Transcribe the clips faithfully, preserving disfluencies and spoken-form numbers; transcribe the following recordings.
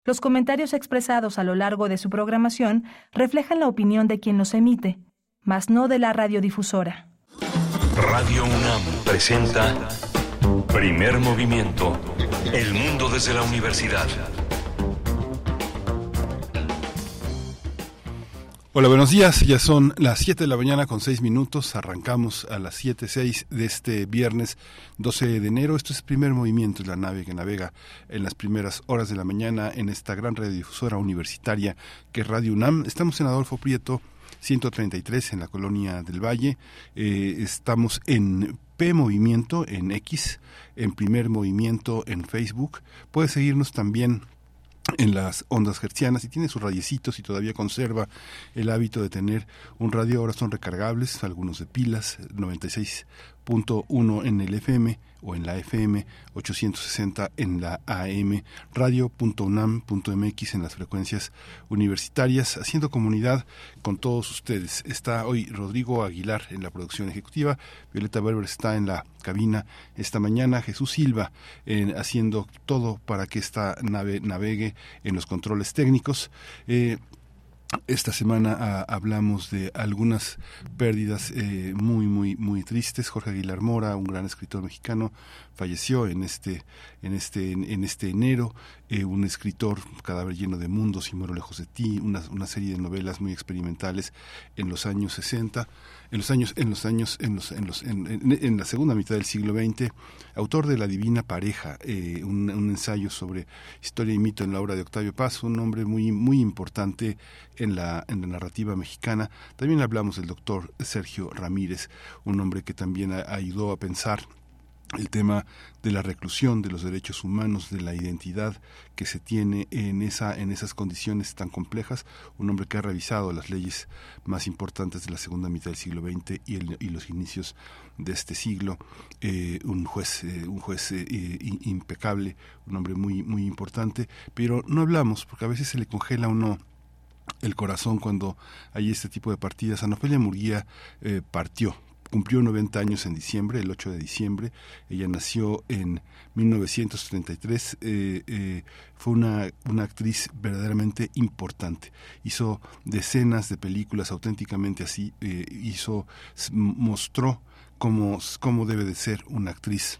Los comentarios expresados a lo largo de su programación reflejan la opinión de quien los emite, mas no de la radiodifusora. Radio UNAM presenta Primer Movimiento, El mundo desde la universidad. Hola, buenos días. Ya son las siete de la mañana con seis minutos. Arrancamos a las siete seis de este viernes doce de enero. Esto es Primer Movimiento, es la nave que navega en las primeras horas de la mañana en esta gran radiodifusora universitaria que es Radio UNAM. Estamos en Adolfo Prieto ciento treinta y tres en la Colonia del Valle. Eh, estamos en P Movimiento en X, en Primer Movimiento en Facebook. Puedes seguirnos también en las ondas hertzianas. Si tiene sus radiecitos y todavía conserva el hábito de tener un radio, ahora son recargables, algunos de pilas, noventa y seis punto uno en el F M o en la F M, ochocientos sesenta en la A M, radio punto unam punto m x en las frecuencias universitarias, haciendo comunidad con todos ustedes. Está hoy Rodrigo Aguilar en la producción ejecutiva, Violeta Berber está en la cabina esta mañana, Jesús Silva en, haciendo todo para que esta nave navegue en los controles técnicos. Eh, Esta semana a, hablamos de algunas pérdidas eh, muy, muy, muy tristes. Jorge Aguilar Mora, un gran escritor mexicano, falleció en este, en este, en, en este enero. Eh, un escritor, Cadáver lleno de mundos y Muero lejos de ti, una, una serie de novelas muy experimentales en los años sesenta, en los años, en los años, en los, en los, en, en, en la segunda mitad del siglo veinte, autor de La Divina Pareja, eh, un, un ensayo sobre historia y mito en la obra de Octavio Paz, un hombre muy, muy importante en la, en la narrativa mexicana. También hablamos del doctor Sergio Ramírez, un hombre que también a, ayudó a pensar el tema de la reclusión, de los derechos humanos, de la identidad que se tiene en esa en esas condiciones tan complejas. Un hombre que ha revisado las leyes más importantes de la segunda mitad del siglo veinte y, el, y los inicios de este siglo. Eh, un juez eh, un juez eh, impecable, un hombre muy muy importante, pero no hablamos porque a veces se le congela a uno el corazón cuando hay este tipo de partidas. Ana Ofelia Murguía eh, partió. Cumplió noventa años en diciembre, el ocho de diciembre. Ella nació en mil novecientos treinta y tres. Eh, eh, fue una, una actriz verdaderamente importante. Hizo decenas de películas auténticamente así. Eh, hizo, mostró cómo, cómo debe de ser una actriz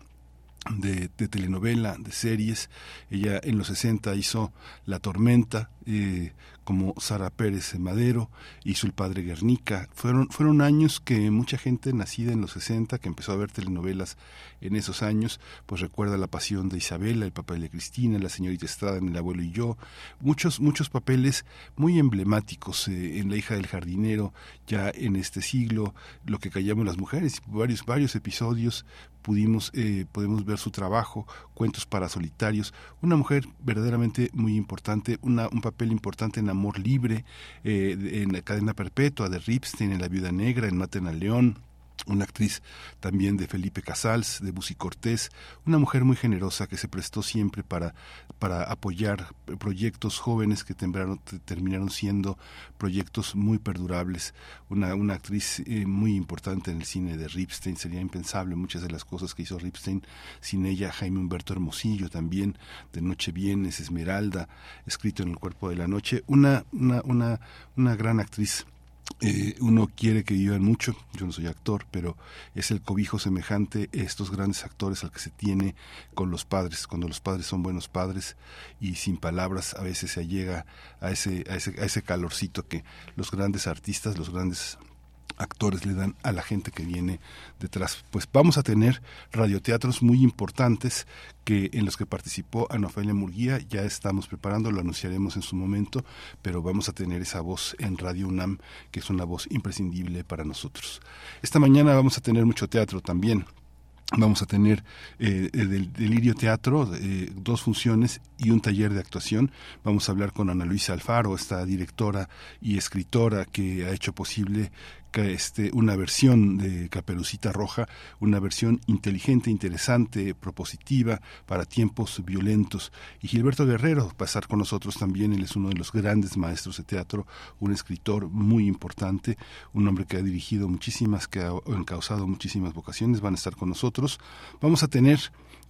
de, de telenovela, de series. Ella en los sesenta hizo La Tormenta, eh, como Sara Pérez Madero, hizo El Padre Guernica. Fueron, fueron años que mucha gente nacida en los sesenta, que empezó a ver telenovelas en esos años, pues recuerda La Pasión de Isabela, El papel de Cristina, La señorita Estrada en El abuelo y yo, muchos, muchos papeles muy emblemáticos, eh, en La hija del jardinero, ya en este siglo, Lo que callamos las mujeres, varios, varios episodios pudimos, eh, podemos ver su trabajo, Cuentos para solitarios, una mujer verdaderamente muy importante, una, un papel importante en Amor Libre, eh, en La cadena perpetua de Ripstein, en La viuda negra, en Maten al león. Una actriz también de Felipe Casals, de Busi Cortés, una mujer muy generosa que se prestó siempre para, para apoyar proyectos jóvenes que tembraron, terminaron siendo proyectos muy perdurables. Una, una actriz eh, muy importante en el cine de Ripstein. Sería impensable muchas de las cosas que hizo Ripstein sin ella. Jaime Humberto Hermosillo también, de Noche Vienes, Esmeralda, Escrito en el cuerpo de la noche. Una, una, una, una gran actriz. Eh, uno quiere que vivan mucho, yo no soy actor, pero es el cobijo semejante estos grandes actores al que se tiene con los padres, cuando los padres son buenos padres y sin palabras a veces se llega a ese, a ese, a ese calorcito que los grandes artistas, los grandes actores le dan a la gente que viene detrás. Pues vamos a tener radioteatros muy importantes que en los que participó Ana Ofelia Murguía. Ya estamos preparando, lo anunciaremos en su momento, pero vamos a tener esa voz en Radio UNAM, que es una voz imprescindible para nosotros. Esta mañana vamos a tener mucho teatro también. Vamos a tener eh, del Delirio Teatro, eh, dos funciones y un taller de actuación. Vamos a hablar con Ana Luisa Alfaro, esta directora y escritora que ha hecho posible que este, una versión de Caperucita Roja, una versión inteligente, interesante, propositiva para tiempos violentos. Y Gilberto Guerrero va a estar con nosotros también. Él es uno de los grandes maestros de teatro, un escritor muy importante, un hombre que ha dirigido muchísimas, que ha encauzado muchísimas vocaciones. Van a estar con nosotros. Vamos a tener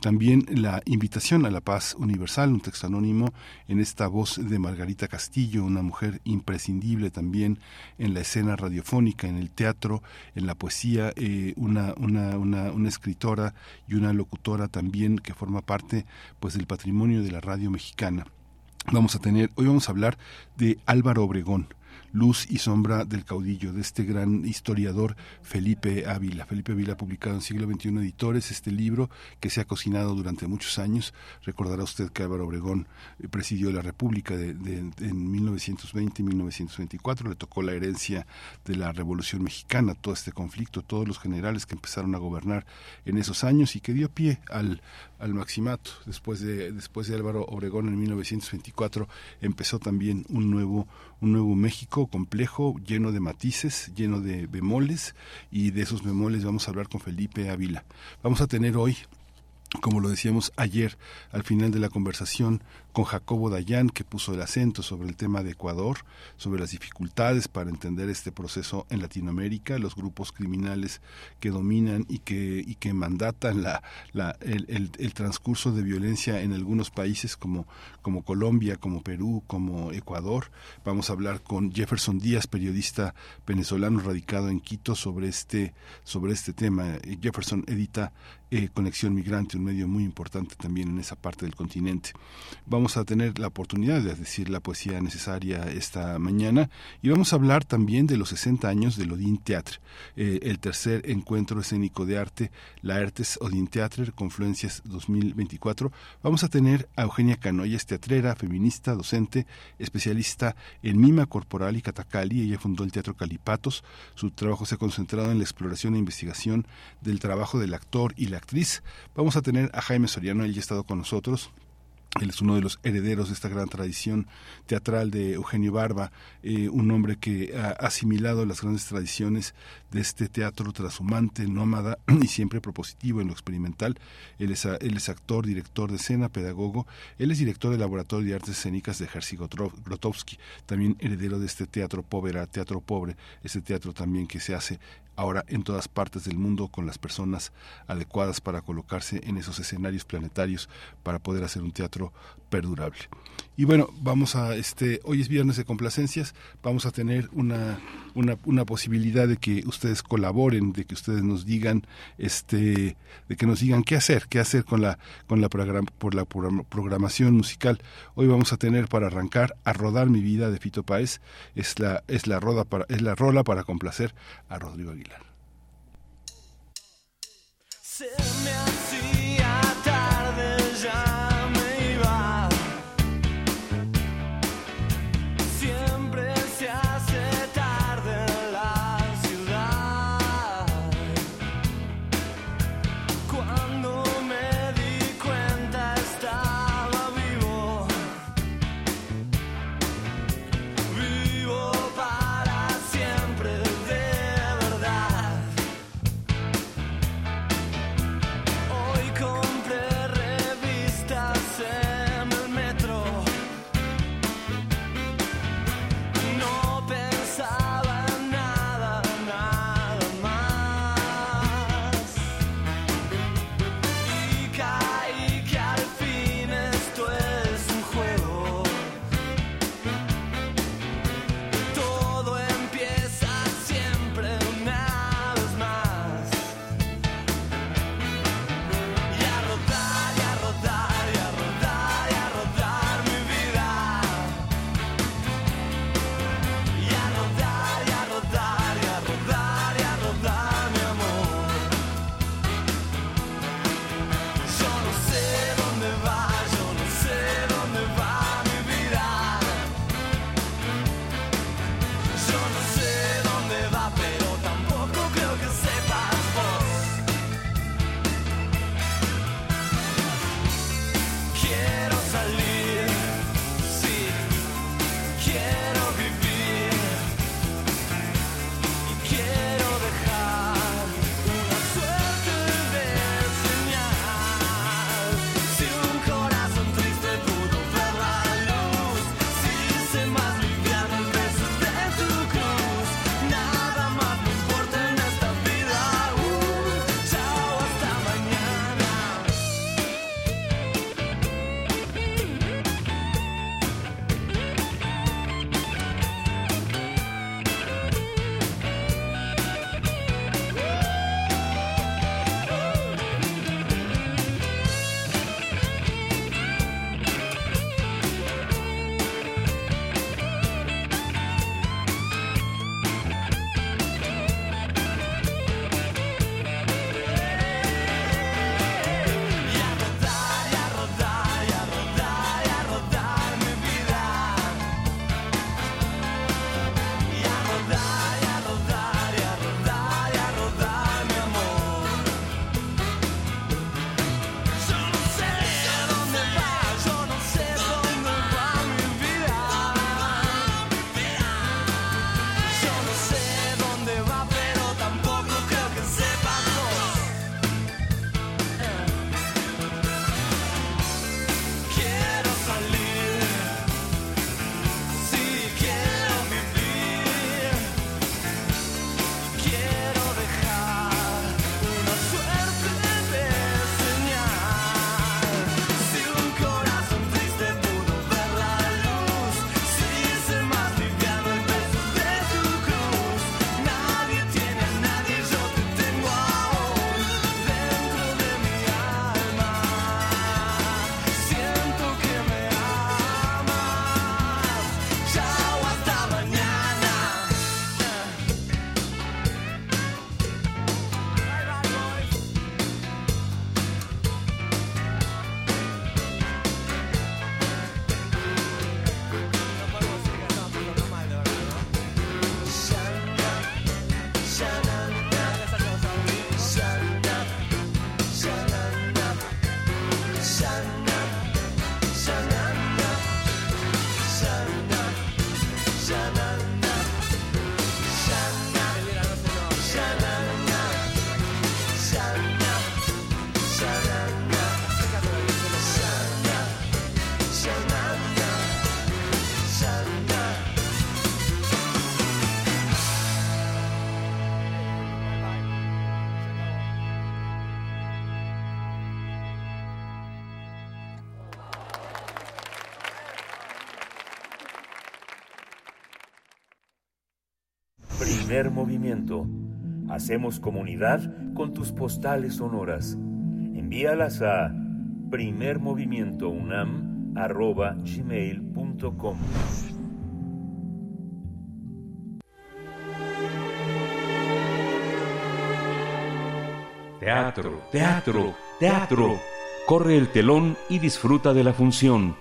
También la invitación a la paz universal, un texto anónimo en esta voz de Margarita Castillo, una mujer imprescindible también en la escena radiofónica, en el teatro, en la poesía, eh, una, una, una, una escritora y una locutora también que forma parte pues del patrimonio de la radio mexicana. Vamos a tener, hoy vamos a hablar de Álvaro Obregón, Luz y sombra del caudillo, de este gran historiador Felipe Ávila. Felipe Ávila ha publicado en Siglo veintiuno Editores este libro que se ha cocinado durante muchos años. Recordará usted que Álvaro Obregón presidió la República de, de, de, en mil novecientos veinte y mil novecientos veinticuatro, le tocó la herencia de la Revolución Mexicana, todo este conflicto, todos los generales que empezaron a gobernar en esos años y que dio pie al, al maximato. Después de, después de Álvaro Obregón en mil novecientos veinticuatro empezó también un nuevo, un nuevo México complejo, lleno de matices, lleno de bemoles, y de esos bemoles vamos a hablar con Felipe Ávila. Vamos a tener hoy, como lo decíamos ayer al final de la conversación, con Jacobo Dayan, que puso el acento sobre el tema de Ecuador, sobre las dificultades para entender este proceso en Latinoamérica, los grupos criminales que dominan y que y que mandatan la, la el, el, el transcurso de violencia en algunos países como, como Colombia, como Perú, como Ecuador. Vamos a hablar con Jefferson Díaz, periodista venezolano radicado en Quito, sobre este, sobre este tema. Jefferson edita eh, Conexión Migrante, un medio muy importante también en esa parte del continente. Vamos Vamos a tener la oportunidad de decir la poesía necesaria esta mañana y vamos a hablar también de los sesenta años del Odin Theatre, eh, el tercer encuentro escénico de arte, la Laertes Odin Theatre, Confluencias dos mil veinticuatro. Vamos a tener a Eugenia Cano, ella es teatrera, feminista, docente, especialista en mima corporal y catacali. Ella fundó el Teatro Calipatos. Su trabajo se ha concentrado en la exploración e investigación del trabajo del actor y la actriz. Vamos a tener a Jaime Soriano, él ya ha estado con nosotros. Él es uno de los herederos de esta gran tradición teatral de Eugenio Barba, eh, un hombre que ha asimilado las grandes tradiciones de este teatro trashumante, nómada y siempre propositivo en lo experimental. Él es, él es actor, director de escena, pedagogo. Él es director del Laboratorio de Artes Escénicas de Jerzy Grotowski, también heredero de este teatro povera, teatro pobre, este teatro también que se hace ahora en todas partes del mundo con las personas adecuadas para colocarse en esos escenarios planetarios para poder hacer un teatro perdurable. Y bueno, vamos a este hoy es viernes de complacencias, vamos a tener una una una posibilidad de que ustedes colaboren, de que ustedes nos digan este de que nos digan qué hacer, qué hacer con la con la program, por la programación musical. Hoy vamos a tener para arrancar A Rodar mi vida de Fito Páez, es la es la roda para es la rola para complacer a Rodrigo Aguilar. Se me hacía tarde, ya me iba. Siempre se hace tarde en la ciudad. Cuando me di cuenta estaba vivo. Vivo para siempre, de verdad. Primer movimiento. Hacemos comunidad con tus postales sonoras. Envíalas a primermovimientounam arroba gmail punto com. Teatro, teatro, teatro. Corre el telón y disfruta de la función.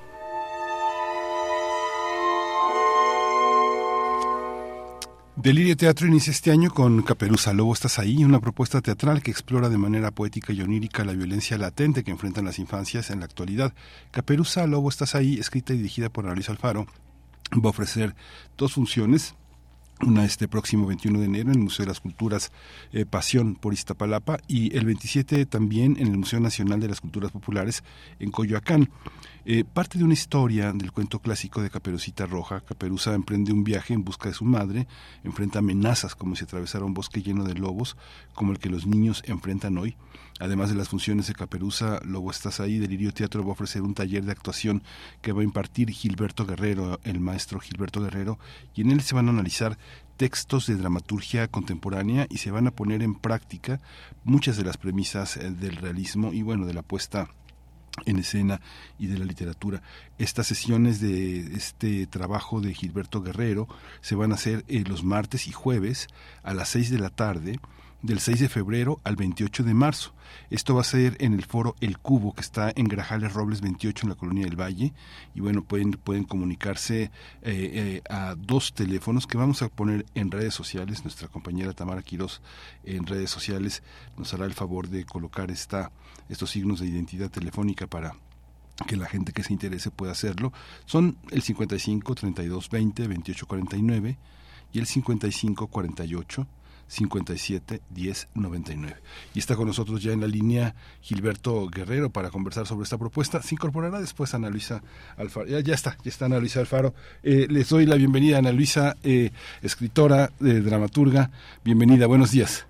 Delirio Teatro inicia este año con Caperuza, Lobo estás ahí, una propuesta teatral que explora de manera poética y onírica la violencia latente que enfrentan las infancias en la actualidad. Caperuza, Lobo estás ahí, escrita y dirigida por Ana Luisa Alfaro, va a ofrecer dos funciones. Una este próximo veintiuno de enero en el Museo de las Culturas eh, Pasión por Iztapalapa y el veintisiete también en el Museo Nacional de las Culturas Populares en Coyoacán. Eh, parte de una historia del cuento clásico de Caperucita Roja. Caperuza emprende un viaje en busca de su madre, enfrenta amenazas como si atravesara un bosque lleno de lobos, como el que los niños enfrentan hoy. Además de las funciones de Caperuza, Lobo estás ahí, Delirio Teatro va a ofrecer un taller de actuación que va a impartir Gilberto Guerrero, el maestro Gilberto Guerrero, y en él se van a analizar textos de dramaturgia contemporánea y se van a poner en práctica muchas de las premisas del realismo y bueno, de la puesta en escena y de la literatura. Estas sesiones de este trabajo de Gilberto Guerrero se van a hacer eh, los martes y jueves a las seis de la tarde, del seis de febrero al veintiocho de marzo. Esto va a ser en el foro El Cubo, que está en Grajales Robles veintiocho, en la Colonia del Valle, y bueno, pueden, pueden comunicarse eh, eh, a dos teléfonos que vamos a poner en redes sociales. Nuestra compañera Tamara Quirós en redes sociales nos hará el favor de colocar esta, estos signos de identidad telefónica para que la gente que se interese pueda hacerlo. Son el cincuenta y cinco, treinta y dos, veinte, veintiocho, cuarenta y nueve y el cincuenta y cinco, cuarenta y ocho, cincuenta y siete, diez, noventa y nueve. Y está con nosotros ya en la línea Gilberto Guerrero para conversar sobre esta propuesta. Se incorporará después Ana Luisa Alfaro. Ya, ya está, ya está Ana Luisa Alfaro. Eh, les doy la bienvenida a Ana Luisa, eh, escritora, eh, dramaturga. Bienvenida, buenos días.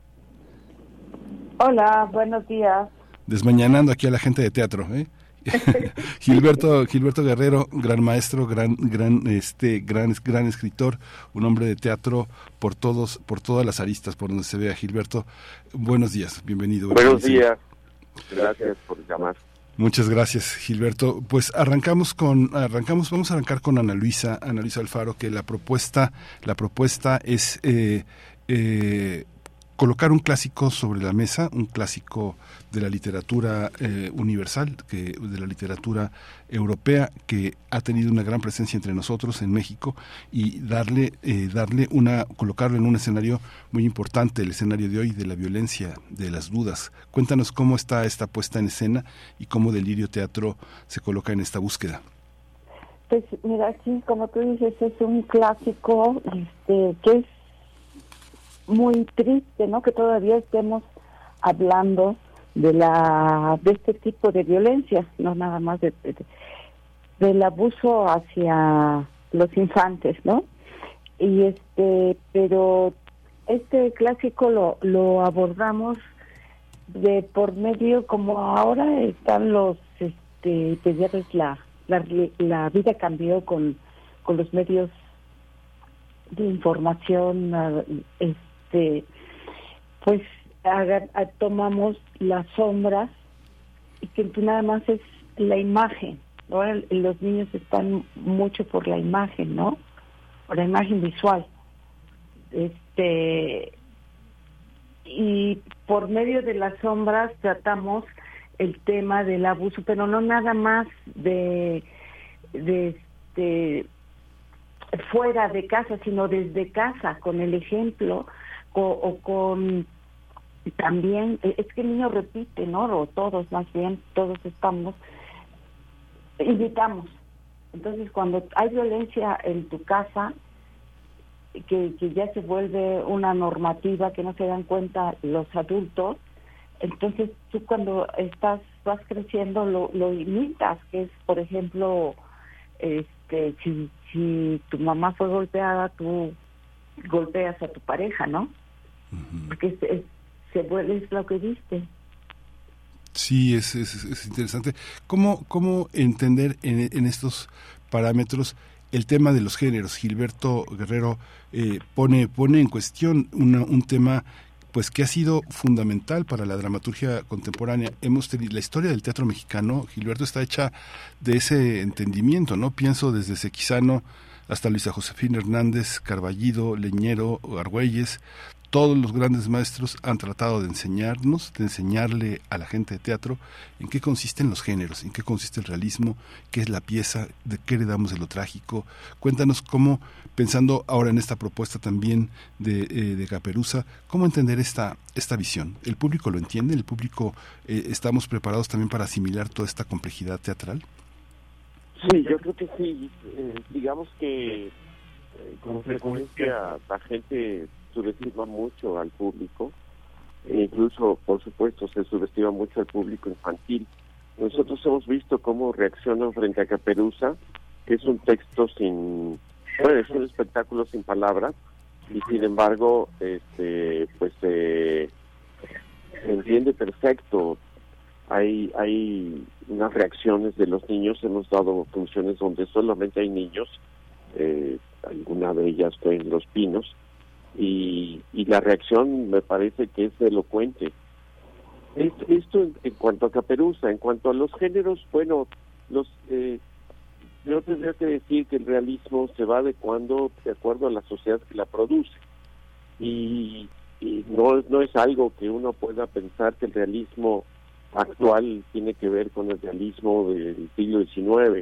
Hola, buenos días. Desmañanando aquí a la gente de teatro, ¿eh? Gilberto Gilberto Guerrero, gran maestro, gran gran este gran gran escritor, un hombre de teatro por todos por todas las aristas por donde se vea. Gilberto, buenos días, bienvenido. Buenos días. Gracias por llamar. Muchas gracias, Gilberto. Pues arrancamos con arrancamos vamos a arrancar con Ana Luisa, Ana Luisa Alfaro, que la propuesta la propuesta es eh, eh, colocar un clásico sobre la mesa, un clásico de la literatura eh, universal, que de la literatura europea, que ha tenido una gran presencia entre nosotros en México, y darle eh, darle una colocarlo en un escenario muy importante, el escenario de hoy de la violencia, de las dudas. Cuéntanos cómo está esta puesta en escena y cómo Delirio Teatro se coloca en esta búsqueda. Pues mira, sí, como tú dices, es un clásico este, que es muy triste, ¿no? Que todavía estemos hablando de la de este tipo de violencia, no nada más de, de del abuso hacia los infantes, ¿no? Y este, pero este clásico lo lo abordamos de por medio, como ahora están los este pediatras, la la la vida cambió con con los medios de información, este Este, pues haga, a, tomamos las sombras y que nada más es la imagen. Ahora los niños están mucho por la imagen, ¿no? Por la imagen visual. Este y por medio de las sombras tratamos el tema del abuso, pero no nada más de de este fuera de casa, sino desde casa, con el ejemplo o, o con también, es que el niño repite, ¿no? O todos, más bien, todos estamos, invitamos. Entonces, cuando hay violencia en tu casa, que, que ya se vuelve una normativa que no se dan cuenta los adultos, entonces tú cuando estás vas creciendo lo, lo imitas, que es, por ejemplo, este si, si tu mamá fue golpeada, tú golpeas a tu pareja, ¿no? Uh-huh. Porque es, es, se vuelve es lo que viste. Sí, es, es, es interesante. ¿Cómo, cómo entender en, en estos parámetros el tema de los géneros. Gilberto Guerrero eh, pone, pone en cuestión una, un tema pues que ha sido fundamental para la dramaturgia contemporánea. Hemos tenido la historia del teatro mexicano, Gilberto, está hecha de ese entendimiento, ¿no? Pienso desde Sequizano hasta Luisa Josefina Hernández, Carballido, Leñero, Argüelles. Todos los grandes maestros han tratado de enseñarnos, de enseñarle a la gente de teatro en qué consisten los géneros, en qué consiste el realismo, qué es la pieza, de qué heredamos de lo trágico. Cuéntanos cómo, pensando ahora en esta propuesta también de, eh, de Caperuza, cómo entender esta, esta visión. ¿El público lo entiende? ¿El público eh, estamos preparados también para asimilar toda esta complejidad teatral? Sí, yo creo que sí. Eh, digamos que eh, con frecuencia la gente subestima mucho al público, e incluso, por supuesto, se subestima mucho al público infantil. Nosotros hemos visto cómo reaccionan frente a Caperuza, que es un texto sin, bueno, es un espectáculo sin palabras, y sin embargo, este, pues eh, se entiende perfecto. Hay, hay unas reacciones de los niños, hemos dado funciones donde solamente hay niños, eh, alguna de ellas fue en Los Pinos, y, y la reacción me parece que es elocuente. Esto, esto en, en cuanto a Caperuza. En cuanto a los géneros, bueno, los eh, yo tendría que decir que el realismo se va adecuando de acuerdo a la sociedad que la produce, y, y no, no es algo que uno pueda pensar que el realismo actual tiene que ver con el realismo del siglo diecinueve.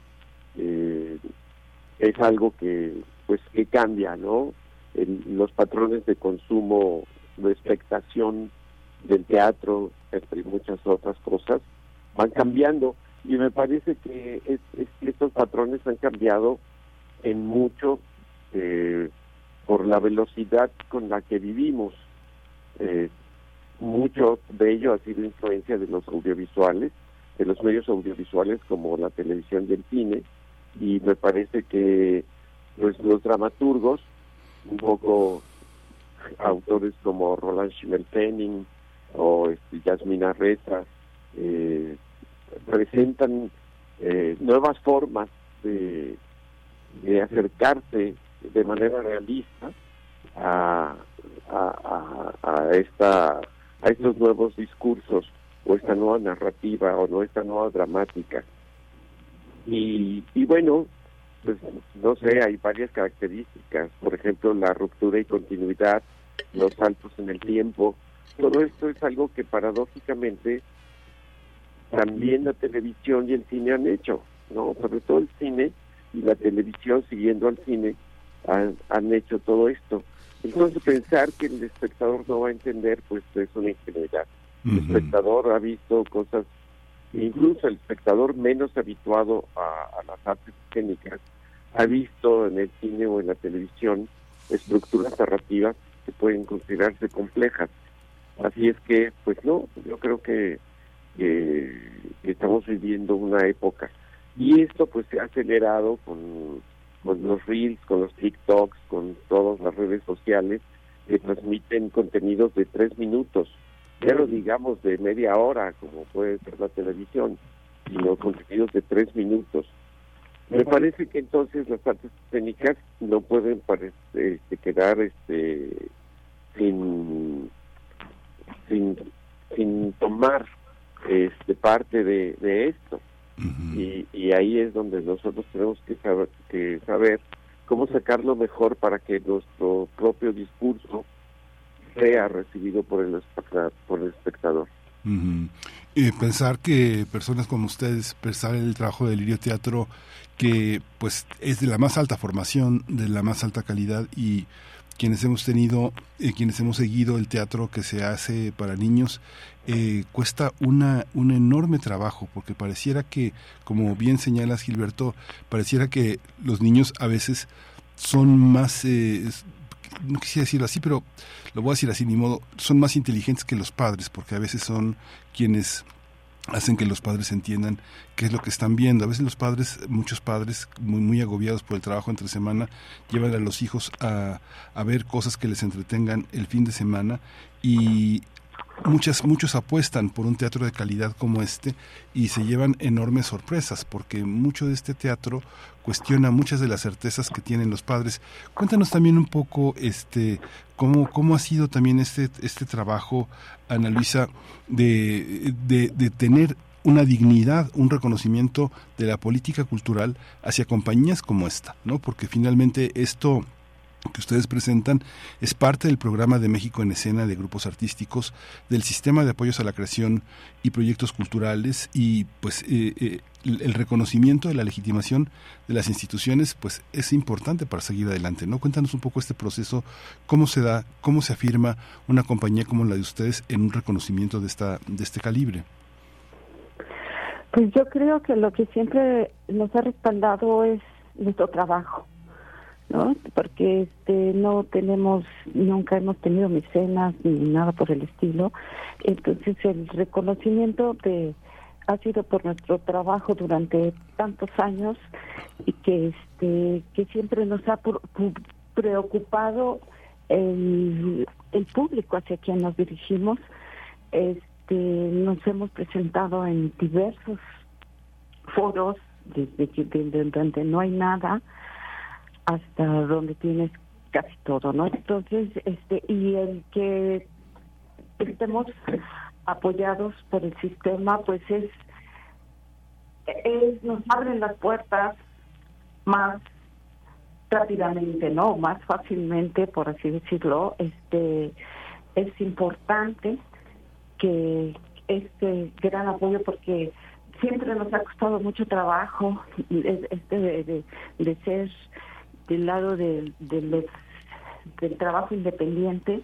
Eh, es algo que pues que cambia, ¿no? El, los patrones de consumo, de expectación del teatro, entre muchas otras cosas, van cambiando, y me parece que es, es, estos patrones han cambiado en mucho eh, por la velocidad con la que vivimos. Eh, mucho de ello ha sido influencia de los audiovisuales, de los medios audiovisuales como la televisión y el cine, y me parece que pues, los dramaturgos, un poco autores como Roland Schimmelpenning o este, Yasmina Reza, eh, presentan eh, nuevas formas de, de acercarse de manera realista a, a, a, a esta a estos nuevos discursos, o esta nueva narrativa, o no esta nueva dramática. Y, y bueno, pues no sé, hay varias características, por ejemplo, la ruptura y continuidad, los saltos en el tiempo. Todo esto es algo que paradójicamente también la televisión y el cine han hecho, ¿no? Sobre todo el cine y la televisión, siguiendo al cine, han, han hecho todo esto. Entonces pensar que el espectador no va a entender, pues es una ingenuidad. Uh-huh. El espectador ha visto cosas, incluso el espectador menos habituado a, a las artes escénicas, ha visto en el cine o en la televisión estructuras narrativas que pueden considerarse complejas. Así es que, pues no, yo creo que, que, que estamos viviendo una época. Y esto pues se ha acelerado con, con los Reels, con los TikToks, con todas las redes sociales que transmiten contenidos de tres minutos, ya no digamos de media hora, como puede ser la televisión, sino contenidos de tres minutos. Me parece que entonces las artes escénicas no pueden parece, este, quedar este sin sin sin tomar este parte de, de esto. Uh-huh. y, y ahí es donde nosotros tenemos que saber, que saber cómo sacarlo mejor para que nuestro propio discurso sea recibido por el espectador. Por el espectador. Uh-huh. Y pensar que personas como ustedes, pensar el trabajo de Lirio Teatro, que pues es de la más alta formación, de la más alta calidad, y quienes hemos tenido, eh, quienes hemos seguido el teatro que se hace para niños, eh, cuesta una un enorme trabajo, porque pareciera que, como bien señalas, Gilberto, pareciera que los niños a veces son más, eh, no quisiera decirlo así, pero lo voy a decir así, ni modo, son más inteligentes que los padres, porque a veces son quienes hacen que los padres entiendan qué es lo que están viendo. A veces los padres, muchos padres muy muy agobiados por el trabajo entre semana, llevan a los hijos a, a ver cosas que les entretengan el fin de semana, y muchas muchos apuestan por un teatro de calidad como este y se llevan enormes sorpresas, porque mucho de este teatro cuestiona muchas de las certezas que tienen los padres. Cuéntanos también un poco este cómo cómo ha sido también este este trabajo, Ana Luisa, de de, de tener una dignidad, un reconocimiento de la política cultural hacia compañías como esta, ¿no? Porque finalmente esto que ustedes presentan es parte del programa de México en Escena de grupos artísticos, del sistema de apoyos a la creación y proyectos culturales, y pues eh, eh, el reconocimiento de la legitimación de las instituciones pues es importante para seguir adelante, ¿no? Cuéntanos un poco este proceso, cómo se da, cómo se afirma una compañía como la de ustedes en un reconocimiento de esta de este calibre. Pues yo creo que lo que siempre nos ha respaldado es nuestro trabajo, ¿no? Porque este no tenemos, nunca hemos tenido mecenas ni nada por el estilo. Entonces el reconocimiento de ha sido por nuestro trabajo durante tantos años y que este que siempre nos ha por, por preocupado el, el público hacia quien nos dirigimos. Este, nos hemos presentado en diversos foros, desde que desde donde no hay nada hasta donde tienes casi todo, ¿no? Entonces, este y el que estemos apoyados por el sistema, pues es, es nos abren las puertas más rápidamente, ¿no? Más fácilmente, por así decirlo. Este es importante que este gran apoyo, porque siempre nos ha costado mucho trabajo este de, de, de ser del lado de, de los, del trabajo independiente.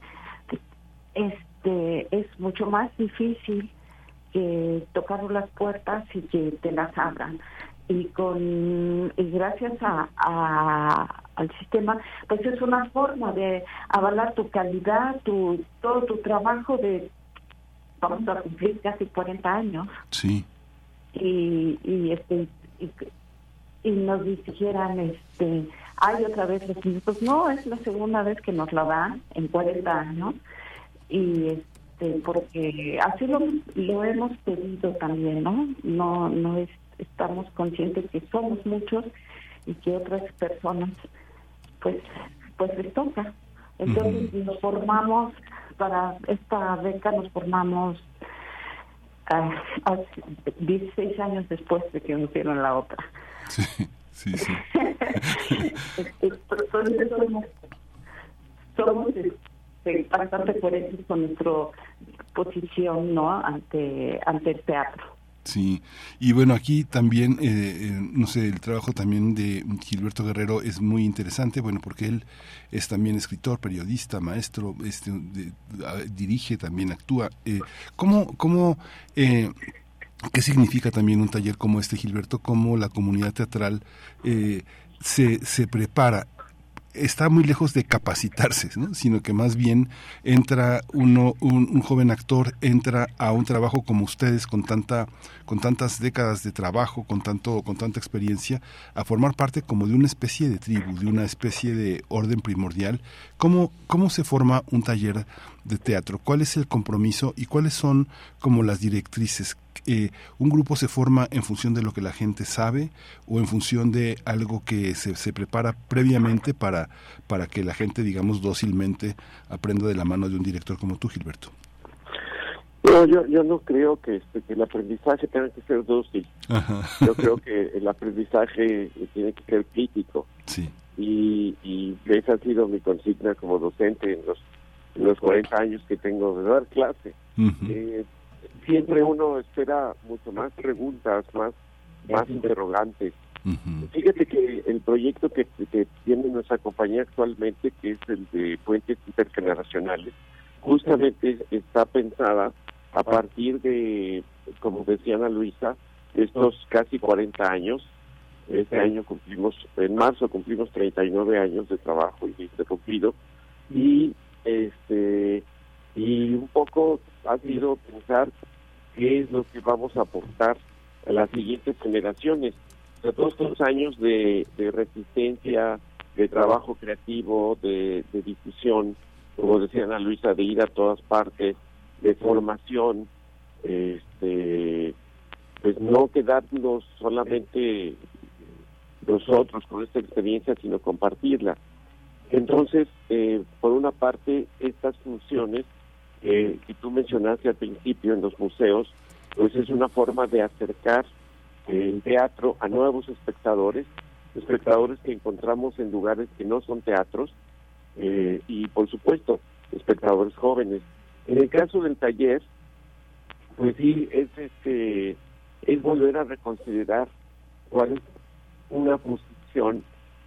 Este es mucho más difícil que tocar las puertas y que te las abran, y con y gracias a, a al sistema pues es una forma de avalar tu calidad, tu todo tu trabajo de vamos a cumplir casi cuarenta años. Sí. Y, y este y, y nos dijeran este hay otra vez los minutos, no, es la segunda vez que nos la dan en cuarenta años, y este porque así lo, lo hemos pedido también, ¿no? No no es, estamos conscientes que somos muchos y que otras personas pues pues les toca. Entonces uh-huh. nos formamos para esta beca, nos formamos uh, dieciséis años después de que nos dieron la otra. Sí, sí, sí. Entonces somos, somos este, bastante coherentes con nuestra posición, ¿no? Ante, ante el teatro. Sí, y bueno, aquí también, eh, eh, no sé, el trabajo también de Gilberto Guerrero es muy interesante, bueno, porque él es también escritor, periodista, maestro, este, de, de, dirige, también actúa. Eh, ¿Cómo, cómo eh, qué significa también un taller como este, Gilberto? ¿Cómo la comunidad teatral eh, se, se prepara? Está muy lejos de capacitarse, ¿no? Sino que más bien entra uno, un, un joven actor entra a un trabajo como ustedes, con tanta, con tantas décadas de trabajo, con tanto, con tanta experiencia, a formar parte como de una especie de tribu, de una especie de orden primordial. ¿Cómo, cómo se forma un taller de teatro? ¿Cuál es el compromiso y cuáles son como las directrices? Eh, ¿Un grupo se forma en función de lo que la gente sabe o en función de algo que se, se prepara previamente para, para que la gente, digamos, dócilmente aprenda de la mano de un director como tú, Gilberto? No, yo yo no creo que, este, que el aprendizaje tenga que ser dócil. Ajá. Yo creo que el aprendizaje tiene que ser crítico. Sí. Y, y esa ha sido mi consigna como docente en los, en los cuarenta años que tengo de dar clase. Uh-huh. Eh, siempre uno espera mucho más preguntas, más más interrogantes. Uh-huh. Fíjate que el proyecto que, que tiene nuestra compañía actualmente, que es el de Puentes Intergeneracionales, justamente está pensada a partir de, como decía Ana Luisa, de estos casi cuarenta años. Este año cumplimos, en marzo cumplimos treinta y nueve años de trabajo y de cumplido, y este y un poco ha sido pensar qué es lo que vamos a aportar a las siguientes generaciones. O sea, todos estos años de, de resistencia, de trabajo creativo, de, de difusión, como decía Ana Luisa, de ir a todas partes, de formación, este, pues no quedarnos solamente nosotros con esta experiencia, sino compartirla. Entonces, eh, por una parte, estas funciones eh, que tú mencionaste al principio en los museos, pues es una forma de acercar eh, el teatro a nuevos espectadores, espectadores que encontramos en lugares que no son teatros, eh, y por supuesto, espectadores jóvenes. En el caso del taller, pues sí, es este es volver a reconsiderar cuál es una posición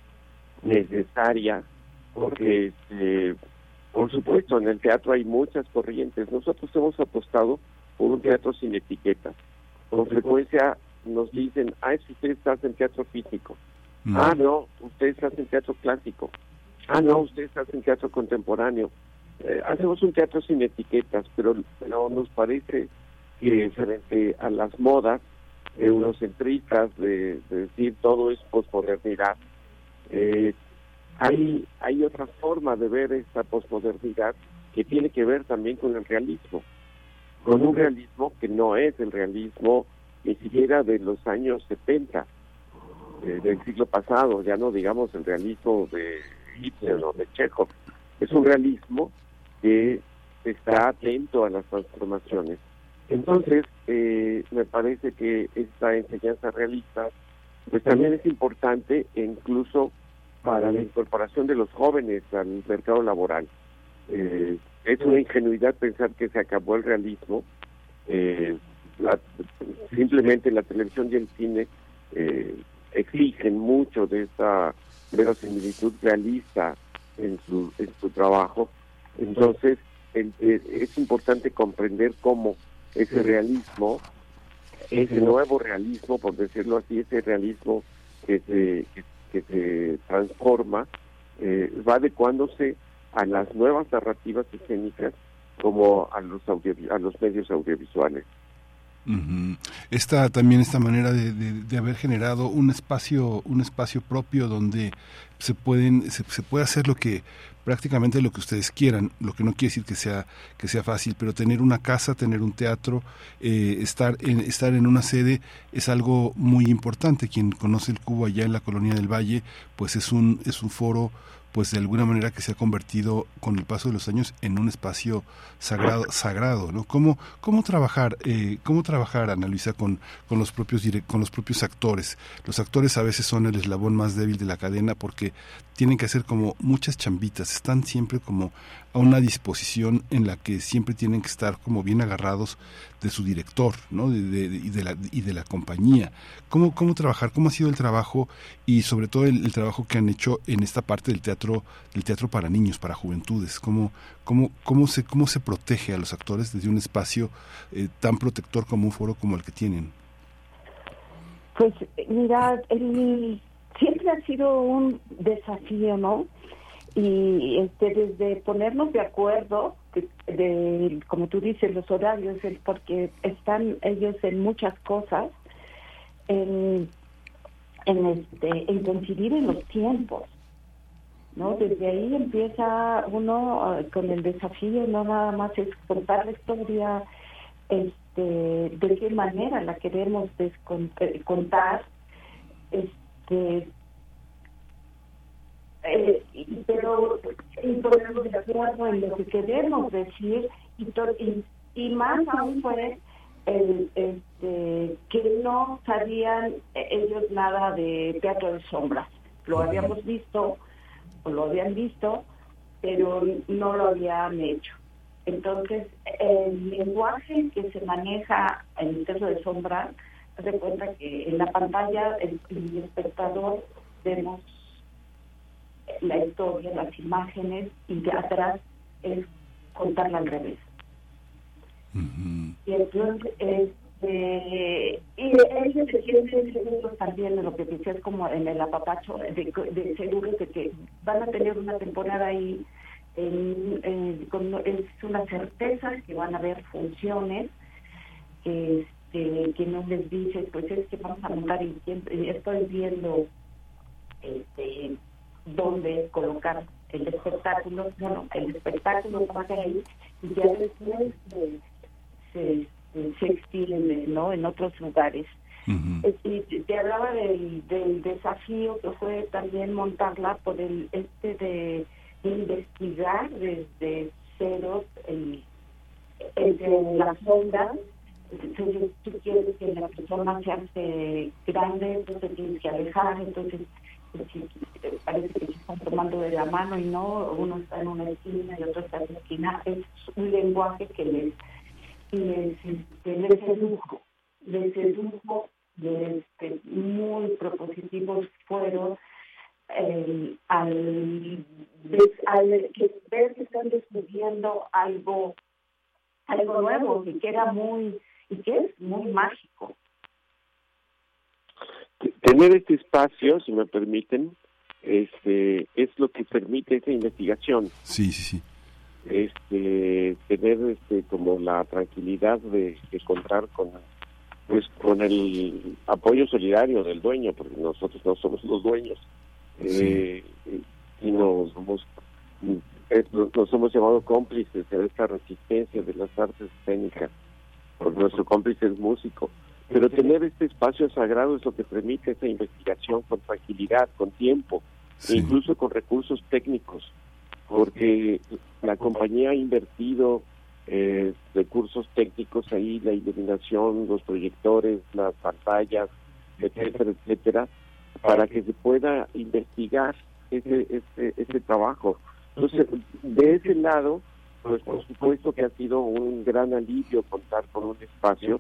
necesaria, porque este, por supuesto en el teatro hay muchas corrientes. Nosotros hemos apostado por un teatro sin etiquetas. Con frecuencia nos dicen, ah, es que ustedes hacen teatro físico. Mm. Ah, no, ustedes hacen teatro clásico. Ah, no, ustedes hacen teatro contemporáneo. Eh, hacemos un teatro sin etiquetas, pero, pero nos parece que frente a las modas eurocentristas de, de decir todo es posmodernidad, eh, hay, hay otra forma de ver esta posmodernidad que tiene que ver también con el realismo, con un realismo que no es el realismo ni siquiera de los años setenta eh, del siglo pasado, ya no digamos el realismo de Ibsen o de Chekhov. Es un realismo que está atento a las transformaciones. Entonces, eh, me parece que esta enseñanza realista pues también es importante, e incluso para la incorporación de los jóvenes al mercado laboral. Eh, es una ingenuidad pensar que se acabó el realismo. Eh, la, simplemente la televisión y el cine eh, exigen mucho de esta verosimilitud realista en su, en su trabajo. Entonces, el, el, es importante comprender cómo ese realismo, ese nuevo realismo, por decirlo así, ese realismo que se, que, que se transforma, eh, va adecuándose a las nuevas narrativas escénicas como a los audio, a los medios audiovisuales. Uh-huh. Esta también esta manera de, de, de haber generado un espacio un espacio propio donde se pueden se, se puede hacer lo que prácticamente lo que ustedes quieran, lo que no quiere decir que sea que sea fácil, pero tener una casa, tener un teatro, eh, estar en estar en una sede es algo muy importante. Quien conoce el Cubo allá en la Colonia del Valle, pues es un es un foro pues de alguna manera que se ha convertido con el paso de los años en un espacio sagrado, sagrado, ¿no? ¿Cómo, cómo trabajar, eh, cómo trabajar, Ana Luisa, con, con los propios direct, con los propios actores? Los actores a veces son el eslabón más débil de la cadena porque tienen que hacer como muchas chambitas, están siempre como a una disposición en la que siempre tienen que estar como bien agarrados de su director, ¿no? De, de, de, y, de la, y de la compañía. ¿Cómo, cómo trabajar? ¿Cómo ha sido el trabajo y sobre todo el, el trabajo que han hecho en esta parte del teatro, del teatro para niños, para juventudes? ¿Cómo, cómo, cómo se, cómo se protege a los actores desde un espacio eh, tan protector como un foro como el que tienen? Pues mira, el, siempre ha sido un desafío, ¿no? Y este desde ponernos de acuerdo de, de como tú dices, los horarios, el, porque están ellos en muchas cosas, en, en este en coincidir en los tiempos, ¿no? Desde ahí empieza uno uh, con el desafío. No nada más es contar la historia, este de qué manera la queremos descont- contar, este Eh, pero y ponernos de acuerdo en lo que queremos decir y, to- y, y más aún fue el, este, que no sabían ellos nada de teatro de sombras. Lo habíamos visto o lo habían visto, pero no lo habían hecho. Entonces el lenguaje que se maneja en el teatro de sombras, haz de cuenta que en la pantalla el, el espectador vemos la historia, las imágenes, y de atrás es contarla al revés. Uh-huh. Y entonces este, y ellos se sienten seguros también de lo que decías, como en el apapacho, de, de seguros de que van a tener una temporada ahí, en, en, con, es una certeza que van a haber funciones, este, que no les dices, pues es que vamos a montar y, y estoy viendo este dónde colocar el espectáculo, bueno, el espectáculo pasa ahí y ya después se, se, se extienden, ¿no?, en otros lugares. Uh-huh. Y te hablaba del, del desafío que fue también montarla por el este de, de investigar desde cero el, el de las ondas. Entonces tú quieres que la persona se hace grande, entonces tienes que alejar, entonces pues, parece que se están tomando de la mano y no, uno está en una esquina y otro está en la esquina. Es un lenguaje que les, les, este, les sedujo, les sedujo. Este, muy propositivos fueron eh, al, des, al que ver que están descubriendo algo algo nuevo y que era muy y que es muy mágico. Tener este espacio, si me permiten, este es lo que permite esa investigación. Sí, sí, sí. Este tener este como la tranquilidad de, de contar con pues con el apoyo solidario del dueño, porque nosotros no somos los dueños, sí. eh, sino somos, eh, nos hemos llamado cómplices de esta resistencia de las artes escénicas, porque nuestro cómplice es músico, pero tener este espacio sagrado es lo que permite esa investigación con tranquilidad, con tiempo, sí. e incluso con recursos técnicos, porque la compañía ha invertido Eh, recursos técnicos ahí, la iluminación, los proyectores, las pantallas, etcétera, etcétera, para que se pueda investigar ese ese, ese trabajo. Entonces, de ese lado, pues por supuesto que ha sido un gran alivio contar con un espacio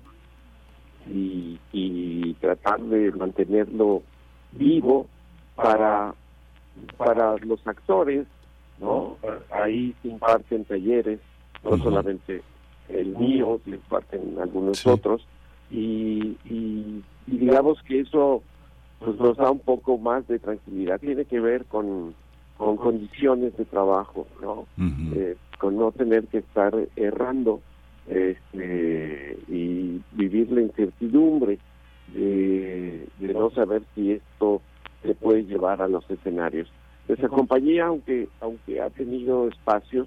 y, y tratar de mantenerlo vivo para para los actores, ¿no? Ahí se imparten talleres, no solamente el mío, le imparten algunos sí. otros, y, y, y digamos que eso pues nos da un poco más de tranquilidad. Tiene que ver con, con condiciones de trabajo, ¿no? Uh-huh. Eh, con no tener que estar errando este, y vivir la incertidumbre de, de no saber si esto se puede llevar a los escenarios. Esa compañía, aunque aunque ha tenido espacios,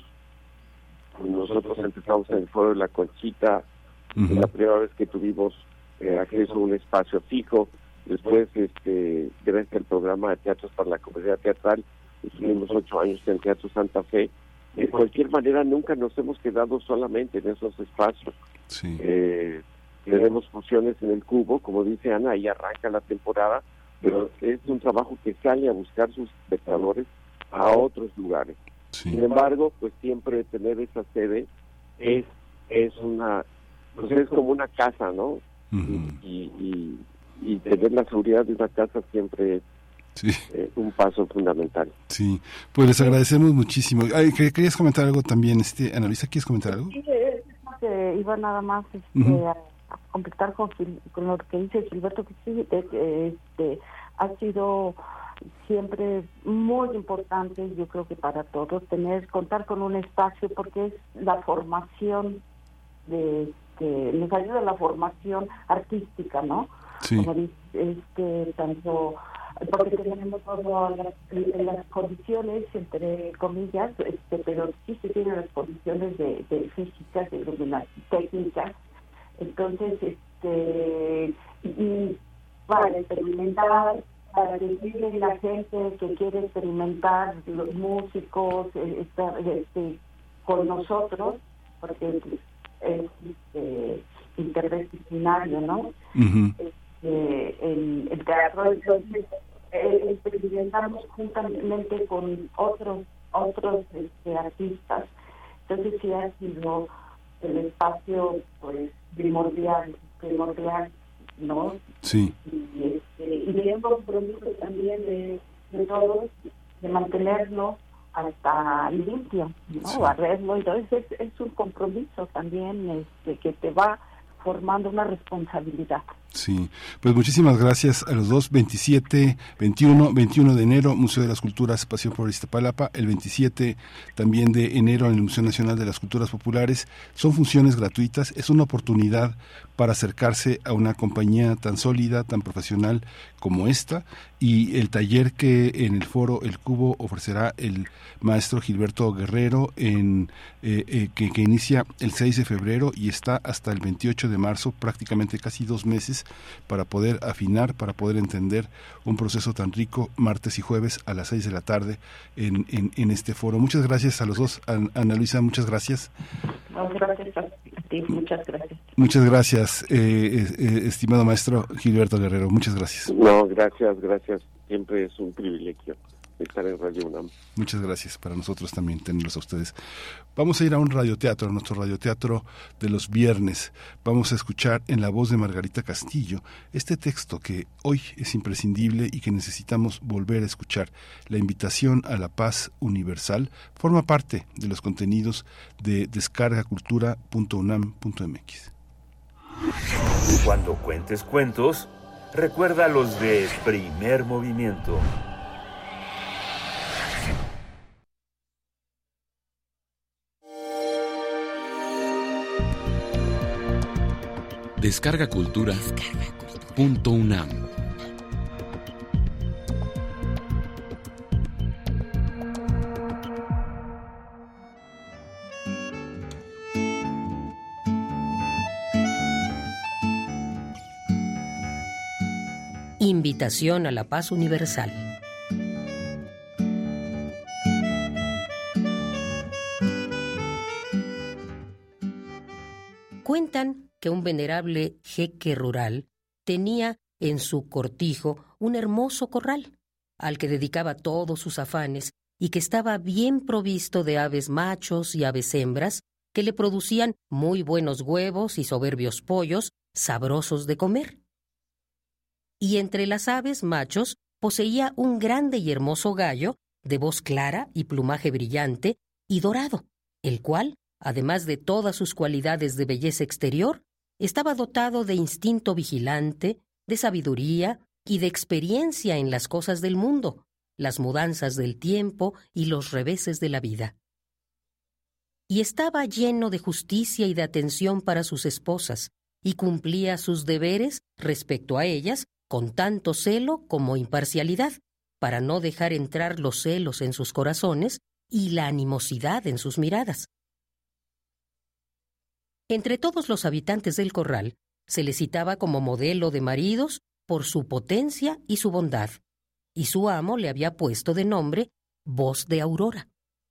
nosotros empezamos en el Foro de la Conchita, uh-huh. la primera vez que tuvimos eh, acceso a un espacio fijo. Después, este, gracias al programa de Teatros para la Comunidad Teatral, estuvimos ocho años en Teatro Santa Fe. De cualquier manera, nunca nos hemos quedado solamente en esos espacios. Sí. Eh, tenemos funciones en el Cubo, como dice Ana, ahí arranca la temporada, pero es un trabajo que sale a buscar sus espectadores a otros lugares. Sí. Sin embargo, pues siempre tener esa sede es es una pues es como una casa, ¿no? Uh-huh. y, y, y tener la seguridad de una casa siempre es sí. eh, un paso fundamental. Sí, pues les agradecemos muchísimo. Ay, ¿querías comentar algo también, este, Ana Luisa? ¿Quieres comentar algo? Sí, es que iba nada más este, uh-huh. a, a completar con, con lo que dice Gilberto, que sí, este, ha sido siempre muy importante, yo creo que para todos, tener, contar con un espacio, porque es la formación de, que nos ayuda a la formación artística, ¿no? Sí. Como dice, este, tanto, porque tenemos todas las, las condiciones, entre comillas, este, pero sí se tienen las condiciones de, de físicas, de iluminación, técnicas, entonces, este, y para experimentar, para decirle a la gente que quiere experimentar, los músicos, estar este, con nosotros, porque es este, interdisciplinario, ¿no? Uh-huh. Este, el, el teatro, entonces, eh, experimentamos juntamente con otros otros este, artistas. Entonces sí ha sido el espacio, pues, primordial, primordial, ¿no? Sí. Y, este, y bien compromiso también de, de todos, de mantenerlo hasta limpio, ¿no? Sí. Barrerlo, entonces es, es un compromiso también este, que te va formando una responsabilidad. Sí, pues muchísimas gracias a los dos. Veintisiete, veintiuno, veintiuno de enero, Museo de las Culturas, Pasión por Iztapalapa. El veintisiete también de enero en el Museo Nacional de las Culturas Populares. Son funciones gratuitas, es una oportunidad para acercarse a una compañía tan sólida, tan profesional como esta, y el taller que en el foro El Cubo ofrecerá el maestro Gilberto Guerrero en eh, eh, que, que inicia el seis de febrero y está hasta el veintiocho de marzo, prácticamente casi dos meses para poder afinar, para poder entender un proceso tan rico, martes y jueves a las seis de la tarde en, en, en este foro. Muchas gracias a los dos. Ana Luisa, muchas gracias. No, gracias a ti, muchas gracias. Muchas gracias, eh, eh, estimado maestro Gilberto Guerrero, muchas gracias. No, gracias, gracias. Siempre es un privilegio estar en Radio UNAM. Muchas gracias, para nosotros también tenerlos a ustedes. Vamos a ir a un radioteatro, a nuestro radioteatro de los viernes. Vamos a escuchar en la voz de Margarita Castillo este texto que hoy es imprescindible y que necesitamos volver a escuchar. La invitación a la paz universal forma parte de los contenidos de descarga cultura punto unam punto m x. Cuando cuentes cuentos, recuerda los de Primer Movimiento. Descarga Cultura punto unam. Invitación a la paz universal. Cuentan que un venerable jeque rural tenía en su cortijo un hermoso corral, al que dedicaba todos sus afanes y que estaba bien provisto de aves machos y aves hembras que le producían muy buenos huevos y soberbios pollos sabrosos de comer. Y entre las aves machos poseía un grande y hermoso gallo de voz clara y plumaje brillante y dorado, el cual, además de todas sus cualidades de belleza exterior, estaba dotado de instinto vigilante, de sabiduría y de experiencia en las cosas del mundo, las mudanzas del tiempo y los reveses de la vida. Y estaba lleno de justicia y de atención para sus esposas, y cumplía sus deberes respecto a ellas con tanto celo como imparcialidad, para no dejar entrar los celos en sus corazones y la animosidad en sus miradas. Entre todos los habitantes del corral se le citaba como modelo de maridos por su potencia y su bondad, y su amo le había puesto de nombre Voz de Aurora.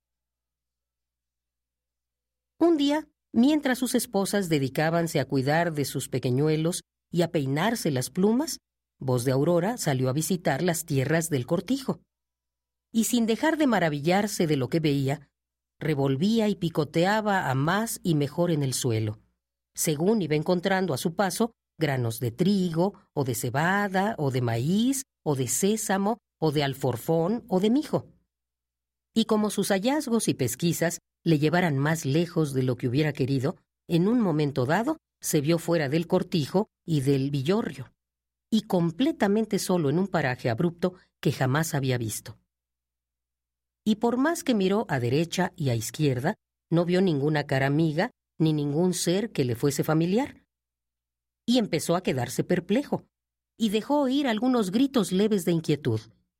Un día, mientras sus esposas dedicábanse a cuidar de sus pequeñuelos y a peinarse las plumas, Voz de Aurora salió a visitar las tierras del cortijo. Y sin dejar de maravillarse de lo que veía, revolvía y picoteaba a más y mejor en el suelo, según iba encontrando a su paso granos de trigo, o de cebada, o de maíz, o de sésamo, o de alforfón, o de mijo. Y como sus hallazgos y pesquisas le llevaran más lejos de lo que hubiera querido, en un momento dado se vio fuera del cortijo y del villorrio, y completamente solo en un paraje abrupto que jamás había visto. Y por más que miró a derecha y a izquierda, no vio ninguna cara amiga ni ningún ser que le fuese familiar. Y empezó a quedarse perplejo, y dejó oír algunos gritos leves de inquietud.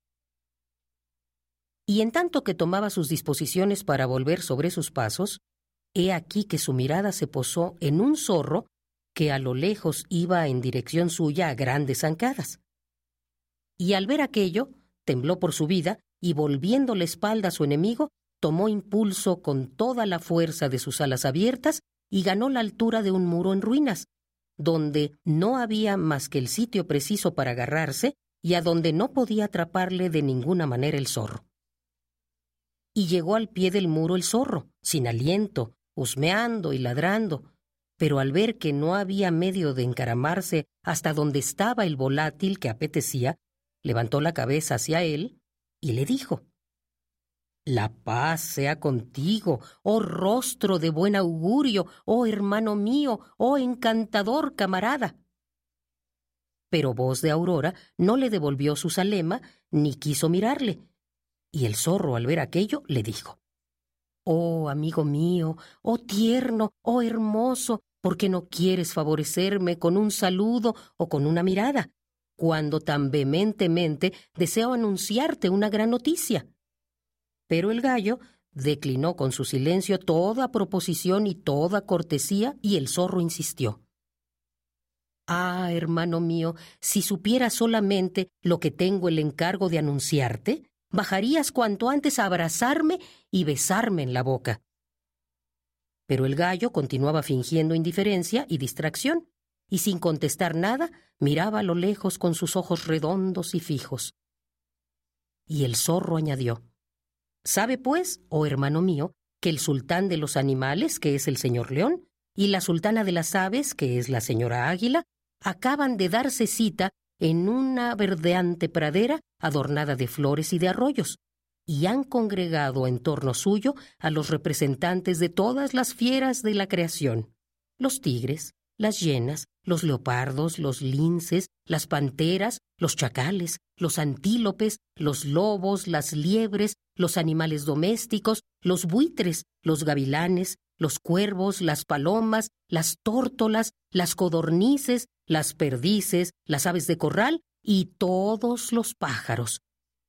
Y en tanto que tomaba sus disposiciones para volver sobre sus pasos, he aquí que su mirada se posó en un zorro que a lo lejos iba en dirección suya a grandes zancadas. Y al ver aquello, tembló por su vida y, volviendo la espalda a su enemigo, tomó impulso con toda la fuerza de sus alas abiertas y ganó la altura de un muro en ruinas, donde no había más que el sitio preciso para agarrarse y a donde no podía atraparle de ninguna manera el zorro. Y llegó al pie del muro el zorro, sin aliento, husmeando y ladrando, pero al ver que no había medio de encaramarse hasta donde estaba el volátil que apetecía, levantó la cabeza hacia él y le dijo: «La paz sea contigo, oh rostro de buen augurio, oh hermano mío, oh encantador camarada». Pero Voz de Aurora no le devolvió su zalema ni quiso mirarle, y el zorro, al ver aquello, le dijo: «Oh amigo mío, oh tierno, oh hermoso, ¿Por qué no quieres favorecerme con un saludo o con una mirada, cuando tan vehementemente deseo anunciarte una gran noticia? Pero el gallo declinó con su silencio toda proposición y toda cortesía, y el zorro insistió. Ah, hermano mío, si supieras solamente lo que tengo el encargo de anunciarte, bajarías cuanto antes a abrazarme y besarme en la boca. Pero el gallo continuaba fingiendo indiferencia y distracción, y sin contestar nada, miraba a lo lejos con sus ojos redondos y fijos. Y el zorro añadió: «Sabe, pues, oh hermano mío, que el sultán de los animales, que es el señor león, y la sultana de las aves, que es la señora águila, acaban de darse cita en una verdeante pradera adornada de flores y de arroyos, y han congregado en torno suyo a los representantes de todas las fieras de la creación: los tigres, las hienas, los leopardos, los linces, las panteras, los chacales, los antílopes, los lobos, las liebres, los animales domésticos, los buitres, los gavilanes, los cuervos, las palomas, las tórtolas, las codornices, las perdices, las aves de corral y todos los pájaros.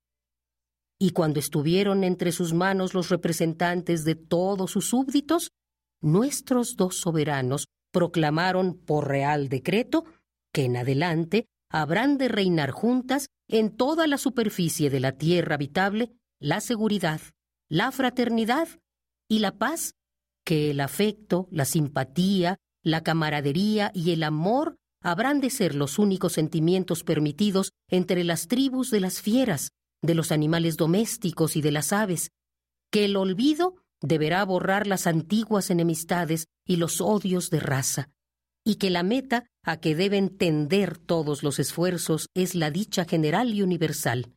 Y cuando estuvieron entre sus manos los representantes de todos sus súbditos, nuestros dos soberanos proclamaron por real decreto que en adelante habrán de reinar juntas en toda la superficie de la tierra habitable la seguridad, la fraternidad y la paz, que el afecto, la simpatía, la camaradería y el amor habrán de ser los únicos sentimientos permitidos entre las tribus de las fieras, de los animales domésticos y de las aves, que el olvido deberá borrar las antiguas enemistades y los odios de raza, y que la meta a que deben tender todos los esfuerzos es la dicha general y universal.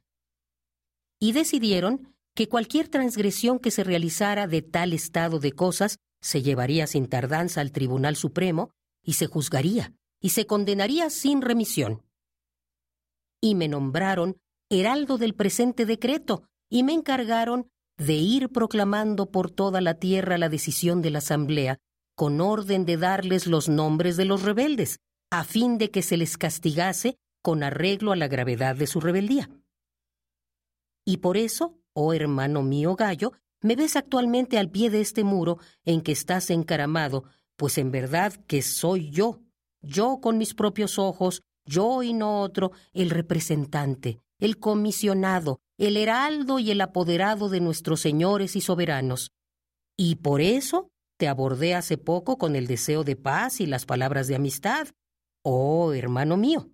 Y decidieron que cualquier transgresión que se realizara de tal estado de cosas se llevaría sin tardanza al Tribunal Supremo y se juzgaría y se condenaría sin remisión. Y me nombraron heraldo del presente decreto y me encargaron de ir proclamando por toda la tierra la decisión de la Asamblea, con orden de darles los nombres de los rebeldes, a fin de que se les castigase con arreglo a la gravedad de su rebeldía. Y por eso, oh hermano mío gallo, me ves actualmente al pie de este muro en que estás encaramado, pues en verdad que soy yo, yo con mis propios ojos, yo y no otro, el representante, el comisionado, el heraldo y el apoderado de nuestros señores y soberanos. Y por eso te abordé hace poco con el deseo de paz y las palabras de amistad, oh hermano mío.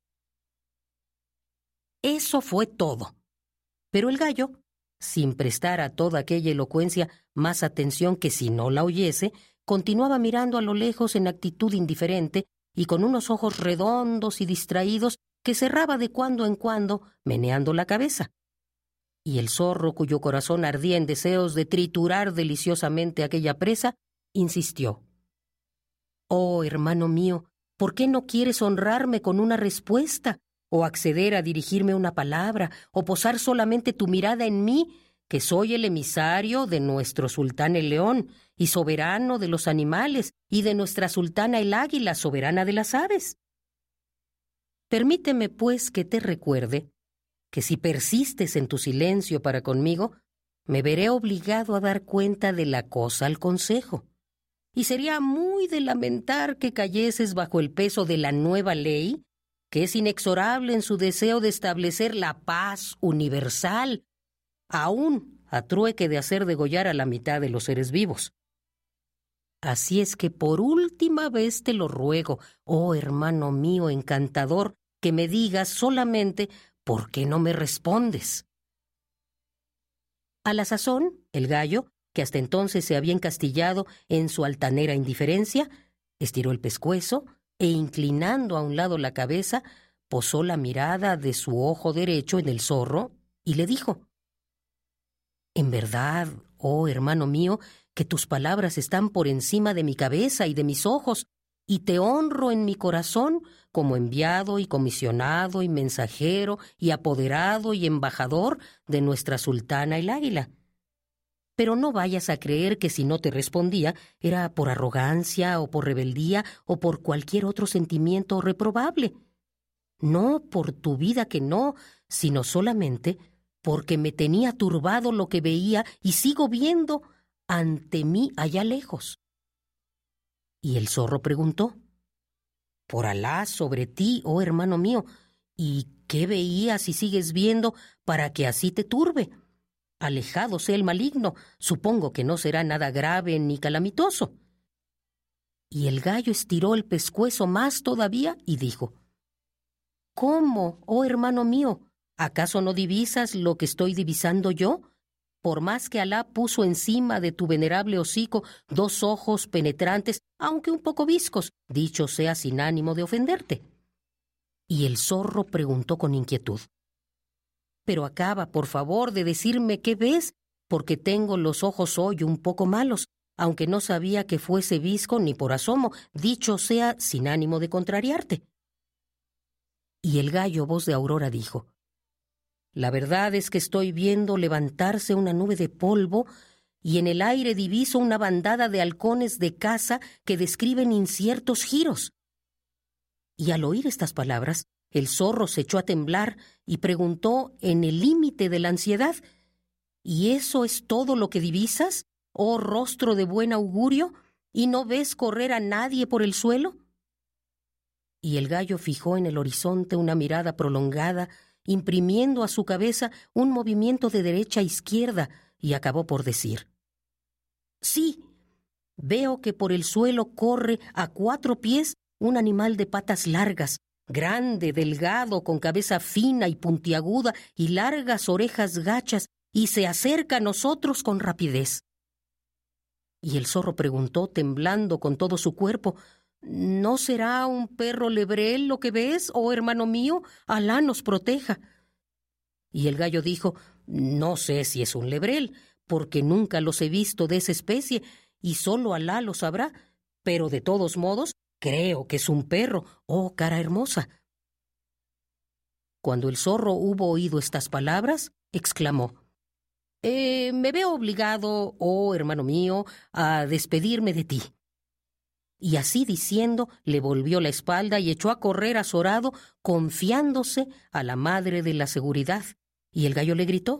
Eso fue todo. Pero el gallo, sin prestar a toda aquella elocuencia más atención que si no la oyese, continuaba mirando a lo lejos en actitud indiferente y con unos ojos redondos y distraídos que cerraba de cuando en cuando, meneando la cabeza. Y el zorro, cuyo corazón ardía en deseos de triturar deliciosamente aquella presa, insistió: «Oh, hermano mío, ¿por qué no quieres honrarme con una respuesta, o acceder a dirigirme una palabra, o posar solamente tu mirada en mí, que soy el emisario de nuestro sultán el león, y soberano de los animales, y de nuestra sultana el águila, soberana de las aves? Permíteme, pues, que te recuerde que si persistes en tu silencio para conmigo, me veré obligado a dar cuenta de la cosa al consejo, y sería muy de lamentar que cayeses bajo el peso de la nueva ley, que es inexorable en su deseo de establecer la paz universal, aún a trueque de hacer degollar a la mitad de los seres vivos. Así es que por última vez te lo ruego, oh hermano mío encantador, que me digas solamente por qué no me respondes». A la sazón, el gallo, que hasta entonces se había encastillado en su altanera indiferencia, estiró el pescuezo e, inclinando a un lado la cabeza, posó la mirada de su ojo derecho en el zorro y le dijo: «En verdad, oh hermano mío, que tus palabras están por encima de mi cabeza y de mis ojos, y te honro en mi corazón como enviado y comisionado y mensajero y apoderado y embajador de nuestra sultana el águila. Pero no vayas a creer que si no te respondía era por arrogancia o por rebeldía o por cualquier otro sentimiento reprobable. No, por tu vida que no, sino solamente porque me tenía turbado lo que veía y sigo viendo ante mí allá lejos. Y el zorro preguntó: Por Alá sobre ti, oh hermano mío, ¿y qué veías y sigues viendo para que así te turbe? Alejado sea el maligno, supongo que no será nada grave ni calamitoso. Y el gallo estiró el pescuezo más todavía y dijo: ¿Cómo, oh hermano mío? ¿Acaso no divisas lo que estoy divisando yo? Por más que Alá puso encima de tu venerable hocico dos ojos penetrantes, aunque un poco viscos, dicho sea sin ánimo de ofenderte. Y el zorro preguntó con inquietud: Pero acaba, por favor, de decirme qué ves, porque tengo los ojos hoy un poco malos, aunque no sabía que fuese visco ni por asomo, dicho sea sin ánimo de contrariarte. Y el gallo voz de Aurora dijo: La verdad es que estoy viendo levantarse una nube de polvo y en el aire diviso una bandada de halcones de caza que describen inciertos giros. Y al oír estas palabras, el zorro se echó a temblar y preguntó en el límite de la ansiedad: ¿Y eso es todo lo que divisas, oh rostro de buen augurio, y no ves correr a nadie por el suelo? Y el gallo fijó en el horizonte una mirada prolongada, imprimiendo a su cabeza un movimiento de derecha a izquierda, y acabó por decir: Sí, veo que por el suelo corre a cuatro pies un animal de patas largas, grande, delgado, con cabeza fina y puntiaguda y largas orejas gachas, y se acerca a nosotros con rapidez. Y el zorro preguntó, temblando con todo su cuerpo: ¿No será un perro lebrel lo que ves, oh hermano mío? Alá nos proteja. Y el gallo dijo: No sé si es un lebrel, porque nunca los he visto de esa especie, y solo Alá lo sabrá, pero de todos modos creo que es un perro, oh cara hermosa. Cuando el zorro hubo oído estas palabras, exclamó: eh, Me veo obligado, oh hermano mío, a despedirme de ti. Y así diciendo, le volvió la espalda y echó a correr azorado, confiándose a la madre de la seguridad. Y el gallo le gritó: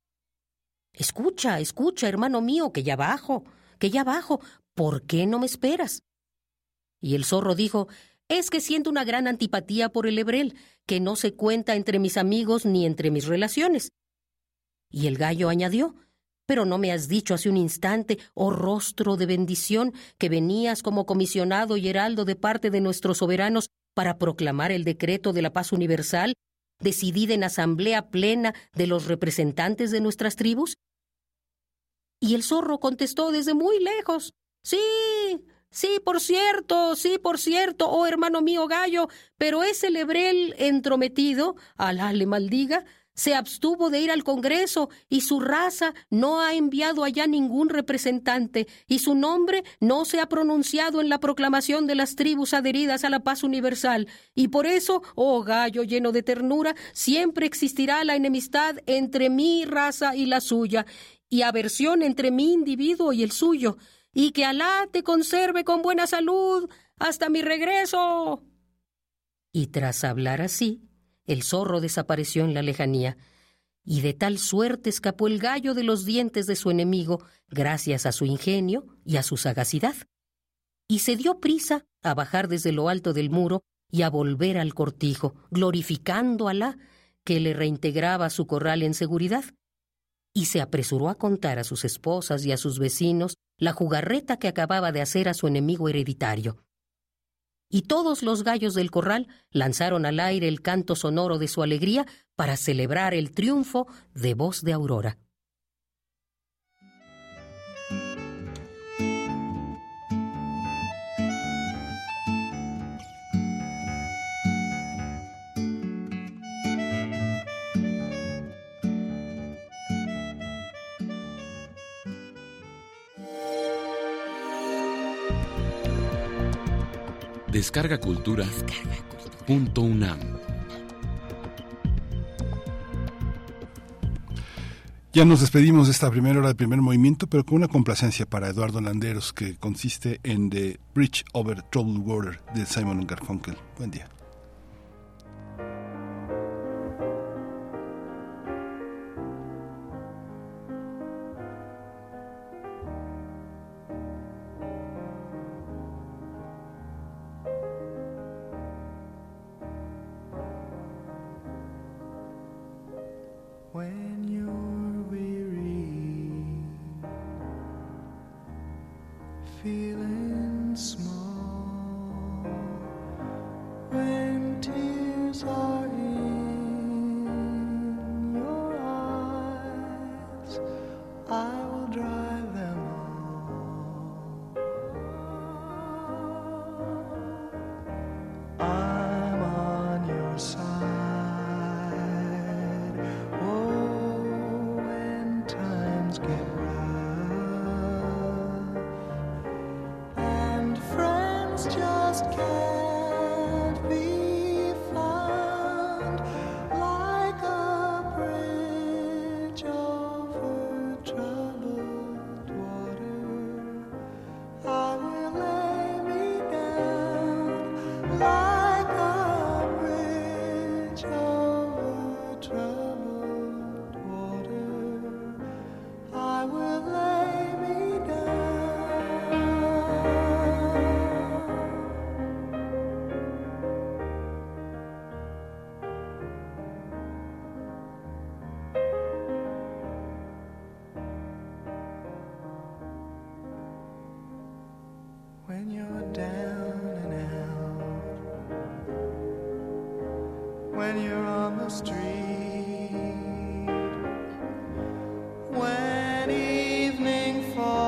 Escucha, escucha, hermano mío, que ya bajo, que ya bajo, ¿por qué no me esperas? Y el zorro dijo: Es que siento una gran antipatía por el lebrel, que no se cuenta entre mis amigos ni entre mis relaciones. Y el gallo añadió: Pero no me has dicho hace un instante, oh rostro de bendición, que venías como comisionado y heraldo de parte de nuestros soberanos para proclamar el decreto de la paz universal, decidida en asamblea plena de los representantes de nuestras tribus. Y el zorro contestó desde muy lejos: Sí, sí, por cierto, sí, por cierto, oh hermano mío gallo, pero ese lebrel entrometido, Alá le maldiga, se abstuvo de ir al Congreso y su raza no ha enviado allá ningún representante y su nombre no se ha pronunciado en la proclamación de las tribus adheridas a la paz universal. Y por eso, oh gallo lleno de ternura, siempre existirá la enemistad entre mi raza y la suya, y aversión entre mi individuo y el suyo, y que Alá te conserve con buena salud hasta mi regreso. Y tras hablar así, el zorro desapareció en la lejanía, y de tal suerte escapó el gallo de los dientes de su enemigo, gracias a su ingenio y a su sagacidad. Y se dio prisa a bajar desde lo alto del muro y a volver al cortijo, glorificando a Alá, que le reintegraba su corral en seguridad. Y se apresuró a contar a sus esposas y a sus vecinos la jugarreta que acababa de hacer a su enemigo hereditario. Y todos los gallos del corral lanzaron al aire el canto sonoro de su alegría para celebrar el triunfo de Voz de Aurora. Descarga Cultura. Punto UNAM. Ya nos despedimos de esta primera hora de Primer Movimiento, pero con una complacencia para Eduardo Landeros que consiste en The Bridge Over Troubled Water de Simon and Garfunkel. Buen día. When you're weary, feeling small, when tears are in your eyes, I will dry them all. I'm on your side. Get rough and friends just can't be found like a bridge over troubled water. I will lay me down like a bridge over troubled water. I will lay me down. When you're down and out, when you're on the street, when evening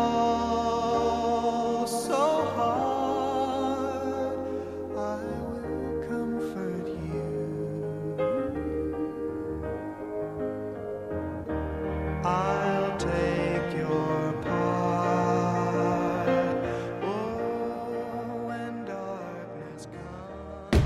falls so hard, I will comfort you. I'll take your part. Oh, when darkness comes.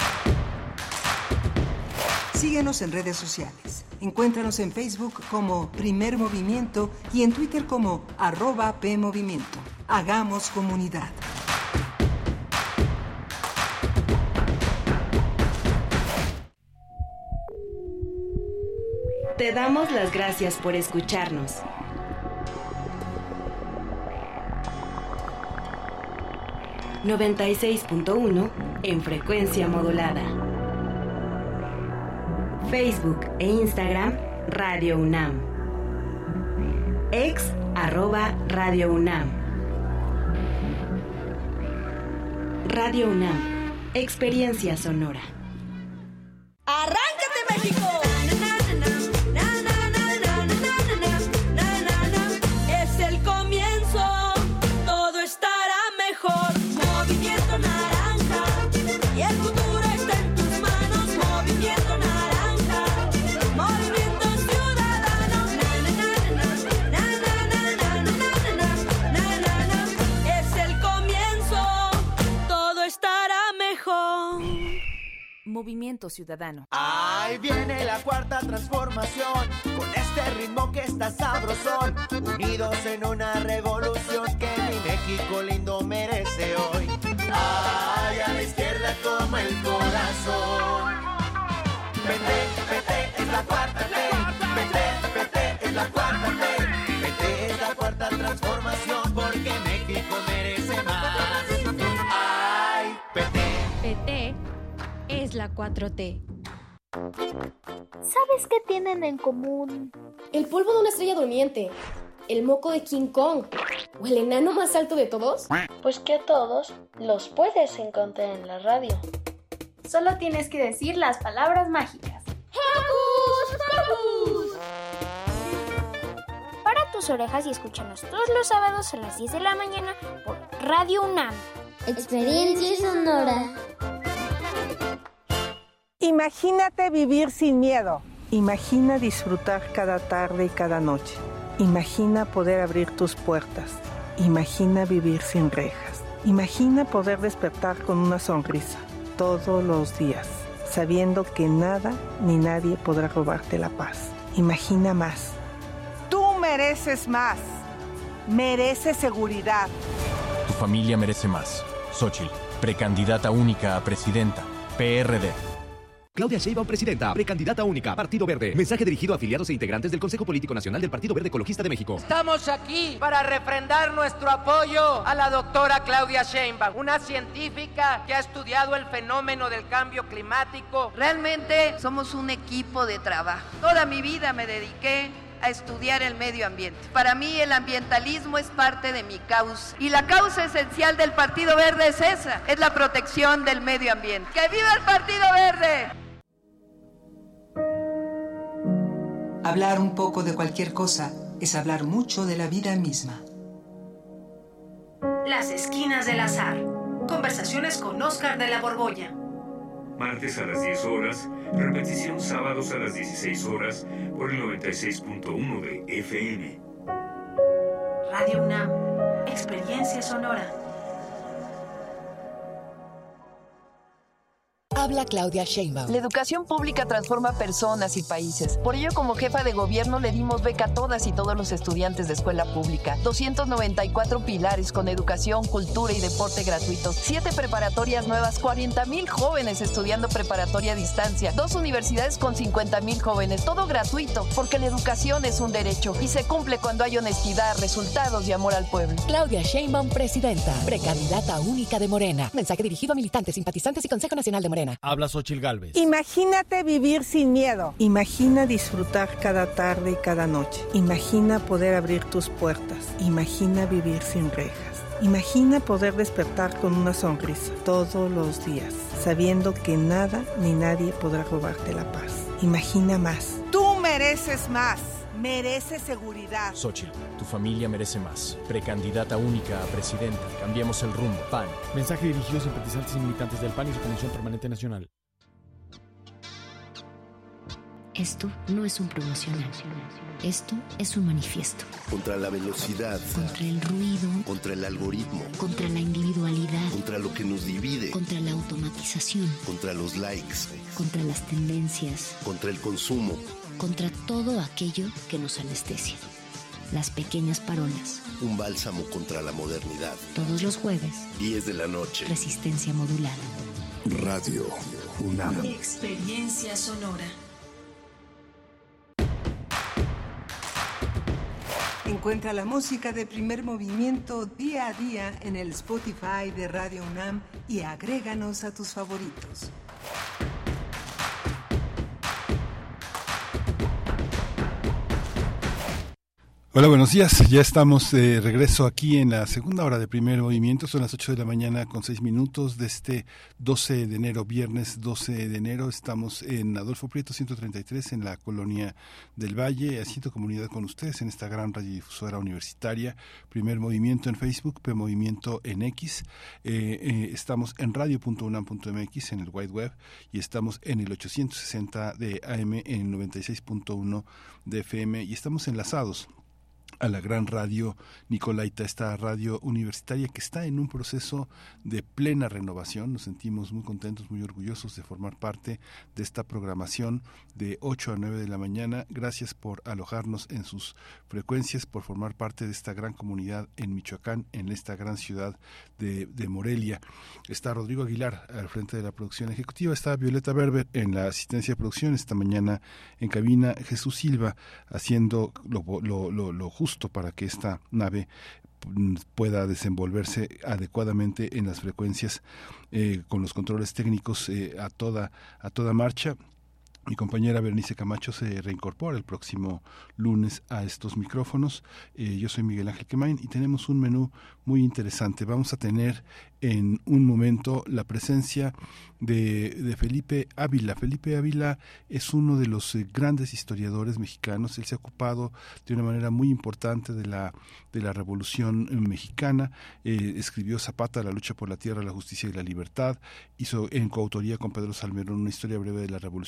Síguenos en redes sociales. Encuéntranos en Facebook como Primer Movimiento y en Twitter como arroba PMovimiento. Hagamos comunidad. Te damos las gracias por escucharnos. noventa y seis punto uno en frecuencia modulada. Facebook e Instagram, Radio UNAM. Ex, arroba Radio UNAM. Radio UNAM, experiencia sonora. ¡Arráncate, México! Es el comienzo, todo estará mejor. Movimiento naranja, y el futuro está en tus manos. Movimiento naranja, movimiento ciudadano. Es el comienzo, todo estará mejor. Movimiento Ciudadano. Ahí viene la cuarta transformación, con este ritmo que está sabrosón, unidos en una revolución que mi México lindo merece hoy. Ay, a la izquierda como el corazón. P T, P T es la cuarta T, P T, P T es la cuarta T, P T es la cuarta transformación porque México merece más. Ay, P T. P T es la cuatro T. ¿Sabes qué tienen en común? El polvo de una estrella durmiente, el moco de King Kong o el enano más alto de todos. Pues que a todos los puedes encontrar en la radio. Solo tienes que decir las palabras mágicas. ¡Hocus Pocus! Para tus orejas y escúchanos todos los sábados a las diez de la mañana por Radio UNAM. Experiencia sonora. Imagínate vivir sin miedo. Imagina disfrutar cada tarde y cada noche. Imagina poder abrir tus puertas. Imagina vivir sin rejas. Imagina poder despertar con una sonrisa todos los días, sabiendo que nada ni nadie podrá robarte la paz. Imagina más. mereces más. Mereces seguridad. Tu familia merece más. Xóchitl, precandidata única a presidenta. P R D. Claudia Sheinbaum, presidenta, precandidata única, Partido Verde. Mensaje dirigido a afiliados e integrantes del Consejo Político Nacional del Partido Verde Ecologista de México. Estamos aquí para refrendar nuestro apoyo a la doctora Claudia Sheinbaum, una científica que ha estudiado el fenómeno del cambio climático. Realmente somos un equipo de trabajo. Toda mi vida me dediqué a estudiar el medio ambiente. Para mí el ambientalismo es parte de mi causa. Y la causa esencial del Partido Verde es esa, es la protección del medio ambiente. ¡Que viva el Partido Verde! Hablar un poco de cualquier cosa es hablar mucho de la vida misma. Las esquinas del azar. Conversaciones con Óscar de la Borbolla. Martes a las diez horas, repetición sábados a las dieciséis horas por el noventa y seis punto uno de F M. Radio UNAM, experiencia sonora. Habla Claudia Sheinbaum. La educación pública transforma personas y países. Por ello, como jefa de gobierno, le dimos beca a todas y todos los estudiantes de escuela pública. doscientos noventa y cuatro pilares con educación, cultura y deporte gratuitos. Siete preparatorias nuevas, cuarenta mil jóvenes estudiando preparatoria a distancia. Dos universidades con cincuenta mil jóvenes. Todo gratuito, porque la educación es un derecho y se cumple cuando hay honestidad, resultados y amor al pueblo. Claudia Sheinbaum, presidenta, precandidata única de Morena. Mensaje dirigido a militantes, simpatizantes y Consejo Nacional de Morena. Habla Xóchitl Gálvez. Imagínate vivir sin miedo. Imagina disfrutar cada tarde y cada noche. Imagina poder abrir tus puertas. Imagina vivir sin rejas. Imagina poder despertar con una sonrisa todos los días, sabiendo que nada ni nadie podrá robarte la paz. Imagina más. Tú mereces más. Mereces seguridad. Xóchitl, tu familia merece más. Precandidata única a presidenta. Cambiemos el rumbo. P A N. Mensaje dirigido a simpatizantes y militantes del P A N y su Comisión Permanente Nacional. Esto no es un promocional. Esto es un manifiesto. Contra la velocidad. Contra el ruido. Contra el algoritmo. Contra la individualidad. Contra lo que nos divide. Contra la automatización. Contra los likes. Contra las tendencias. Contra el consumo. Contra todo aquello que nos anestesia. Las pequeñas parolas. Un bálsamo contra la modernidad. Todos los jueves. diez de la noche. Resistencia modulada. Radio UNAM. Experiencia sonora. Encuentra la música de Primer Movimiento día a día en el Spotify de Radio UNAM y agréganos a tus favoritos. Hola, buenos días. Ya estamos de regreso aquí en la segunda hora de Primer Movimiento. Son las ocho de la mañana con seis minutos de este doce de enero, viernes doce de enero. Estamos en Adolfo Prieto ciento treinta y tres en la Colonia del Valle, haciendo comunidad con ustedes en esta gran radiodifusora universitaria. Primer Movimiento en Facebook, P Movimiento en X. Eh, eh, estamos en radio punto unam punto m x en el Wide Web y estamos en el ochocientos sesenta de A M en el noventa y seis punto uno de F M y estamos enlazados a la gran radio Nicolaita, esta radio universitaria que está en un proceso de plena renovación. Nos sentimos muy contentos, muy orgullosos de formar parte de esta programación de ocho a nueve de la mañana. Gracias por alojarnos en sus frecuencias, por formar parte de esta gran comunidad en Michoacán, en esta gran ciudad de, de Morelia. Está Rodrigo Aguilar al frente de la producción ejecutiva, está Violeta Berber en la asistencia de producción, esta mañana en cabina Jesús Silva haciendo lo, lo, lo, lo justo para que esta nave pueda desenvolverse adecuadamente en las frecuencias eh, con los controles técnicos eh, a toda a toda marcha. Mi compañera Berenice Camacho se reincorpora el próximo lunes a estos micrófonos. Eh, yo soy Miguel Ángel Quemain y tenemos un menú muy interesante. Vamos a tener en un momento la presencia de, de Felipe Ávila. Felipe Ávila es uno de los eh, grandes historiadores mexicanos. Él se ha ocupado de una manera muy importante de la, de la Revolución Mexicana. Eh, escribió Zapata, La lucha por la tierra, la justicia y la libertad. Hizo en coautoría con Pedro Salmerón una historia breve de la Revolución Mexicana.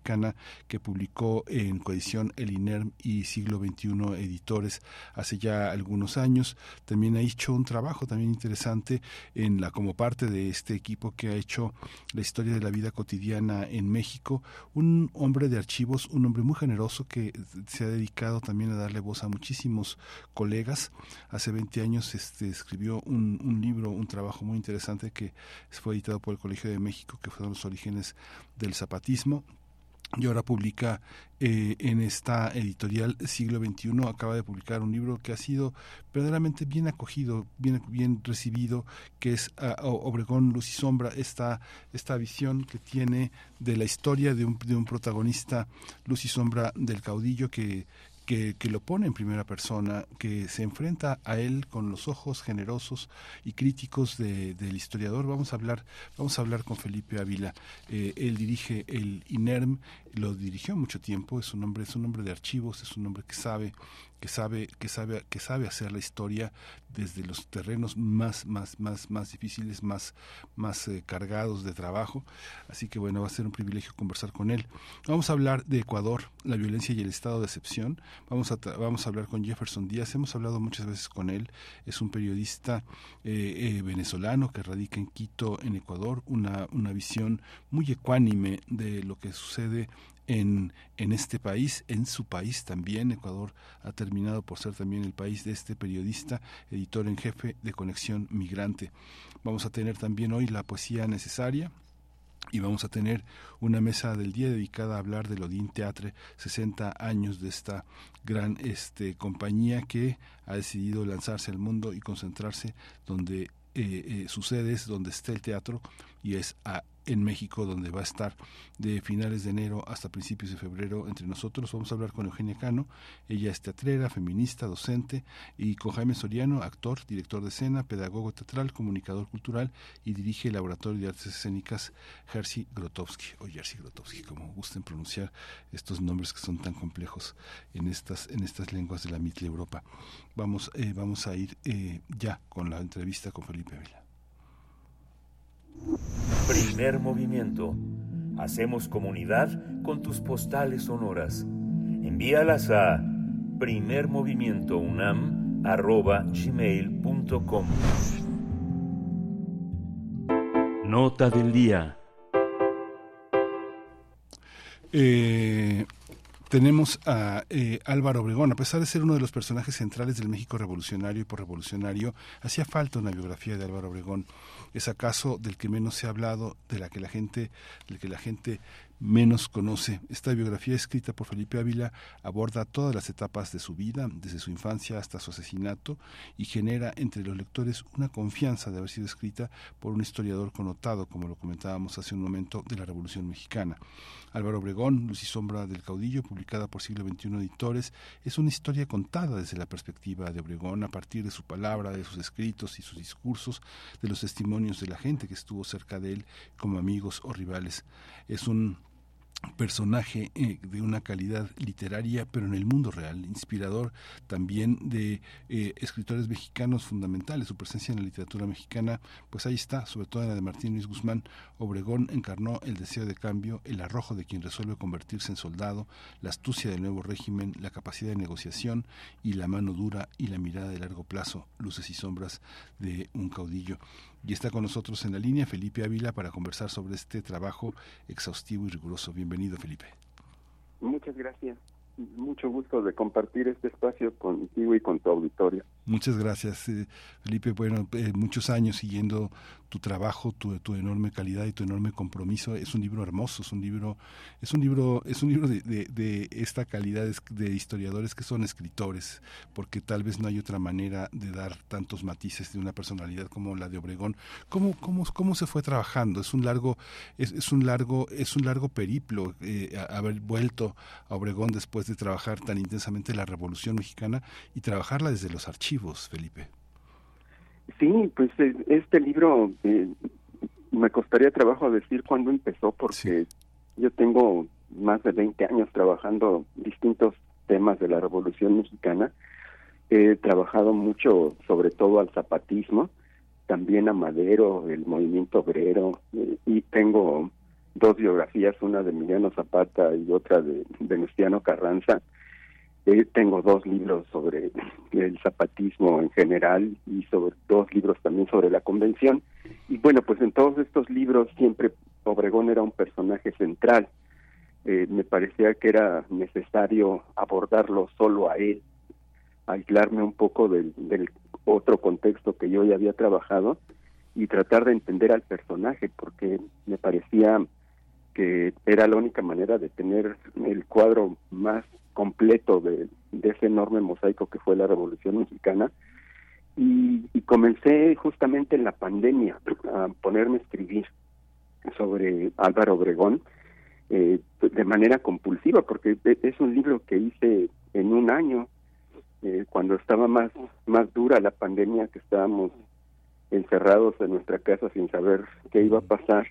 mexicana que publicó en coedición el INERM y Siglo veintiuno Editores hace ya algunos años. También ha hecho un trabajo también interesante en la como parte de este equipo que ha hecho la historia de la vida cotidiana en México. Un hombre de archivos, un hombre muy generoso que se ha dedicado también a darle voz a muchísimos colegas. Hace veinte años este, escribió un, un libro, un trabajo muy interesante que fue editado por el Colegio de México, que fueron los orígenes del zapatismo. Y ahora publica eh, en esta editorial Siglo veintiuno, acaba de publicar un libro que ha sido verdaderamente bien acogido, bien, bien recibido, que es uh, Obregón, Luz y Sombra, esta, esta visión que tiene de la historia de un, de un protagonista, Luz y Sombra del caudillo, que Que, que lo pone en primera persona, que se enfrenta a él con los ojos generosos y críticos de, del historiador. Vamos a hablar, vamos a hablar con Felipe Ávila. Eh, él dirige el INERM, lo dirigió mucho tiempo. Es un hombre, es un hombre de archivos, es un hombre que sabe, que sabe, que sabe, que sabe hacer la historia desde los terrenos más, más, más, más difíciles, más, más eh, cargados de trabajo. Así que bueno, va a ser un privilegio conversar con él. Vamos a hablar de Ecuador, la violencia y el estado de excepción. Vamos a, vamos a hablar con Jefferson Díaz, hemos hablado muchas veces con él, es un periodista eh, eh, venezolano que radica en Quito, en Ecuador, una, una visión muy ecuánime de lo que sucede en, en este país, en su país también. Ecuador ha terminado por ser también el país de este periodista, editor en jefe de Conexión Migrante. Vamos a tener también hoy la poesía necesaria. Y vamos a tener una mesa del día dedicada a hablar del Odin Teatre, sesenta años de esta gran este, compañía que ha decidido lanzarse al mundo y concentrarse donde eh, eh, sucede, es donde está el teatro, y es a en México, donde va a estar de finales de enero hasta principios de febrero entre nosotros. Vamos a hablar con Eugenia Cano, ella es teatrera, feminista, docente, y con Jaime Soriano, actor, director de escena, pedagogo teatral, comunicador cultural y dirige el Laboratorio de Artes Escénicas Jerzy Grotowski, o Jerzy Grotowski, como gusten pronunciar estos nombres que son tan complejos en estas, en estas lenguas de la Mitla Europa. Vamos, eh, vamos a ir eh, ya con la entrevista con Felipe Ávila. Primer movimiento. Hacemos comunidad con tus postales sonoras. Envíalas a primermovimientounam arroba gmail punto com. Nota del día. Eh... Tenemos a eh, Álvaro Obregón. A pesar de ser uno de los personajes centrales del México revolucionario y posrevolucionario, hacía falta una biografía de Álvaro Obregón. Es acaso del que menos se ha hablado, de la que la gente, del que la gente menos conoce. Esta biografía, escrita por Felipe Ávila, aborda todas las etapas de su vida, desde su infancia hasta su asesinato, y genera entre los lectores una confianza de haber sido escrita por un historiador connotado, como lo comentábamos hace un momento, de la Revolución Mexicana. Álvaro Obregón, Luz y Sombra del Caudillo, publicada por Siglo veintiuno Editores, es una historia contada desde la perspectiva de Obregón, a partir de su palabra, de sus escritos y sus discursos, de los testimonios de la gente que estuvo cerca de él, como amigos o rivales. Es un personaje eh, de una calidad literaria, pero en el mundo real, inspirador también de eh, escritores mexicanos fundamentales. Su presencia en la literatura mexicana, pues ahí está, sobre todo en la de Martín Luis Guzmán. Obregón encarnó el deseo de cambio, el arrojo de quien resuelve convertirse en soldado, la astucia del nuevo régimen, la capacidad de negociación y la mano dura y la mirada de largo plazo, luces y sombras de un caudillo. Y está con nosotros en la línea Felipe Ávila para conversar sobre este trabajo exhaustivo y riguroso. Bienvenido, Felipe. Muchas gracias. Mucho gusto de compartir este espacio contigo y con tu auditorio. Muchas gracias, eh, Felipe. Bueno, eh, muchos años siguiendo tu trabajo, tu, tu enorme calidad y tu enorme compromiso. Es un libro hermoso, es un libro, es un libro, es un libro de, de, de esta calidad de historiadores que son escritores, porque tal vez no hay otra manera de dar tantos matices de una personalidad como la de Obregón. ¿Cómo, cómo, cómo se fue trabajando? Es un largo, es, es un largo, es un largo periplo eh, haber vuelto a Obregón después de trabajar tan intensamente la Revolución Mexicana y trabajarla desde los archivos, Felipe. Sí, pues este libro eh, me costaría trabajo decir cuándo empezó, porque sí. Yo tengo más de veinte años trabajando distintos temas de la Revolución Mexicana. He trabajado mucho, sobre todo al zapatismo, también a Madero, el movimiento obrero, eh, y tengo dos biografías, una de Emiliano Zapata y otra de Venustiano Carranza. Eh, tengo dos libros sobre el zapatismo en general y sobre dos libros también sobre la convención. Y bueno, pues en todos estos libros siempre Obregón era un personaje central. Eh, me parecía que era necesario abordarlo solo a él, aislarme un poco del, del otro contexto que yo ya había trabajado y tratar de entender al personaje, porque me parecía que era la única manera de tener el cuadro más completo de, de ese enorme mosaico que fue la Revolución Mexicana. Y, y comencé justamente en la pandemia a ponerme a escribir sobre Álvaro Obregón eh, de manera compulsiva, porque es un libro que hice en un año, eh, cuando estaba más, más dura la pandemia, que estábamos encerrados en nuestra casa sin saber qué iba a pasar.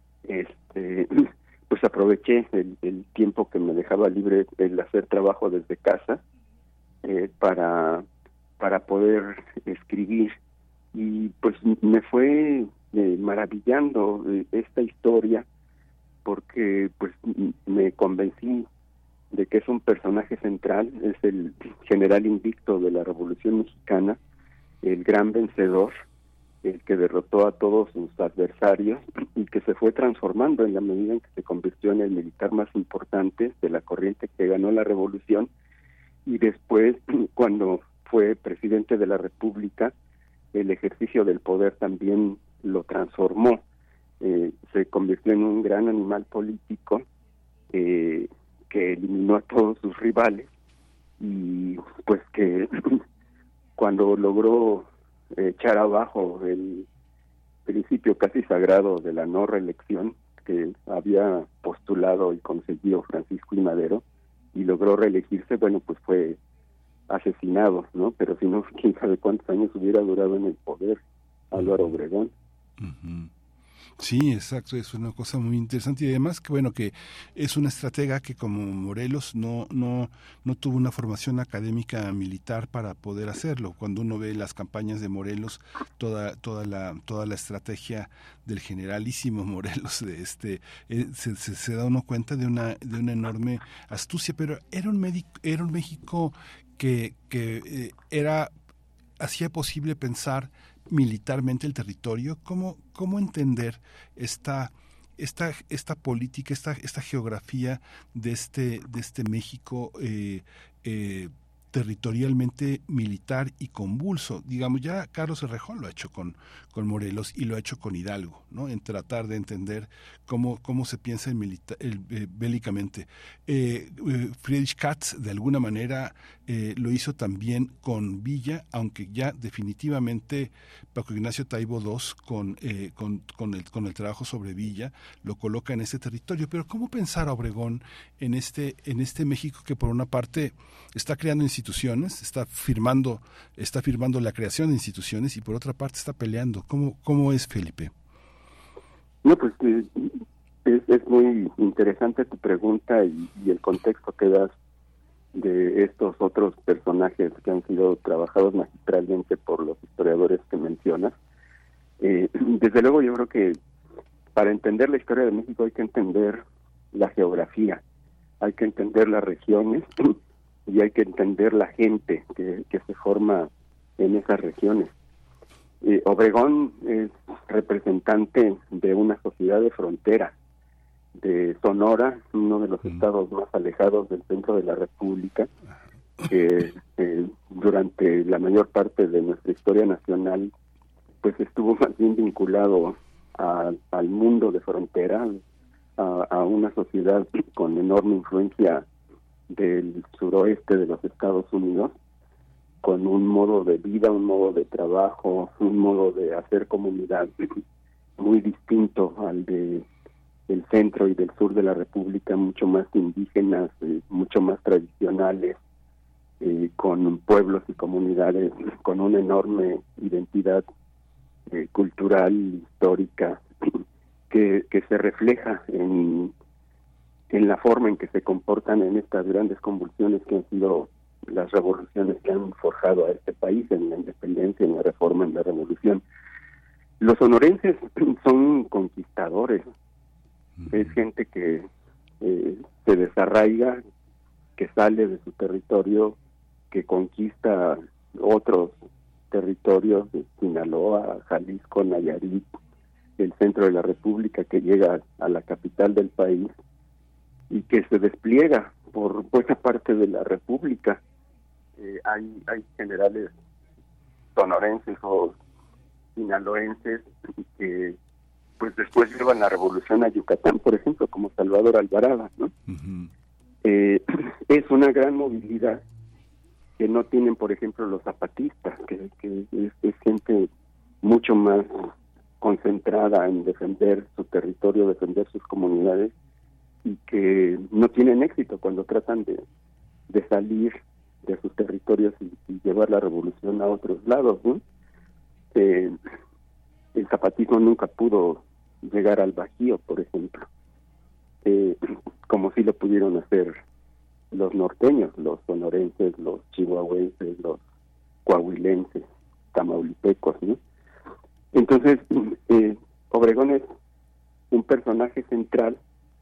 Este pues aproveché el, el tiempo que me dejaba libre el hacer trabajo desde casa eh, para para poder escribir, y pues me fue eh, maravillando eh, esta historia, porque pues me convencí de que es un personaje central, es el general invicto de la Revolución Mexicana, el gran vencedor, el que derrotó a todos sus adversarios y que se fue transformando en la medida en que se convirtió en el militar más importante de la corriente que ganó la revolución. Y después, cuando fue presidente de la República, el ejercicio del poder también lo transformó. Eh, se convirtió en un gran animal político eh, que eliminó a todos sus rivales, y pues que cuando logró echar abajo el principio casi sagrado de la no reelección que había postulado y conseguido Francisco I. Madero, y logró reelegirse, bueno, pues fue asesinado, ¿no? Pero si no, quién sabe cuántos años hubiera durado en el poder Álvaro Obregón. Uh-huh. Sí, exacto, es una cosa muy interesante, y además que bueno, que es una estratega que como Morelos no no no tuvo una formación académica militar para poder hacerlo. Cuando uno ve las campañas de Morelos, toda toda la toda la estrategia del generalísimo Morelos de este eh, se, se, se da uno cuenta de una de una enorme astucia, pero era un médico, era un México que que eh, era hacía posible pensar militarmente el territorio. ¿Cómo, cómo entender esta, esta, esta política, esta, esta geografía de este, de este México eh, eh, territorialmente militar y convulso? Digamos, ya Carlos Herrejón lo ha hecho con, con Morelos y lo ha hecho con Hidalgo, ¿no? En tratar de entender cómo, cómo se piensa el milita, el, eh, bélicamente. Eh, eh, Friedrich Katz, de alguna manera, eh, lo hizo también con Villa, aunque ya definitivamente Paco Ignacio Taibo segundo, con, eh, con, con, el, con el trabajo sobre Villa, lo coloca en este territorio. Pero ¿cómo pensar a Obregón en este, en este México que por una parte está creando instituciones, está firmando, está firmando la creación de instituciones, y por otra parte está peleando? ¿Cómo, cómo es, Felipe? No, pues eh, es, es muy interesante tu pregunta y, y el contexto que das de estos otros personajes que han sido trabajados magistralmente por los historiadores que mencionas. Eh, desde luego yo creo que para entender la historia de México hay que entender la geografía, hay que entender las regiones y hay que entender la gente que, que se forma en esas regiones. Eh, Obregón es representante de una sociedad de frontera, de Sonora, uno de los estados más alejados del centro de la República, que eh, durante la mayor parte de nuestra historia nacional pues estuvo más bien vinculado a, al mundo de frontera, a, a una sociedad con enorme influencia del suroeste de los Estados Unidos, con un modo de vida, un modo de trabajo, un modo de hacer comunidad muy distinto al de el centro y del sur de la República, mucho más indígenas, eh, mucho más tradicionales, eh, con pueblos y comunidades con una enorme identidad eh, cultural, histórica, que, que se refleja en, en la forma en que se comportan en estas grandes convulsiones que han sido las revoluciones que han forjado a este país, en la independencia, en la reforma, en la revolución. Los sonorenses son conquistadores. es gente que eh, se desarraiga, que sale de su territorio, que conquista otros territorios de Sinaloa, Jalisco, Nayarit, el centro de la República, que llega a la capital del país y que se despliega por buena parte de la República. Eh, hay, hay generales sonorenses o sinaloenses que pues después llevan la revolución a Yucatán, por ejemplo, como Salvador Alvarado, ¿no? Uh-huh. Eh, es una gran movilidad que no tienen, por ejemplo, los zapatistas, que, que es, es gente mucho más concentrada en defender su territorio, defender sus comunidades, y que no tienen éxito cuando tratan de, de salir de sus territorios y, y llevar la revolución a otros lados, ¿no? Eh, el zapatismo nunca pudo llegar al Bajío, por ejemplo, eh, como sí lo pudieron hacer los norteños, los sonorenses, los chihuahuenses, los coahuilenses, tamaulipecos, ¿no? Entonces, eh, Obregón es un personaje central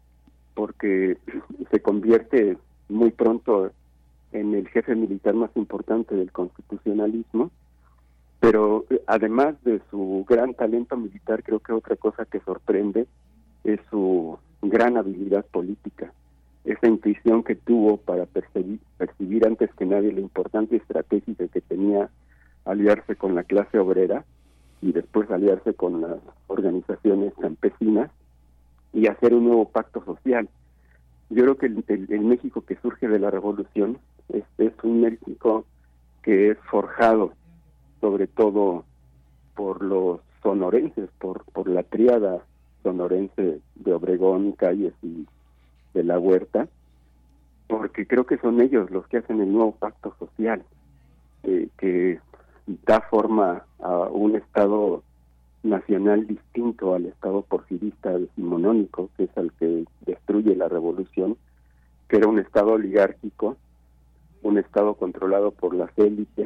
porque se convierte muy pronto en el jefe militar más importante del constitucionalismo, pero además de su gran talento militar, creo que otra cosa que sorprende es su gran habilidad política, esa intuición que tuvo para percibir, percibir antes que nadie la importancia estratégica que tenía aliarse con la clase obrera y después aliarse con las organizaciones campesinas y hacer un nuevo pacto social. Yo creo que el, el, el México que surge de la revolución es, es un México que es forjado sobre todo por los sonorenses, por, por la tríada sonorense de Obregón, Calles y de la Huerta, porque creo que son ellos los que hacen el nuevo pacto social, eh, que da forma a un Estado nacional distinto al Estado porfirista decimonónico, que es el que destruye la revolución, que era un Estado oligárquico, un Estado controlado por las élites,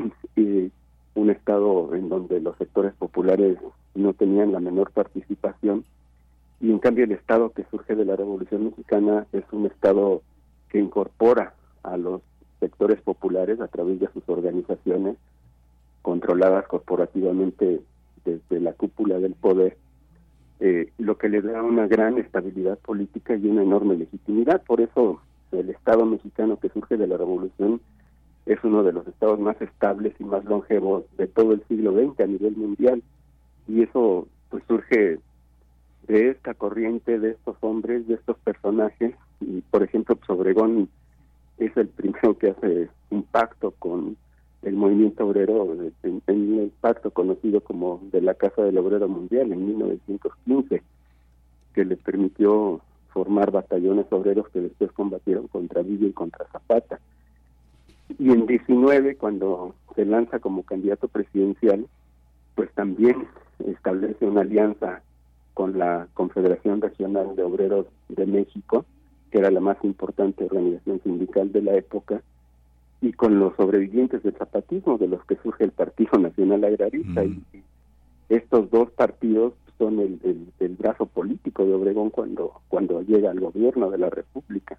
y un Estado en donde los sectores populares no tenían la menor participación, y en cambio el Estado que surge de la Revolución Mexicana es un Estado que incorpora a los sectores populares a través de sus organizaciones controladas corporativamente desde la cúpula del poder, eh, lo que le da una gran estabilidad política y una enorme legitimidad. Por eso el Estado mexicano que surge de la Revolución es uno de los estados más estables y más longevos de todo el siglo veinte a nivel mundial, y eso pues surge de esta corriente, de estos hombres, de estos personajes. Y por ejemplo, pues, Obregón es el primero que hace un pacto con el movimiento obrero, en, en el pacto conocido como de la Casa del Obrero Mundial en mil novecientos quince, que le permitió formar batallones obreros que después combatieron contra Villa y contra Zapata. Y en diecinueve, cuando se lanza como candidato presidencial, pues también establece una alianza con la Confederación Regional de Obreros de México, que era la más importante organización sindical de la época, y con los sobrevivientes del zapatismo, de los que surge el Partido Nacional Agrarista. Mm. Y estos dos partidos son el, el, el brazo político de Obregón cuando, cuando llega al gobierno de la República.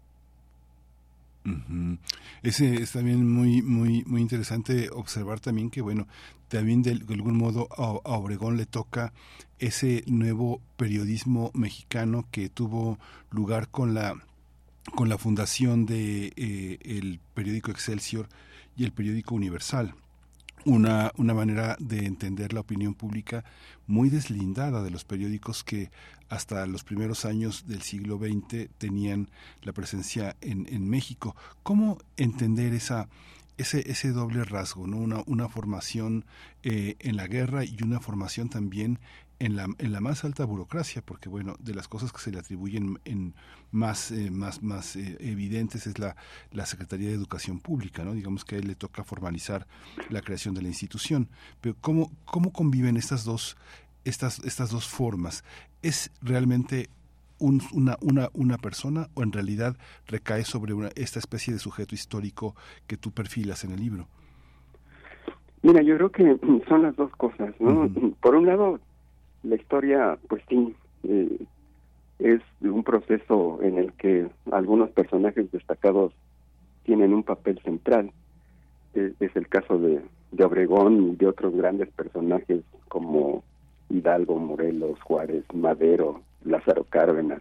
Uh-huh. Ese es también muy muy muy interesante observar también que bueno, también de, de algún modo a, a Obregón le toca ese nuevo periodismo mexicano que tuvo lugar con la con la fundación de eh, el periódico Excelsior y el periódico Universal. Una, una manera de entender la opinión pública muy deslindada de los periódicos que hasta los primeros años del siglo veinte tenían la presencia en, en México. ¿Cómo entender esa ese ese doble rasgo, ¿no? Una, una formación eh, en la guerra y una formación también en la en la más alta burocracia, porque bueno, de las cosas que se le atribuyen en más eh, más más eh, evidentes es la la Secretaría de Educación Pública, ¿no? Digamos que a él le toca formalizar la creación de la institución, pero cómo cómo conviven estas dos estas estas dos formas. ¿Es realmente un, una una una persona o en realidad recae sobre una esta especie de sujeto histórico que tú perfilas en el libro? Mira, yo creo que son las dos cosas, ¿no? Uh-huh. Por un lado, la historia, pues sí, eh, es un proceso en el que algunos personajes destacados tienen un papel central. Es, es el caso de, de Obregón y de otros grandes personajes como Hidalgo, Morelos, Juárez, Madero, Lázaro Cárdenas,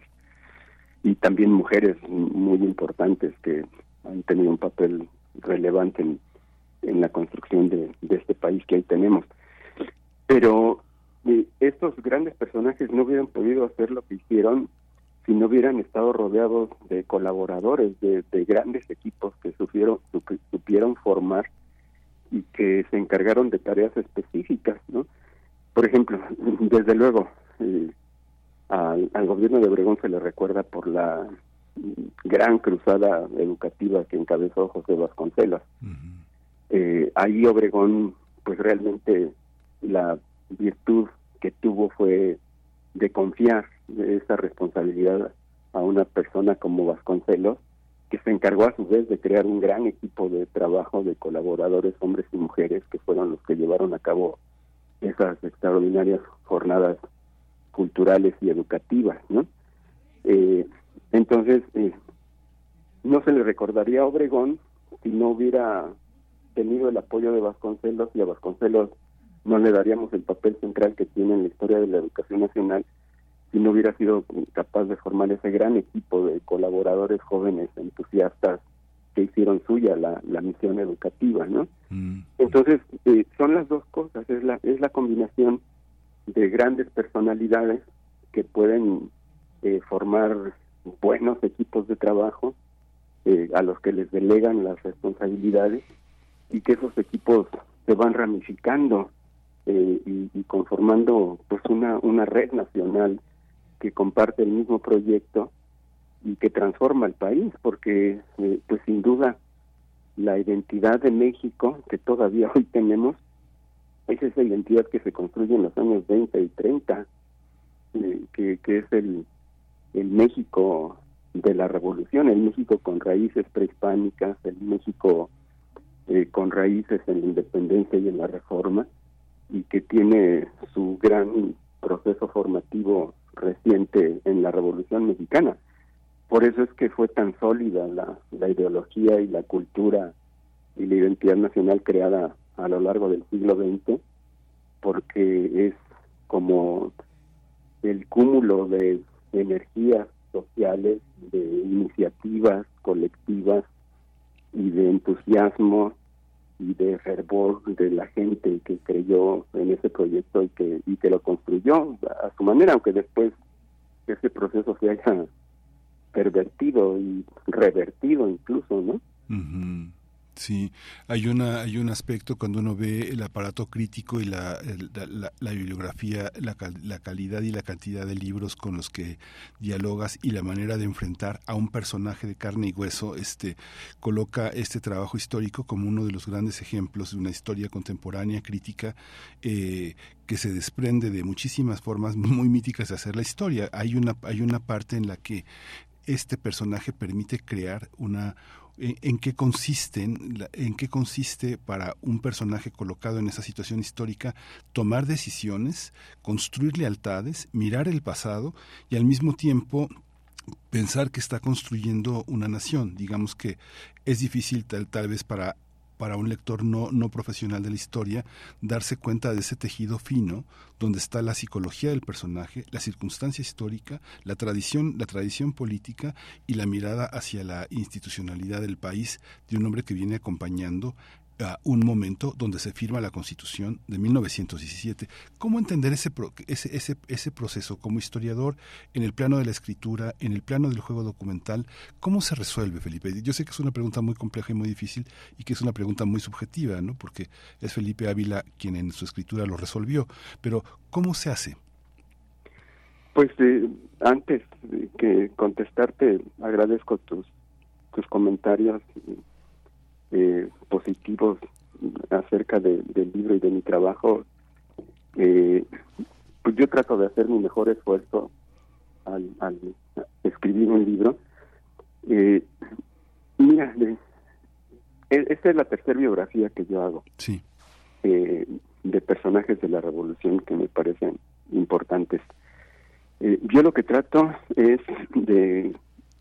y también mujeres muy importantes que han tenido un papel relevante en, en la construcción de, de este país que hoy tenemos. Pero eh, estos grandes personajes no hubieran podido hacer lo que hicieron si no hubieran estado rodeados de colaboradores, de, de grandes equipos que supieron, supieron formar y que se encargaron de tareas específicas, ¿no? Por ejemplo, desde luego, eh, al, al gobierno de Obregón se le recuerda por la gran cruzada educativa que encabezó José Vasconcelos. Uh-huh. Eh, ahí Obregón, pues realmente la virtud que tuvo fue de confiar de esa responsabilidad a una persona como Vasconcelos, que se encargó a su vez de crear un gran equipo de trabajo de colaboradores, hombres y mujeres, que fueron los que llevaron a cabo esas extraordinarias jornadas culturales y educativas, ¿no? Eh, entonces, eh, no se le recordaría a Obregón si no hubiera tenido el apoyo de Vasconcelos, y a Vasconcelos no le daríamos el papel central que tiene en la historia de la educación nacional si no hubiera sido capaz de formar ese gran equipo de colaboradores jóvenes entusiastas que hicieron suya la, la misión educativa, ¿no? Mm. Entonces, eh, son las dos cosas, es la, es la combinación de grandes personalidades que pueden eh, formar buenos equipos de trabajo eh, a los que les delegan las responsabilidades, y que esos equipos se van ramificando eh, y, y conformando pues una, una red nacional que comparte el mismo proyecto y que transforma el país, porque eh, pues sin duda la identidad de México que todavía hoy tenemos es esa identidad que se construye en los años veinte y treinta, eh, que, que es el, el México de la Revolución, el México con raíces prehispánicas, el México eh, con raíces en la independencia y en la reforma, y que tiene su gran proceso formativo reciente en la Revolución Mexicana. Por eso es que fue tan sólida la, la ideología y la cultura y la identidad nacional creada a lo largo del siglo veinte, porque es como el cúmulo de energías sociales, de iniciativas colectivas y de entusiasmo y de fervor de la gente que creyó en ese proyecto y que y que lo construyó a su manera, aunque después ese proceso se haya pervertido y revertido incluso, ¿no? Uh-huh. Sí, hay una hay un aspecto cuando uno ve el aparato crítico y la el, la, la bibliografía, la, la calidad y la cantidad de libros con los que dialogas y la manera de enfrentar a un personaje de carne y hueso, este coloca este trabajo histórico como uno de los grandes ejemplos de una historia contemporánea crítica eh, que se desprende de muchísimas formas muy míticas de hacer la historia. Hay una hay una parte en la que este personaje permite crear una en qué consisten, en qué consiste para un personaje colocado en esa situación histórica tomar decisiones, construir lealtades, mirar el pasado y al mismo tiempo pensar que está construyendo una nación. Digamos que es difícil tal, tal vez para para un lector no, no profesional de la historia, darse cuenta de ese tejido fino donde está la psicología del personaje, la circunstancia histórica, la tradición, la tradición política y la mirada hacia la institucionalidad del país de un hombre que viene acompañando a un momento donde se firma la Constitución de mil novecientos diecisiete. ¿Cómo entender ese, pro, ese, ese, ese proceso como historiador en el plano de la escritura, en el plano del juego documental? ¿Cómo se resuelve, Felipe? Yo sé que es una pregunta muy compleja y muy difícil y que es una pregunta muy subjetiva, ¿no? Porque es Felipe Ávila quien en su escritura lo resolvió. Pero, ¿cómo se hace? Pues eh, antes de que contestarte, agradezco tus, tus comentarios Eh, positivos acerca de, del libro y de mi trabajo. Eh, pues yo trato de hacer mi mejor esfuerzo al, al escribir un libro. Eh, mira, de, esta es la tercera biografía que yo hago. Sí. Eh, de personajes de la Revolución que me parecen importantes. Eh, yo lo que trato es de,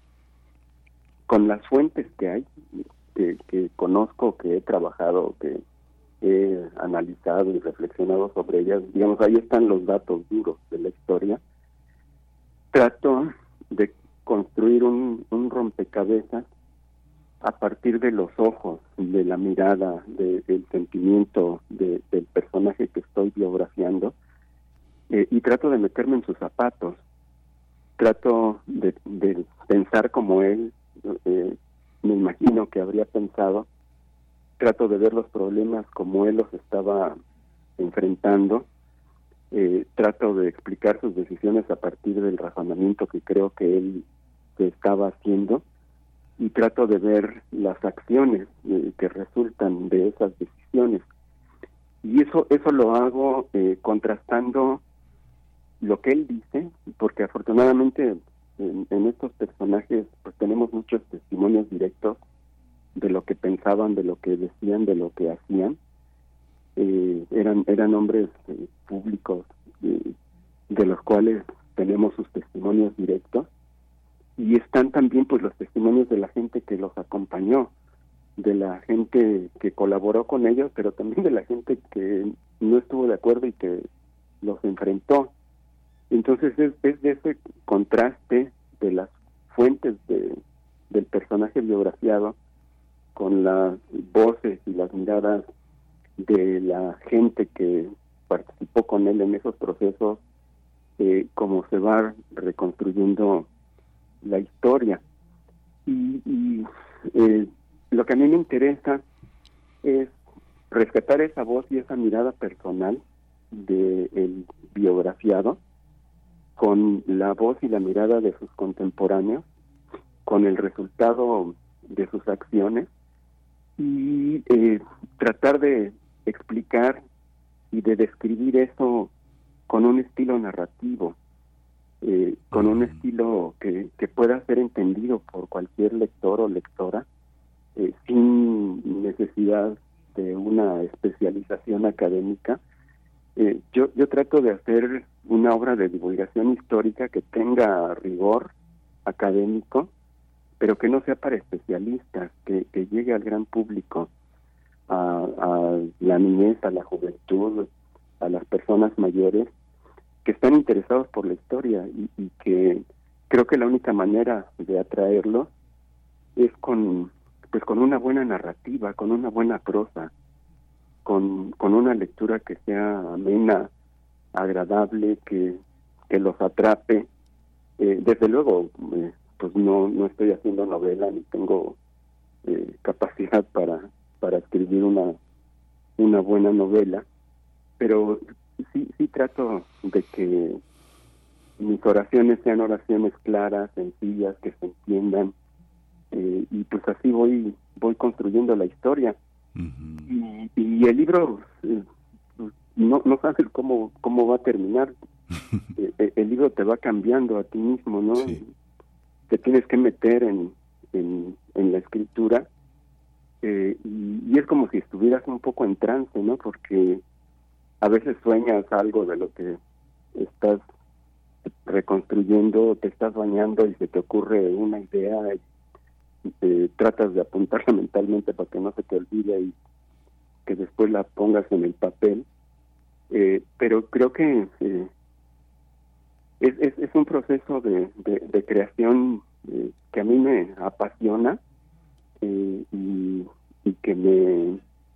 con las fuentes que hay, que, que conozco, que he trabajado, que he analizado y reflexionado sobre ellas, digamos, ahí están los datos duros de la historia. Trato de construir un, un rompecabezas a partir de los ojos, de la mirada, de, del sentimiento de, del personaje que estoy biografiando, eh, y trato de meterme en sus zapatos, trato de, de pensar como él, eh, me imagino que habría pensado, trato de ver los problemas como él los estaba enfrentando, eh, trato de explicar sus decisiones a partir del razonamiento que creo que él que estaba haciendo, y trato de ver las acciones eh, que resultan de esas decisiones. Y eso eso lo hago eh, contrastando lo que él dice, porque afortunadamente en, en estos personajes pues tenemos muchos testimonios directos de lo que pensaban, de lo que decían, de lo que hacían. Eh, eran eran hombres eh, públicos eh, de los cuales tenemos sus testimonios directos, y están también pues los testimonios de la gente que los acompañó, de la gente que colaboró con ellos, pero también de la gente que no estuvo de acuerdo y que los enfrentó. Entonces es, es de ese contraste de las fuentes de, del personaje biografiado con las voces y las miradas de la gente que participó con él en esos procesos, eh, como se va reconstruyendo la historia. Y, y eh, lo que a mí me interesa es rescatar esa voz y esa mirada personal del biografiado con la voz y la mirada de sus contemporáneos, con el resultado de sus acciones, y eh, tratar de explicar y de describir eso con un estilo narrativo, eh, con un estilo que, que pueda ser entendido por cualquier lector o lectora, eh, sin necesidad de una especialización académica. Eh, yo, yo trato de hacer una obra de divulgación histórica que tenga rigor académico, pero que no sea para especialistas, que, que llegue al gran público, a, a la niñez, a la juventud, a las personas mayores que están interesados por la historia, y, y que creo que la única manera de atraerlos es con, pues con una buena narrativa, con una buena prosa, con, con una lectura que sea amena, agradable, que, que los atrape. Eh, desde luego, eh, pues no no estoy haciendo novela ni tengo eh, capacidad para para escribir una una buena novela, pero sí sí trato de que mis oraciones sean oraciones claras, sencillas, que se entiendan, eh, y pues así voy voy construyendo la historia. Uh-huh. y, y el libro eh, no no sabes cómo cómo va a terminar. eh, el libro te va cambiando a ti mismo, ¿no? Sí. Te tienes que meter en, en, en la escritura, eh, y, y es como si estuvieras un poco en trance, ¿no? Porque a veces sueñas algo de lo que estás reconstruyendo, te estás bañando y se te ocurre una idea, y, eh, tratas de apuntarla mentalmente para que no se te olvide y que después la pongas en el papel, eh, pero creo que eh, Es, es, es un proceso de, de, de creación eh, que a mí me apasiona, eh, y, y que me,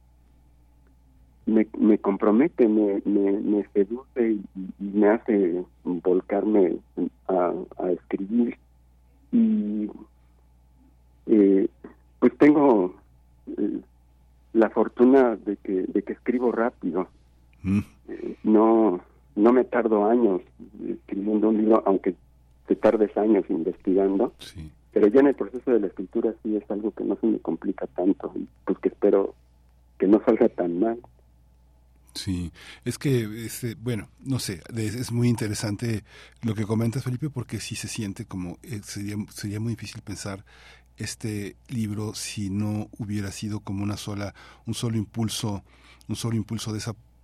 me me compromete, me, me, me seduce y, y me hace volcarme a, a escribir. Y eh, pues tengo eh, la fortuna de que, de que escribo rápido. Mm. Eh, no... No me tardo años escribiendo un libro, aunque te tardes años investigando, sí. Pero ya en el proceso de la escritura sí es algo que no se me complica tanto, y pues que espero que no salga tan mal. Sí, es que, este, bueno, no sé, es muy interesante lo que comentas, Felipe, porque sí se siente como, eh, sería, sería muy difícil pensar este libro si no hubiera sido como una sola, un solo impulso, un solo impulso de esa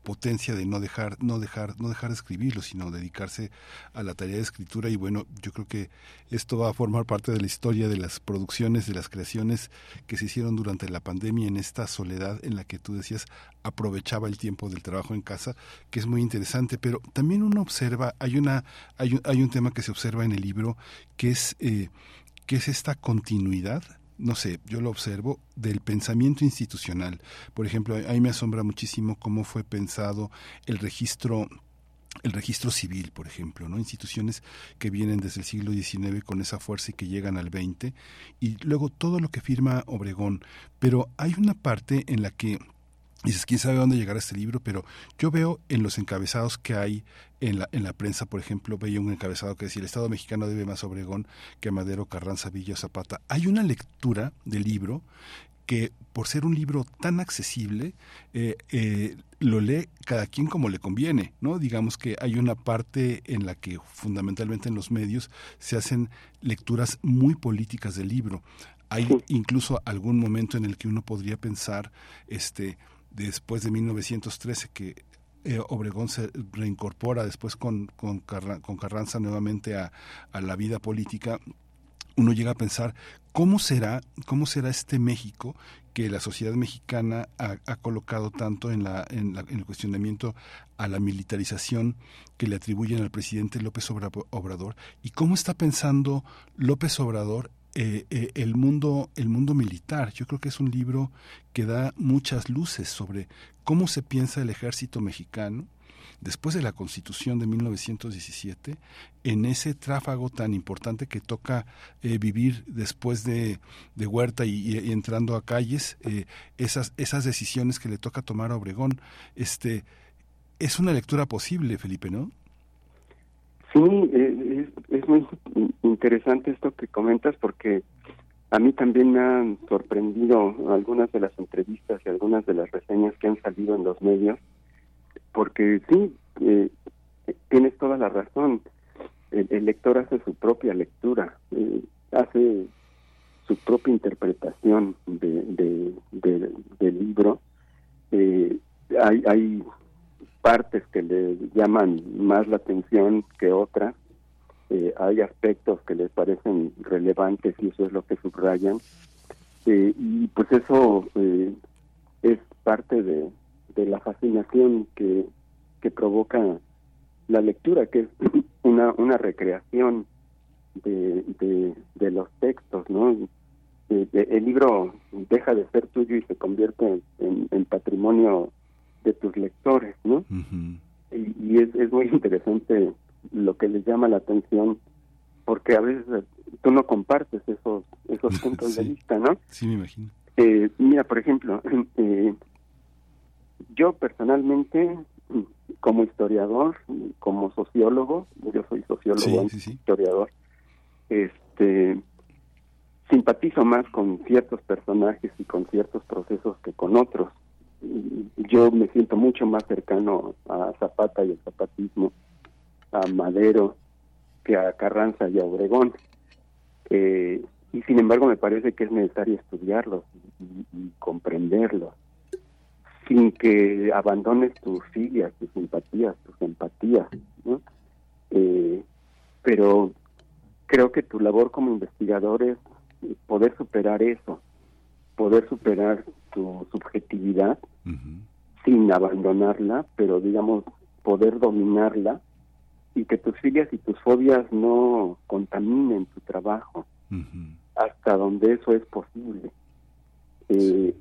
potencia de no dejar, no dejar, no dejar de escribirlo, sino dedicarse a la tarea de escritura. Y bueno, yo creo que esto va a formar parte de la historia de las producciones, de las creaciones que se hicieron durante la pandemia, en esta soledad en la que tú decías aprovechaba el tiempo del trabajo en casa, que es muy interesante. Pero también uno observa, hay una, hay un, hay un tema que se observa en el libro, que es eh, que es esta continuidad, no sé, yo lo observo, del pensamiento institucional. Por ejemplo, a mí me asombra muchísimo cómo fue pensado el registro el registro civil, por ejemplo, ¿no? Instituciones que vienen desde el siglo diecinueve con esa fuerza y que llegan al veinte, y luego todo lo que firma Obregón. Pero hay una parte en la que dices, quién sabe dónde llegará este libro, pero yo veo en los encabezados que hay en la en la prensa, por ejemplo, veía un encabezado que decía: el Estado mexicano debe más a Obregón que a Madero, Carranza, Villa o Zapata. Hay una lectura del libro que, por ser un libro tan accesible, eh, eh, lo lee cada quien como le conviene, ¿no? Digamos que hay una parte en la que fundamentalmente en los medios se hacen lecturas muy políticas del libro. Hay incluso algún momento en el que uno podría pensar, este, después de mil novecientos trece, que eh, Obregón se reincorpora después con, con, Carra, con Carranza nuevamente a, a la vida política. Uno llega a pensar cómo será, cómo será este México que la sociedad mexicana ha, ha colocado tanto en, la, en, la, en el cuestionamiento a la militarización que le atribuyen al presidente López Obrador, y cómo está pensando López Obrador eh, eh, el mundo, el mundo militar. Yo creo que es un libro que da muchas luces sobre cómo se piensa el ejército mexicano después de la Constitución de mil novecientos diecisiete, en ese tráfago tan importante que toca eh, vivir después de, de Huerta y, y entrando a calles, eh, esas, esas decisiones que le toca tomar a Obregón. Este, es una lectura posible, Felipe, ¿no? Sí, eh, es, es muy interesante esto que comentas, porque a mí también me han sorprendido algunas de las entrevistas y algunas de las reseñas que han salido en los medios, porque sí, eh, tienes toda la razón. El, el lector hace su propia lectura, eh, hace su propia interpretación de, de, de, del libro. Eh, hay, hay partes que le llaman más la atención que otras. Eh, hay aspectos que les parecen relevantes y eso es lo que subrayan. Eh, y pues eso eh, es parte de de la fascinación que, que provoca la lectura, que es una una recreación de, de, de los textos, ¿no? De, de, el libro deja de ser tuyo y se convierte en, en patrimonio de tus lectores, ¿no? Uh-huh. Y, y es, es muy interesante lo que les llama la atención, porque a veces tú no compartes esos esos puntos sí. de vista, ¿no? Sí, me imagino. Eh, mira, por ejemplo, eh, yo personalmente, como historiador, como sociólogo, yo soy sociólogo, sí, sí, sí. historiador, este, simpatizo más con ciertos personajes y con ciertos procesos que con otros. Yo me siento mucho más cercano a Zapata y al zapatismo, a Madero, que a Carranza y a Obregón. Eh, y sin embargo me parece que es necesario estudiarlos y, y comprenderlos, sin que abandones tus filias, tus simpatías, tus empatías, ¿no? Eh, pero creo que tu labor como investigador es poder superar eso, poder superar tu subjetividad uh-huh. sin abandonarla, pero digamos poder dominarla y que tus filias y tus fobias no contaminen tu trabajo uh-huh. hasta donde eso es posible. Eh,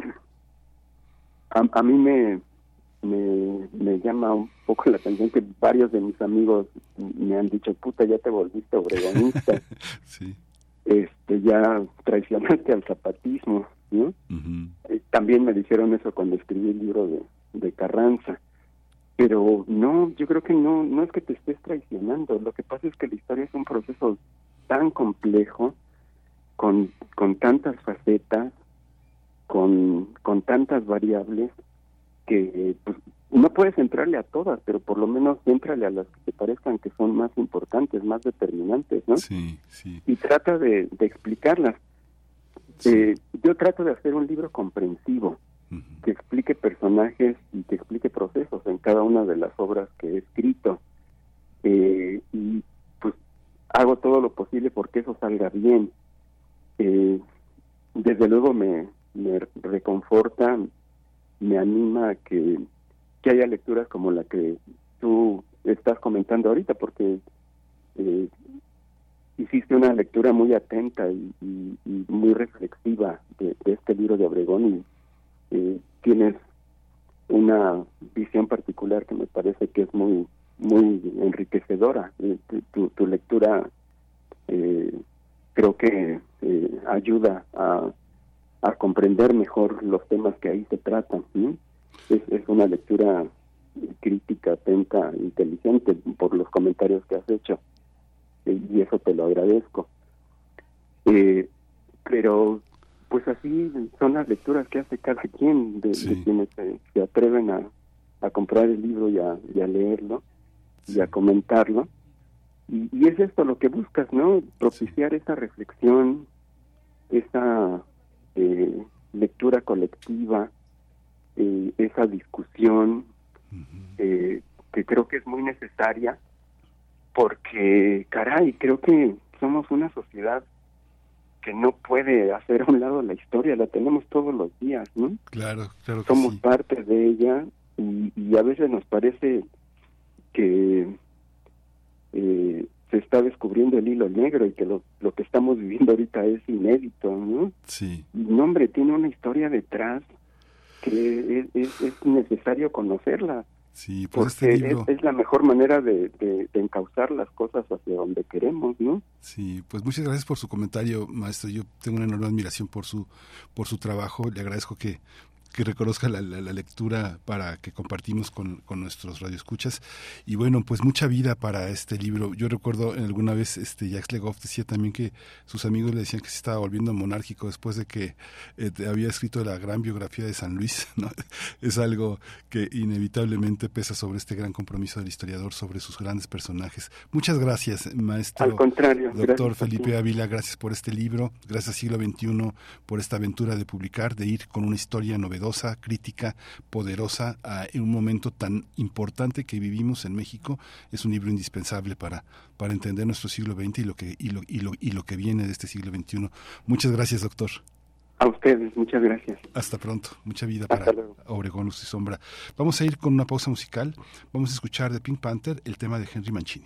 A, a mí me, me me llama un poco la atención que varios de mis amigos me han dicho: puta, ya te volviste obregonista, sí. este ya traicionaste al zapatismo, ¿no? Uh-huh. Eh, también me dijeron eso cuando escribí el libro de, de Carranza, pero no, yo creo que no no es que te estés traicionando. Lo que pasa es que la historia es un proceso tan complejo, con con tantas facetas, con con tantas variables, que pues, no puedes entrarle a todas, pero por lo menos éntrale a las que te parezcan que son más importantes, más determinantes, ¿no? Sí, sí. Y trata de, de explicarlas. Sí. Eh, yo trato de hacer un libro comprensivo, uh-huh. que explique personajes y que explique procesos. En, cada una de las obras que he escrito. Eh, y pues hago todo lo posible porque eso salga bien. Eh, desde luego me, me reconforta, me anima que, que haya lecturas como la que tú estás comentando ahorita, porque eh, hiciste una lectura muy atenta y, y, y muy reflexiva de, de este libro de Obregón, y eh, tienes una visión particular que me parece que es muy muy enriquecedora. Eh, tu, tu lectura eh, creo que eh, ayuda a, a comprender mejor los temas que ahí se tratan, ¿sí? Es, es una lectura crítica, atenta, inteligente por los comentarios que has hecho, eh, y eso te lo agradezco. Eh, pero pues así son las lecturas que hace cada quien, de, sí. de quienes se, se atreven a, a comprar el libro y a, y a leerlo, sí. y a comentarlo. Y, y es esto lo que buscas, ¿no? Propiciar esa reflexión, esa eh, lectura colectiva, eh, esa discusión, uh-huh. eh, que creo que es muy necesaria, porque, caray, creo que somos una sociedad que no puede hacer a un lado la historia, la tenemos todos los días, ¿no? Claro, claro que somos sí. parte de ella, y, y a veces nos parece que eh, se está descubriendo el hilo negro y que lo, lo que estamos viviendo ahorita es inédito, ¿no? Sí. Y no, hombre, tiene una historia detrás que es, es, es necesario conocerla. Sí, pues porque este libro... es, es la mejor manera de, de, de encauzar las cosas hacia donde queremos, ¿no? Sí, pues muchas gracias por su comentario, maestro. Yo tengo una enorme admiración por su por su trabajo. Le agradezco que que reconozca la, la, la lectura para que compartimos con, con nuestros radioescuchas. Y bueno, pues mucha vida para este libro. Yo recuerdo en alguna vez este Jacques Legoff decía también que sus amigos le decían que se estaba volviendo monárquico después de que eh, había escrito la gran biografía de San Luis, ¿no? Es algo que inevitablemente pesa sobre este gran compromiso del historiador sobre sus grandes personajes. Muchas gracias, maestro. Al contrario. Doctor Felipe Ávila, gracias por este libro, gracias Siglo veintiuno por esta aventura de publicar, de ir con una historia novedosa, crítica, poderosa, a, en un momento tan importante que vivimos en México. Es un libro indispensable para, para entender nuestro siglo veinte y lo que y lo, y lo, y lo que viene de este siglo veintiuno. Muchas gracias, doctor. A ustedes, muchas gracias. Hasta pronto, mucha vida para Obregón, Luz y Sombra. Vamos a ir con una pausa musical. Vamos a escuchar de Pink Panther el tema de Henry Mancini.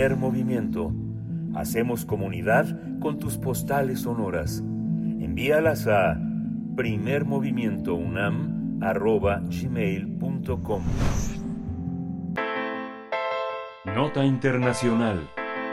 Primer Movimiento. Hacemos comunidad con tus postales sonoras. Envíalas a primermovimientounam arroba gmail punto com. Nota Internacional.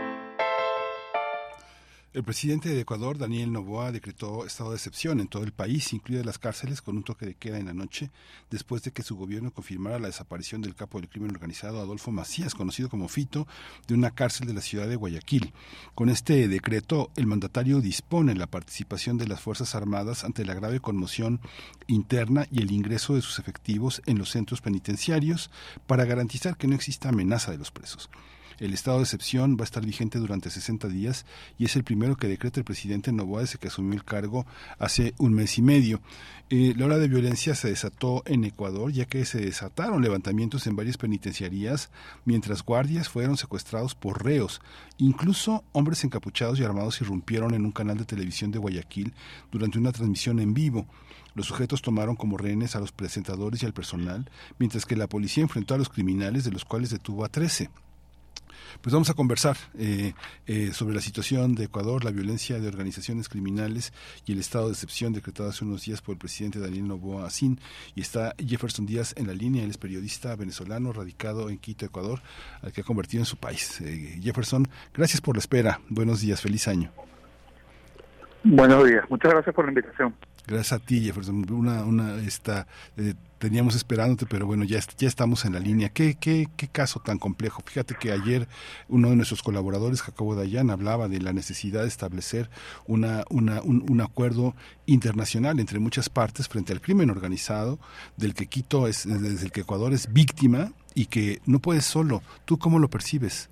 El presidente de Ecuador, Daniel Noboa, decretó estado de excepción en todo el país, incluidas las cárceles, con un toque de queda en la noche, después de que su gobierno confirmara la desaparición del capo del crimen organizado, Adolfo Macías, conocido como Fito, de una cárcel de la ciudad de Guayaquil. Con este decreto, el mandatario dispone la participación de las Fuerzas Armadas ante la grave conmoción interna y el ingreso de sus efectivos en los centros penitenciarios para garantizar que no exista amenaza de los presos. El estado de excepción va a estar vigente durante sesenta días y es el primero que decreta el presidente Noboa desde que asumió el cargo hace un mes y medio. Eh, la ola de violencia se desató en Ecuador, ya que se desataron levantamientos en varias penitenciarías, mientras guardias fueron secuestrados por reos. Incluso hombres encapuchados y armados irrumpieron en un canal de televisión de Guayaquil durante una transmisión en vivo. Los sujetos tomaron como rehenes a los presentadores y al personal, mientras que la policía enfrentó a los criminales, de los cuales detuvo a trece. Pues vamos a conversar eh, eh, sobre la situación de Ecuador, la violencia de organizaciones criminales y el estado de excepción decretado hace unos días por el presidente Daniel Noboa Sin. Y está Jefferson Díaz en la línea, él es periodista venezolano radicado en Quito, Ecuador, al que ha convertido en su país. Eh, Jefferson, gracias por la espera. Buenos días, feliz año. Buenos días, muchas gracias por la invitación. Gracias a ti, Jefferson. Una, una, esta, eh, teníamos esperándote, pero bueno, ya, ya estamos en la línea. ¿Qué, qué, qué caso tan complejo? Fíjate que ayer uno de nuestros colaboradores, Jacobo Dayan, hablaba de la necesidad de establecer una, una, un, un acuerdo internacional entre muchas partes frente al crimen organizado, del que Quito es, desde el que Ecuador es víctima y que no puedes solo. ¿Tú cómo lo percibes?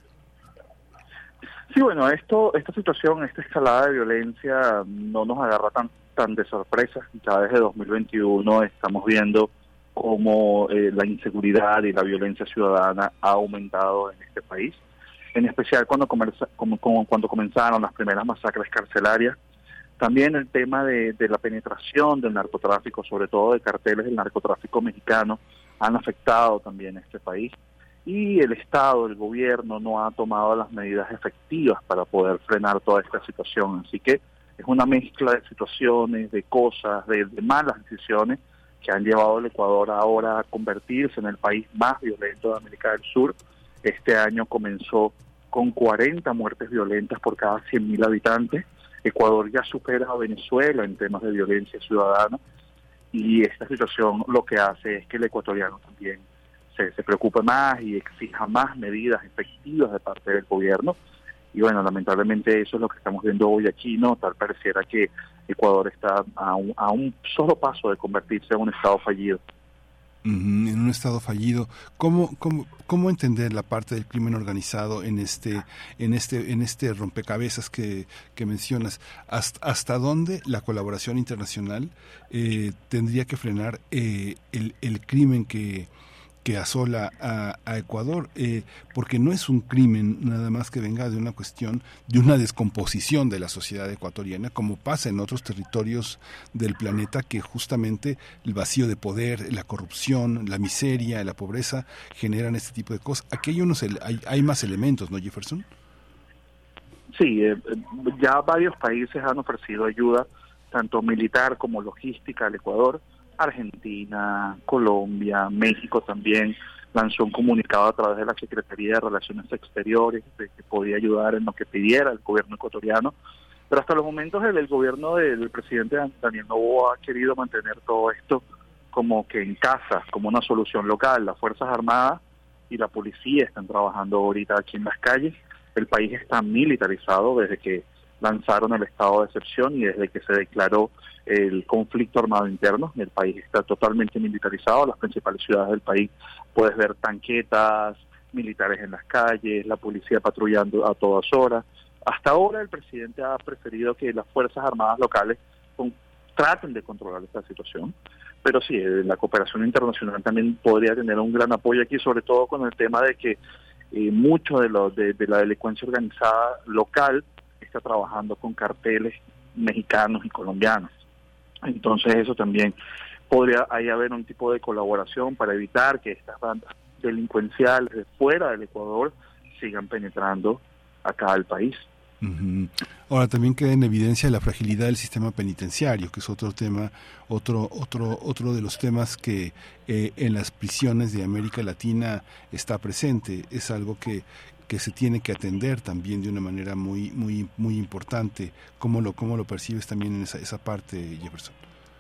Sí, bueno, esto, esta situación, esta escalada de violencia no nos agarra tan tan de sorpresa. Ya desde dos mil veintiuno estamos viendo cómo eh, la inseguridad y la violencia ciudadana ha aumentado en este país, en especial cuando, comerza, como, como, cuando comenzaron las primeras masacres carcelarias. También el tema de, de la penetración del narcotráfico, sobre todo de carteles del narcotráfico mexicano, han afectado también a este país. Y el Estado, el gobierno, no ha tomado las medidas efectivas para poder frenar toda esta situación. Así que es una mezcla de situaciones, de cosas, de, de malas decisiones que han llevado al Ecuador ahora a convertirse en el país más violento de América del Sur. Este año comenzó con cuarenta muertes violentas por cada cien mil habitantes. Ecuador ya supera a Venezuela en temas de violencia ciudadana y esta situación lo que hace es que el ecuatoriano también se, se preocupe más y exija más medidas efectivas de parte del gobierno. Y bueno, lamentablemente eso es lo que estamos viendo hoy aquí, ¿no? Tal pareciera que Ecuador está a un, a un solo paso de convertirse en un estado fallido. Uh-huh, en un estado fallido. ¿Cómo, cómo, cómo entender la parte del crimen organizado en este, en este, en este rompecabezas que, que mencionas? ¿Hasta, hasta dónde la colaboración internacional eh, tendría que frenar eh, el, el crimen que que asola a, a Ecuador, eh, porque no es un crimen nada más que venga de una cuestión, de una descomposición de la sociedad ecuatoriana, como pasa en otros territorios del planeta, que justamente el vacío de poder, la corrupción, la miseria, la pobreza, generan este tipo de cosas. Aquí hay, unos, hay, hay más elementos, ¿no, Jefferson? Sí, eh, ya varios países han ofrecido ayuda, tanto militar como logística al Ecuador. Argentina, Colombia, México también lanzó un comunicado a través de la Secretaría de Relaciones Exteriores de que podía ayudar en lo que pidiera el gobierno ecuatoriano, pero hasta los momentos el, el gobierno del presidente Daniel Noboa ha querido mantener todo esto como que en casa, como una solución local. Las Fuerzas Armadas y la policía están trabajando ahorita aquí en las calles. El país está militarizado desde que lanzaron el estado de excepción y desde que se declaró el conflicto armado interno. El país está totalmente militarizado. Las principales ciudades del país puedes ver tanquetas, militares en las calles, la policía patrullando a todas horas. Hasta ahora el presidente ha preferido que las Fuerzas Armadas locales con, traten de controlar esta situación, pero sí, la cooperación internacional también podría tener un gran apoyo aquí, sobre todo con el tema de que eh, mucho de, lo, de, de la delincuencia organizada local está trabajando con carteles mexicanos y colombianos. Entonces eso también podría ahí haber un tipo de colaboración para evitar que estas bandas delincuenciales de fuera del Ecuador sigan penetrando acá al país. Uh-huh. Ahora también queda en evidencia la fragilidad del sistema penitenciario, que es otro tema, otro otro otro de los temas que eh, en las prisiones de América Latina está presente. Es algo que que se tiene que atender también de una manera muy muy muy importante. ¿Cómo lo cómo lo percibes también en esa esa parte, Jefferson?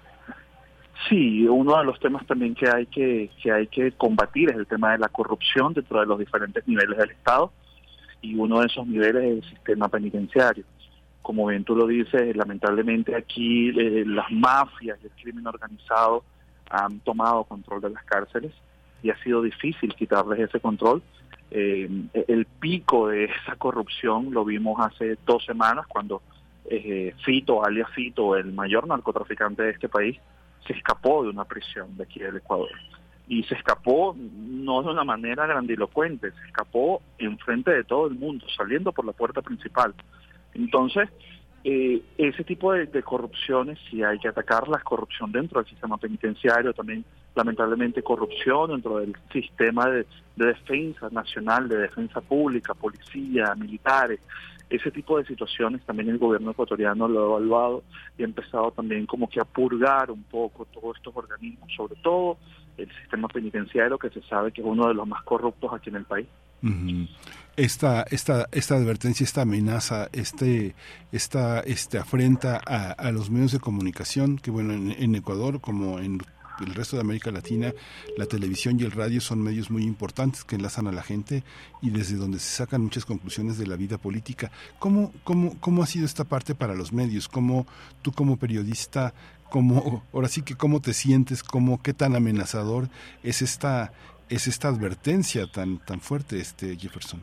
Sí, uno de los temas también que hay que que hay que combatir es el tema de la corrupción dentro de los diferentes niveles del Estado, y uno de esos niveles es el sistema penitenciario. Como bien tú lo dices, lamentablemente aquí eh, las mafias y el crimen organizado han tomado control de las cárceles y ha sido difícil quitarles ese control. Eh, el pico de esa corrupción lo vimos hace dos semanas cuando eh, Fito, alias Fito, el mayor narcotraficante de este país, se escapó de una prisión de aquí del Ecuador. Y se escapó no de una manera grandilocuente, se escapó enfrente de todo el mundo, saliendo por la puerta principal. Entonces, eh, ese tipo de, de corrupciones, sí hay que atacarlas, corrupción dentro del sistema penitenciario, también lamentablemente corrupción dentro del sistema de, de defensa nacional, de defensa pública, policía, militares. Ese tipo de situaciones también el gobierno ecuatoriano lo ha evaluado y ha empezado también como que a purgar un poco todos estos organismos, sobre todo el sistema penitenciario, que se sabe que es uno de los más corruptos aquí en el país. Uh-huh. Esta, esta, esta advertencia, esta amenaza, este, esta, este afrenta a, a los medios de comunicación, que bueno, en, en Ecuador como en el resto de América Latina, la televisión y el radio son medios muy importantes que enlazan a la gente y desde donde se sacan muchas conclusiones de la vida política. ¿Cómo, cómo, cómo ha sido esta parte para los medios? ¿Cómo tú como periodista, cómo, ahora sí que cómo te sientes, cómo, qué tan amenazador es esta, es esta advertencia tan, tan fuerte, este Jefferson?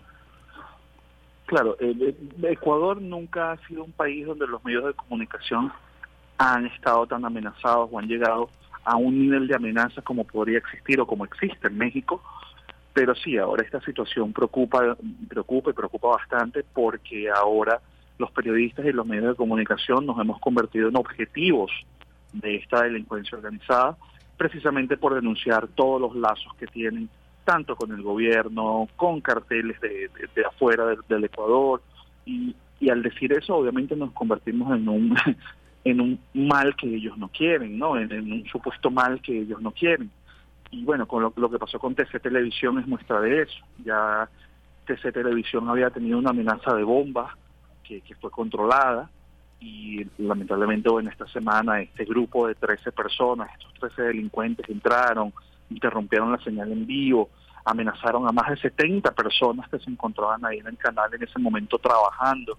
Claro, eh, Ecuador nunca ha sido un país donde los medios de comunicación han estado tan amenazados o han llegado a un nivel de amenaza como podría existir o como existe en México, pero sí, ahora esta situación preocupa, preocupa y preocupa bastante porque ahora los periodistas y los medios de comunicación nos hemos convertido en objetivos de esta delincuencia organizada, precisamente por denunciar todos los lazos que tienen, tanto con el gobierno, con carteles de, de, de afuera del, del Ecuador, y, y al decir eso obviamente nos convertimos en un en un mal que ellos no quieren, ¿no? En, en un supuesto mal que ellos no quieren. Y bueno, con lo, lo que pasó con T C Televisión es muestra de eso. Ya T C Televisión había tenido una amenaza de bomba que, que fue controlada, y lamentablemente en esta semana este grupo de trece personas, estos trece delincuentes entraron, interrumpieron la señal en vivo, amenazaron a más de setenta personas que se encontraban ahí en el canal en ese momento trabajando.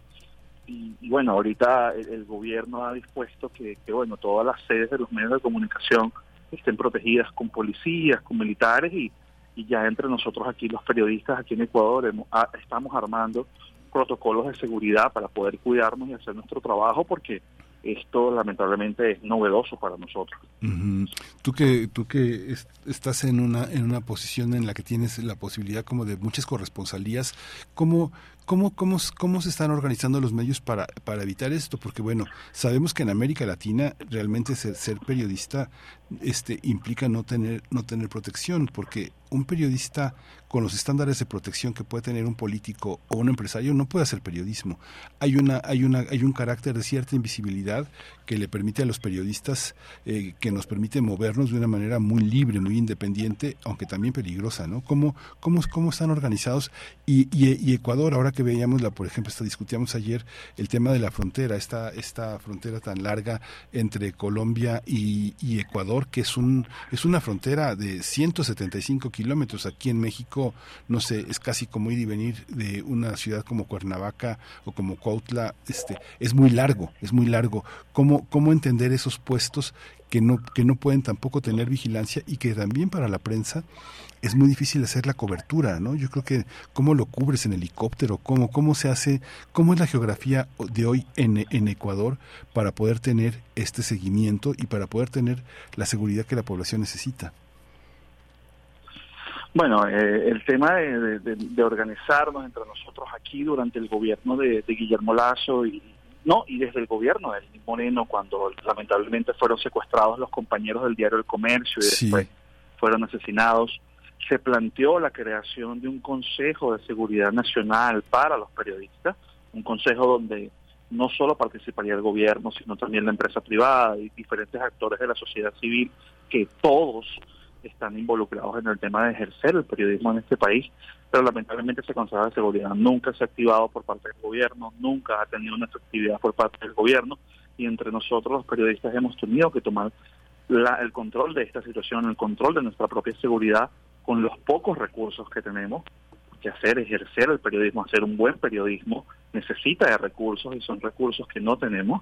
Y, y bueno, ahorita el, el gobierno ha dispuesto que, que bueno, todas las sedes de los medios de comunicación estén protegidas con policías, con militares, y, y ya entre nosotros aquí los periodistas aquí en Ecuador hemos, a, estamos armando protocolos de seguridad para poder cuidarnos y hacer nuestro trabajo, porque esto lamentablemente es novedoso para nosotros. Uh-huh. Tú que tú que est- estás en una en una posición en la que tienes la posibilidad como de muchas corresponsalías, ¿cómo cómo cómo cómo se están organizando los medios para para evitar esto? Porque bueno, sabemos que en América Latina realmente ser, ser periodista este implica no tener no tener protección, porque un periodista con los estándares de protección que puede tener un político o un empresario no puede hacer periodismo. Hay una hay una hay un carácter de cierta invisibilidad que le permite a los periodistas, eh, que nos permite movernos de una manera muy libre, muy independiente, aunque también peligrosa, ¿no? ¿Cómo cómo cómo están organizados? Y, y, y Ecuador, ahora que veíamos la, por ejemplo, esta, discutíamos ayer el tema de la frontera, esta esta frontera tan larga entre Colombia y, y Ecuador, que es un es una frontera de ciento setenta y cinco kilómetros. Aquí en México, no sé, es casi como ir y venir de una ciudad como Cuernavaca o como Cuautla. Este es muy largo, es muy largo. ¿Cómo cómo entender esos puestos que no que no pueden tampoco tener vigilancia y que también para la prensa es muy difícil hacer la cobertura, ¿no? Yo creo que cómo lo cubres en helicóptero, cómo cómo se hace, cómo es la geografía de hoy en en Ecuador para poder tener este seguimiento y para poder tener la seguridad que la población necesita. Bueno, eh, el tema de, de, de organizarnos entre nosotros aquí durante el gobierno de, de Guillermo Lasso y no y desde el gobierno de Lenín Moreno, cuando lamentablemente fueron secuestrados los compañeros del diario El Comercio y sí. después fueron asesinados, se planteó la creación de un Consejo de Seguridad Nacional para los periodistas, un consejo donde no solo participaría el gobierno, sino también la empresa privada y diferentes actores de la sociedad civil, que todos están involucrados en el tema de ejercer el periodismo en este país, pero lamentablemente ese Consejo de Seguridad nunca se ha activado por parte del gobierno, nunca ha tenido una efectividad por parte del gobierno, y entre nosotros los periodistas hemos tenido que tomar la, el control de esta situación, el control de nuestra propia seguridad con los pocos recursos que tenemos, que hacer, ejercer el periodismo, hacer un buen periodismo, necesita de recursos y son recursos que no tenemos,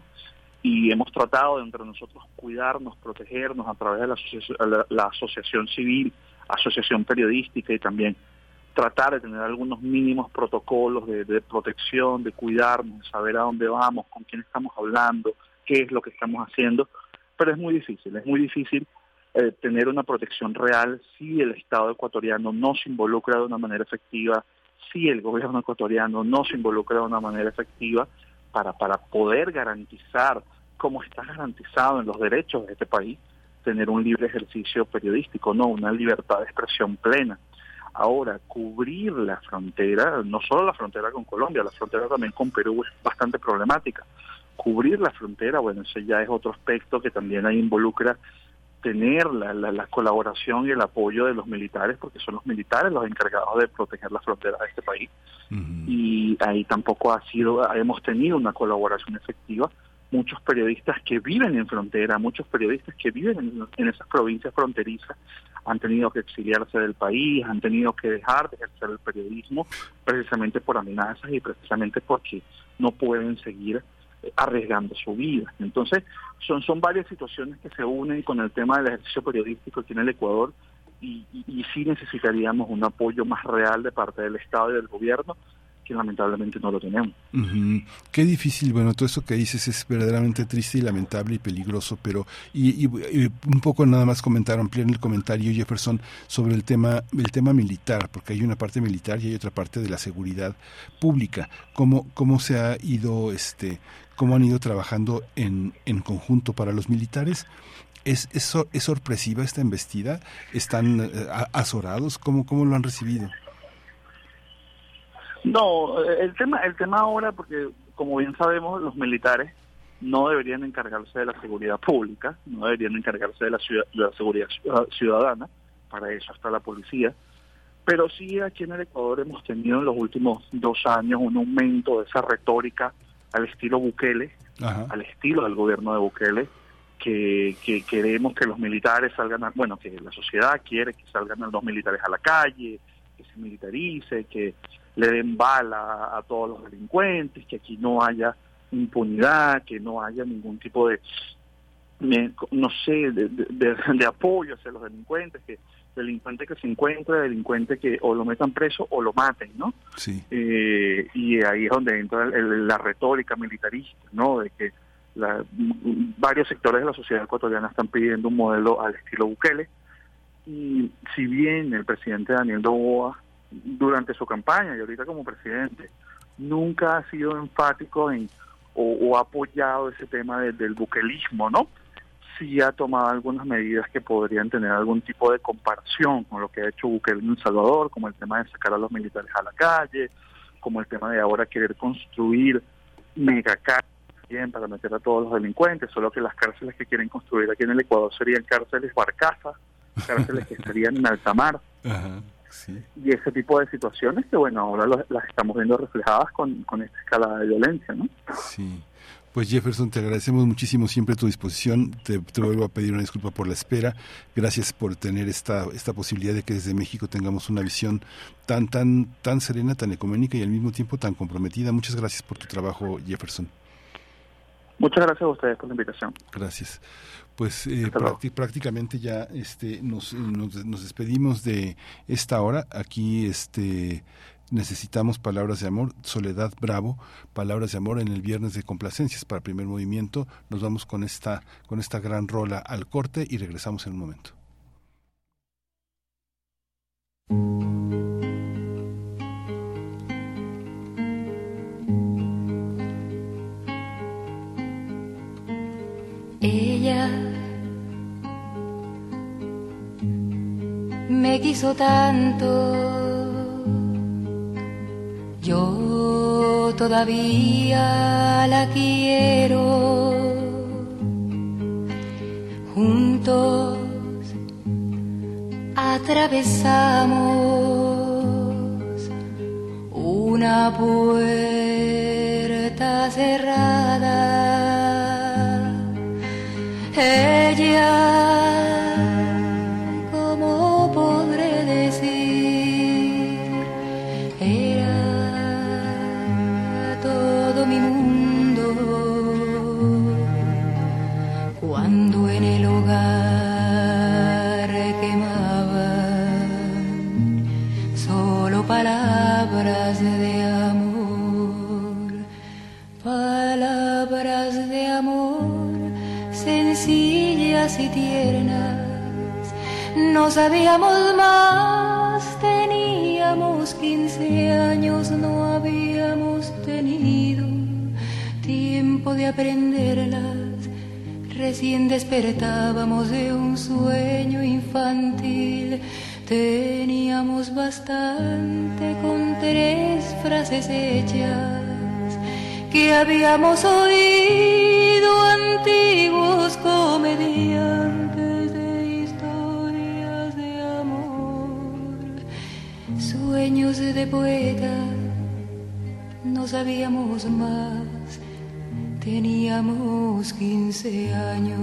y hemos tratado de entre nosotros cuidarnos, protegernos a través de la asociación, la, la asociación civil, asociación periodística, y también tratar de tener algunos mínimos protocolos de, de protección, de cuidarnos, de saber a dónde vamos, con quién estamos hablando, qué es lo que estamos haciendo, pero es muy difícil, es muy difícil eh, tener una protección real si el Estado ecuatoriano no se involucra de una manera efectiva, si el gobierno ecuatoriano no se involucra de una manera efectiva para, para poder garantizar, como está garantizado en los derechos de este país, tener un libre ejercicio periodístico, no una libertad de expresión plena. Ahora, cubrir la frontera, no solo la frontera con Colombia, la frontera también con Perú es bastante problemática. Cubrir la frontera, bueno, ese ya es otro aspecto que también ahí involucra tener la, la, la colaboración y el apoyo de los militares, porque son los militares los encargados de proteger la frontera de este país. Uh-huh. Y ahí tampoco ha sido, hemos tenido una colaboración efectiva. Muchos periodistas que viven en frontera, muchos periodistas que viven en, en esas provincias fronterizas han tenido que exiliarse del país, han tenido que dejar de ejercer el periodismo precisamente por amenazas y precisamente porque no pueden seguir arriesgando su vida. Entonces, son, son varias situaciones que se unen con el tema del ejercicio periodístico aquí en el Ecuador, y, y, y sí necesitaríamos un apoyo más real de parte del Estado y del gobierno, que lamentablemente no lo tenemos. Uh-huh. Qué difícil, bueno, todo eso que dices es verdaderamente triste y lamentable y peligroso, pero y, y, y un poco nada más comentar, ampliar el comentario, Jefferson, sobre el tema el tema militar, porque hay una parte militar y hay otra parte de la seguridad pública. ¿Cómo cómo se ha ido este cómo han ido trabajando en en conjunto para los militares? ¿Es, es, es sorpresiva esta embestida? ¿Están eh, azorados? ¿Cómo, ¿Cómo lo han recibido? No, el tema el tema ahora, porque como bien sabemos, los militares no deberían encargarse de la seguridad pública, no deberían encargarse de la, ciudad, de la seguridad ciudadana, para eso está la policía, pero sí aquí en el Ecuador hemos tenido en los últimos dos años un aumento de esa retórica al estilo Bukele, Ajá. al estilo del gobierno de Bukele, que, que queremos que los militares salgan, a, bueno, que la sociedad quiere que salgan los militares a la calle, que se militarice, que le den bala a todos los delincuentes, que aquí no haya impunidad, que no haya ningún tipo de, no sé, de, de, de apoyo hacia los delincuentes, que delincuente que se encuentre, delincuente que o lo metan preso o lo maten, ¿no? Sí. Eh, y ahí es donde entra el, el, la retórica militarista, ¿no? De que la, varios sectores de la sociedad ecuatoriana están pidiendo un modelo al estilo Bukele, y si bien el presidente Daniel Noboa durante su campaña y ahorita como presidente nunca ha sido enfático en o, o ha apoyado ese tema de, del bukelismo, ¿no? Sí ha tomado algunas medidas que podrían tener algún tipo de comparación con lo que ha hecho Bukele en El Salvador, como el tema de sacar a los militares a la calle, como el tema de ahora querer construir megacárceles para meter a todos los delincuentes, solo que las cárceles que quieren construir aquí en el Ecuador serían cárceles barcazas, cárceles que estarían en alta mar. Ajá. Sí. Y ese tipo de situaciones que, bueno, ahora lo, las estamos viendo reflejadas con, con esta escalada de violencia, ¿no? Sí. Pues Jefferson, te agradecemos muchísimo siempre tu disposición. Te, te vuelvo a pedir una disculpa por la espera. Gracias por tener esta esta posibilidad de que desde México tengamos una visión tan tan tan serena, tan ecuménica y al mismo tiempo tan comprometida. Muchas gracias por tu trabajo, Jefferson. Muchas gracias a ustedes por la invitación. Gracias. Pues eh, prácti- prácticamente ya este nos, nos nos despedimos de esta hora. Aquí este necesitamos palabras de amor. Soledad Bravo, palabras de amor en el viernes de complacencias para Primer Movimiento. Nos vamos con esta con esta gran rola al corte y regresamos en un momento. Ella me quiso tanto, yo todavía la quiero. Juntos atravesamos una puerta cerrada. Ella, ¿cómo podré decir? Era todo mi mundo. Cuando en el hogar quemaban solo palabras de amor, palabras de amor sencillas y tiernas. No sabíamos más, teníamos quince años, no habíamos tenido tiempo de aprenderlas. Recién despertábamos de un sueño infantil. Teníamos bastante con tres frases hechas que habíamos oído antiguos comediantes de historias de amor. Sueños de poeta, no sabíamos más. Teníamos quince años.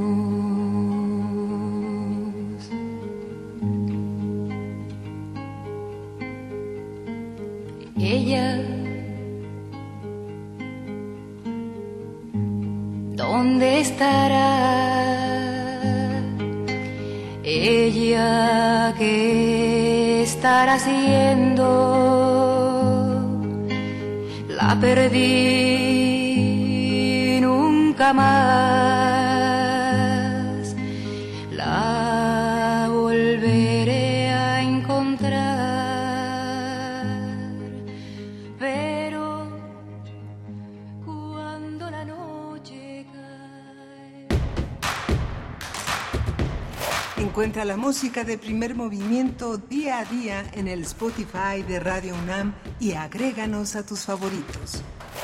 Ella, ¿dónde estará? Ella, ¿qué estará haciendo? La perdí nunca más, la volveré a encontrar, pero cuando la noche cae. Encuentra la música de Primer Movimiento día a día en el Spotify de Radio UNAM y agréganos a tus favoritos.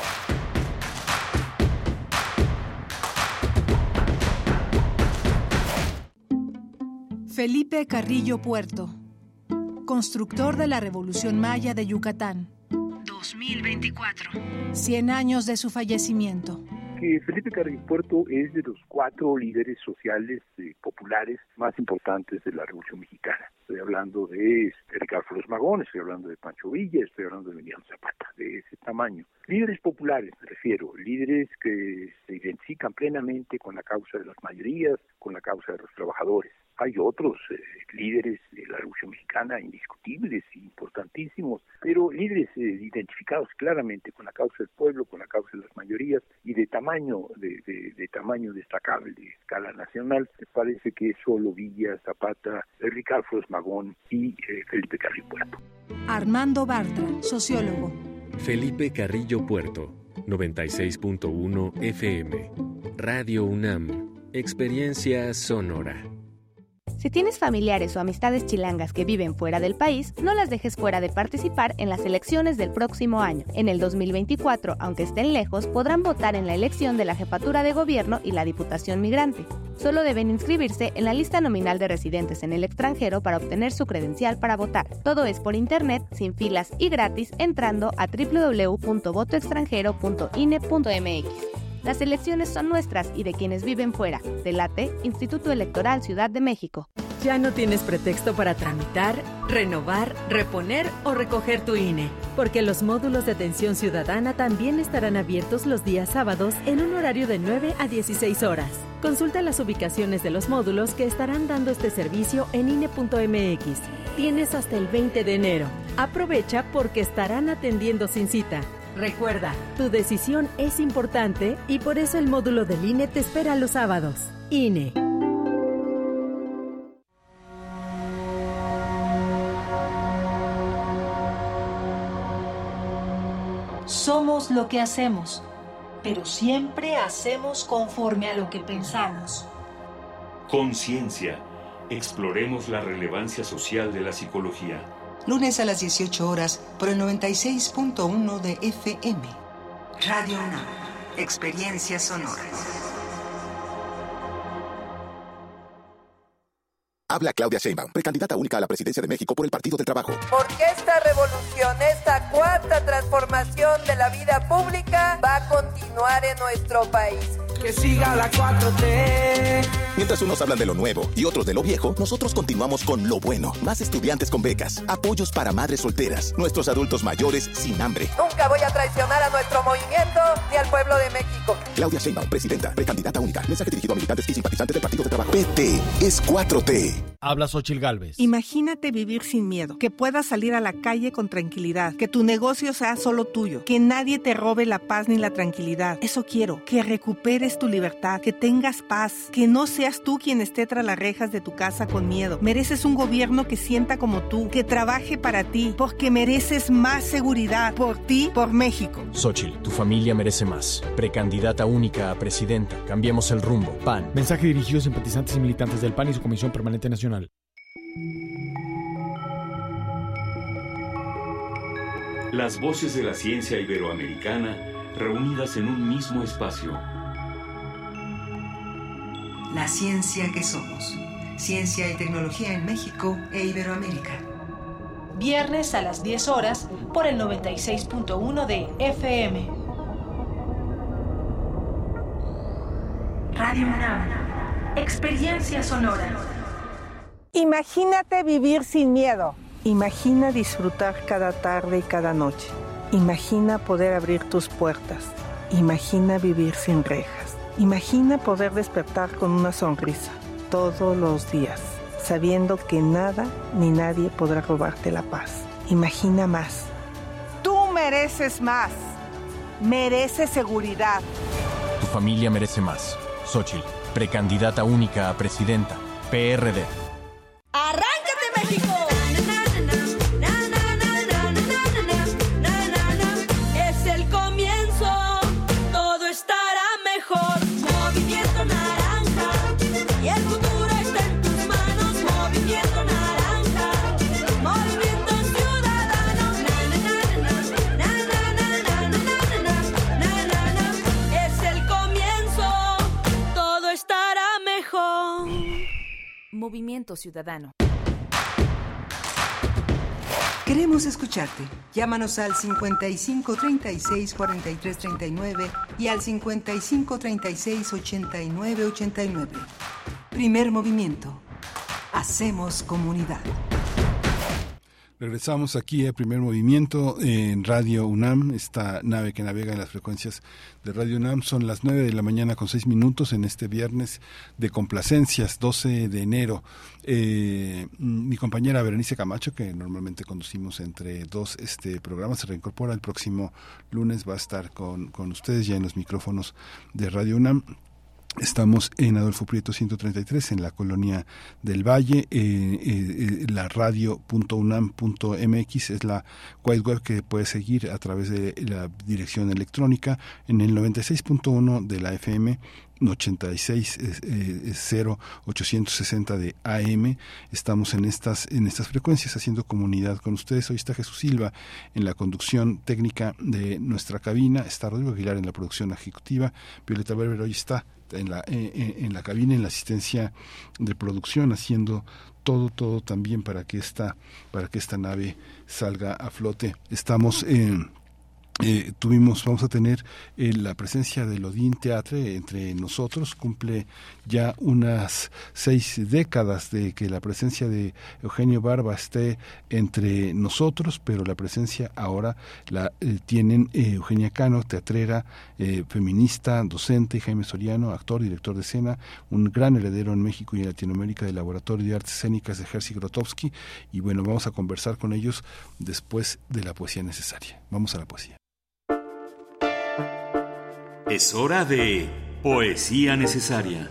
Felipe Carrillo Puerto, constructor de la Revolución Maya de Yucatán. dos mil veinticuatro. cien años de su fallecimiento. Que Felipe Carrillo Puerto es de los cuatro líderes sociales eh, populares más importantes de la Revolución Mexicana. Estoy hablando de, de Ricardo Flores Magón, estoy hablando de Pancho Villa, estoy hablando de Emiliano Zapata, de ese tamaño. Líderes populares, me refiero, líderes que se identifican plenamente con la causa de las mayorías, con la causa de los trabajadores. Hay otros eh, líderes de la Revolución Mexicana indiscutibles y importantísimos, pero líderes eh, identificados claramente con la causa del pueblo, con la causa de las mayorías y de tamaño de, de, de tamaño destacable, de escala nacional. Me parece que es solo Villa, Zapata, Ricardo Flores Magón y eh, Felipe Carrillo Puerto. Armando Bartra, sociólogo. Felipe Carrillo Puerto, noventa y seis punto uno F M. Radio UNAM. Experiencia sonora. Si tienes familiares o amistades chilangas que viven fuera del país, no las dejes fuera de participar en las elecciones del próximo año. En el dos mil veinticuatro, aunque estén lejos, podrán votar en la elección de la jefatura de gobierno y la diputación migrante. Solo deben inscribirse en la lista nominal de residentes en el extranjero para obtener su credencial para votar. Todo es por internet, sin filas y gratis, entrando a doble u doble u doble u punto voto extranjero punto i n e punto m x. Las elecciones son nuestras y de quienes viven fuera. Delate, Instituto Electoral Ciudad de México. Ya no tienes pretexto para tramitar, renovar, reponer o recoger tu I N E, porque los módulos de atención ciudadana también estarán abiertos los días sábados en un horario de nueve a dieciséis horas. Consulta las ubicaciones de los módulos que estarán dando este servicio en i n e punto m x. Tienes hasta el veinte de enero. Aprovecha porque estarán atendiendo sin cita. Recuerda, tu decisión es importante y por eso el módulo del I N E te espera los sábados. I N E. Somos lo que hacemos, pero siempre hacemos conforme a lo que pensamos. Conciencia, Exploremos la relevancia social de la psicología. Lunes a las dieciocho horas por el noventa y seis punto uno de F M. Radio UNAM. Experiencias sonoras. Habla Claudia Sheinbaum, precandidata única a la presidencia de México por el Partido del Trabajo. Porque esta revolución, esta cuarta transformación de la vida pública va a continuar en nuestro país. Que siga la cuatro T. Mientras unos hablan de lo nuevo y otros de lo viejo, nosotros continuamos con lo bueno. Más estudiantes con becas, apoyos para madres solteras, nuestros adultos mayores sin hambre. Nunca voy a traicionar a nuestro movimiento ni al pueblo de México. Claudia Sheinbaum, presidenta, precandidata única. Mensaje dirigido a militantes y simpatizantes del Partido del Trabajo. P T es cuatro T. Habla Xóchitl Gálvez. Imagínate vivir sin miedo, que puedas salir a la calle con tranquilidad, que tu negocio sea solo tuyo, que nadie te robe la paz ni la tranquilidad. Eso quiero, que recuperes tu libertad, que tengas paz, que no seas tú quien esté tras las rejas de tu casa con miedo. Mereces un gobierno que sienta como tú, que trabaje para ti, porque mereces más seguridad, por ti, por México. Xóchitl, tu familia merece más. Precandidata única a presidenta. Cambiemos el rumbo. P A N. Mensaje dirigido a simpatizantes y militantes del P A N y su Comisión Permanente Nacional. Las voces de la ciencia iberoamericana reunidas en un mismo espacio. La ciencia que somos. Ciencia y tecnología en México e Iberoamérica. Viernes a las diez horas por el noventa y seis punto uno de F M. Radio UNAM. Experiencia sonora. Imagínate vivir sin miedo. Imagina disfrutar cada tarde y cada noche. Imagina poder abrir tus puertas. Imagina vivir sin rejas. Imagina poder despertar con una sonrisa todos los días, sabiendo que nada ni nadie podrá robarte la paz. Imagina más. Tú mereces más. Mereces seguridad. Tu familia merece más. Xóchitl, precandidata única a presidenta. P R D. ¡Arráncate, México! Es el comienzo, todo estará mejor. Movimiento Naranja, y el futuro está en tus manos. Movimiento Naranja, Movimiento Ciudadano. Es el comienzo, todo estará mejor. Movimiento Ciudadano. Queremos escucharte. Llámanos al cincuenta y cinco treinta y seis cuarenta y tres treinta y nueve y al cincuenta y cinco treinta y seis ochenta y nueve ochenta y nueve. Primer movimiento. Hacemos comunidad. Regresamos aquí a Primer Movimiento en Radio UNAM, esta nave que navega en las frecuencias de Radio UNAM. Son las nueve de la mañana con seis minutos en este viernes de complacencias, doce de enero. Eh, mi compañera Berenice Camacho, que normalmente conducimos entre dos este programa, se reincorpora el próximo lunes, va a estar con, con ustedes ya en los micrófonos de Radio UNAM. Estamos en Adolfo Prieto ciento treinta y tres, en la Colonia del Valle. Eh, eh, la radio punto unam punto m x es la web que puede seguir a través de la dirección electrónica, en el noventa y seis punto uno de la F M, ochenta y seis cero ochocientos sesenta de A M. Estamos en estas en estas frecuencias haciendo comunidad con ustedes. Hoy está Jesús Silva en la conducción técnica de nuestra cabina, está Rodrigo Aguilar en la producción ejecutiva, Violeta Berber hoy está en la en, en la cabina, en la asistencia de producción, haciendo todo todo también para que esta para que esta nave salga a flote. Estamos en Eh, tuvimos, vamos a tener eh, la presencia del Odín Teatre entre nosotros. Cumple ya unas seis décadas de que la presencia de Eugenio Barba esté entre nosotros, pero la presencia ahora la eh, tienen eh, Eugenia Cano, teatrera, eh, feminista, docente, y Jaime Soriano, actor, director de escena, un gran heredero en México y en Latinoamérica del Laboratorio de Artes Escénicas de Jerzy Grotowski. Y bueno, vamos a conversar con ellos después de la poesía necesaria. Vamos a la poesía. Es hora de Poesía Necesaria.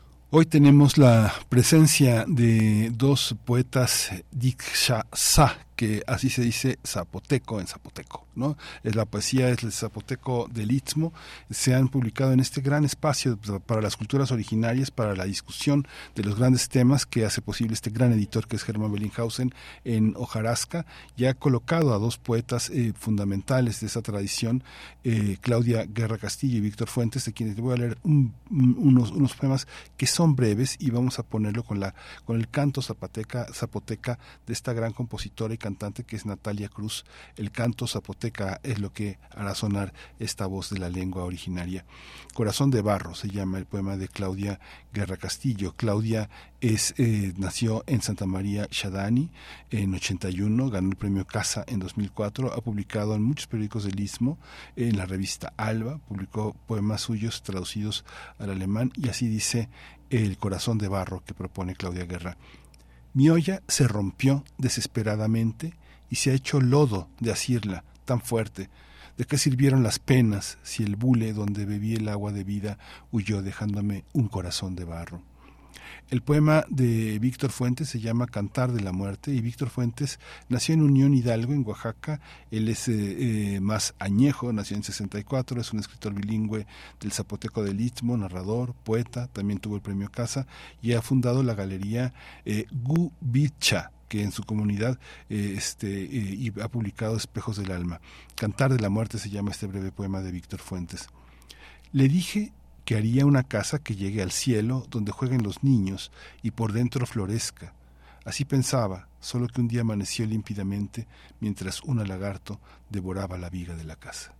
Hoy tenemos la presencia de dos poetas Diksha Sa, que así se dice zapoteco en zapoteco, ¿no? Es la poesía, es el zapoteco del Istmo. Se han publicado en este gran espacio para las culturas originarias, para la discusión de los grandes temas que hace posible este gran editor que es Germán Bellinghausen en hojarasca, y ha colocado a dos poetas eh, fundamentales de esa tradición, eh, Claudia Guerra Castillo y Víctor Fuentes, de quienes voy a leer un, unos, unos poemas que son breves, y vamos a ponerlo con la con el canto zapoteca, zapoteca de esta gran compositora y cantante que es Natalia Cruz. El canto zapoteca es lo que hará sonar esta voz de la lengua originaria. Corazón de barro se llama el poema de Claudia Guerra Castillo. Claudia es eh, nació en Santa María Xadani en ochenta y uno, ganó el premio Casa en dos mil cuatro, ha publicado en muchos periódicos del Istmo, en la revista Alba, publicó poemas suyos traducidos al alemán, y así dice El corazón de barro que propone Claudia Guerra. Mi olla se rompió desesperadamente y se ha hecho lodo de asirla tan fuerte. ¿De qué sirvieron las penas si el bule donde bebí el agua de vida huyó dejándome un corazón de barro? El poema de Víctor Fuentes se llama Cantar de la muerte, y Víctor Fuentes nació en Unión Hidalgo, en Oaxaca. Él es eh, más añejo, nació en sesenta y cuatro, es un escritor bilingüe del zapoteco del Istmo, narrador, poeta, también tuvo el premio Casa, y ha fundado la galería eh, Gubicha, que en su comunidad eh, este, eh, y ha publicado Espejos del Alma. Cantar de la muerte se llama este breve poema de Víctor Fuentes. Le dije que haría una casa que llegue al cielo, donde jueguen los niños y por dentro florezca. Así pensaba, solo que un día amaneció límpidamente mientras un lagarto devoraba la viga de la casa.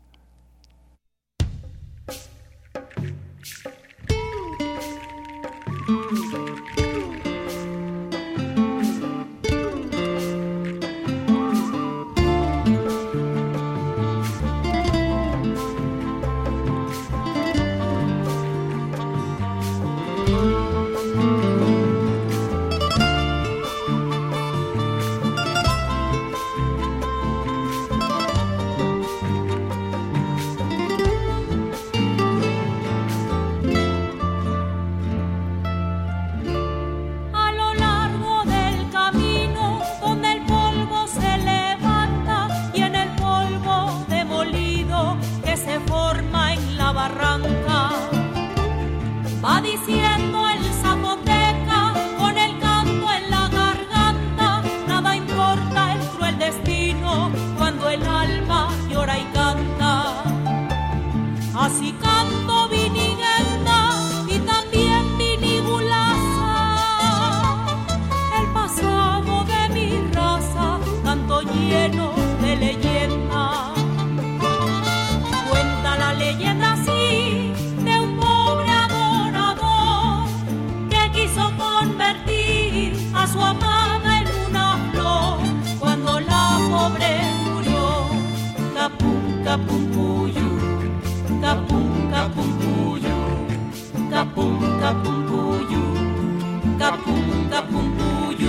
Va diciendo el zapoteca con el canto en la garganta, nada importa el cruel destino cuando el alma llora y canta. Así canto Viniguenda y también Vinigulaza, el pasado de mi raza, canto lleno de leyenda. Cuenta la leyenda así de un pobre adorador que quiso convertir a su amada en una flor. Cuando la pobre murió, capum capum puyu, capum capum puyu, capum capum puyu, capum capum puyu.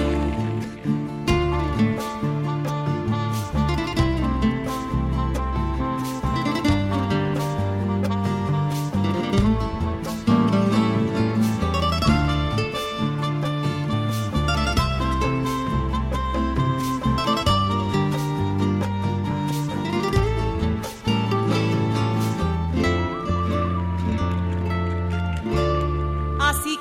Así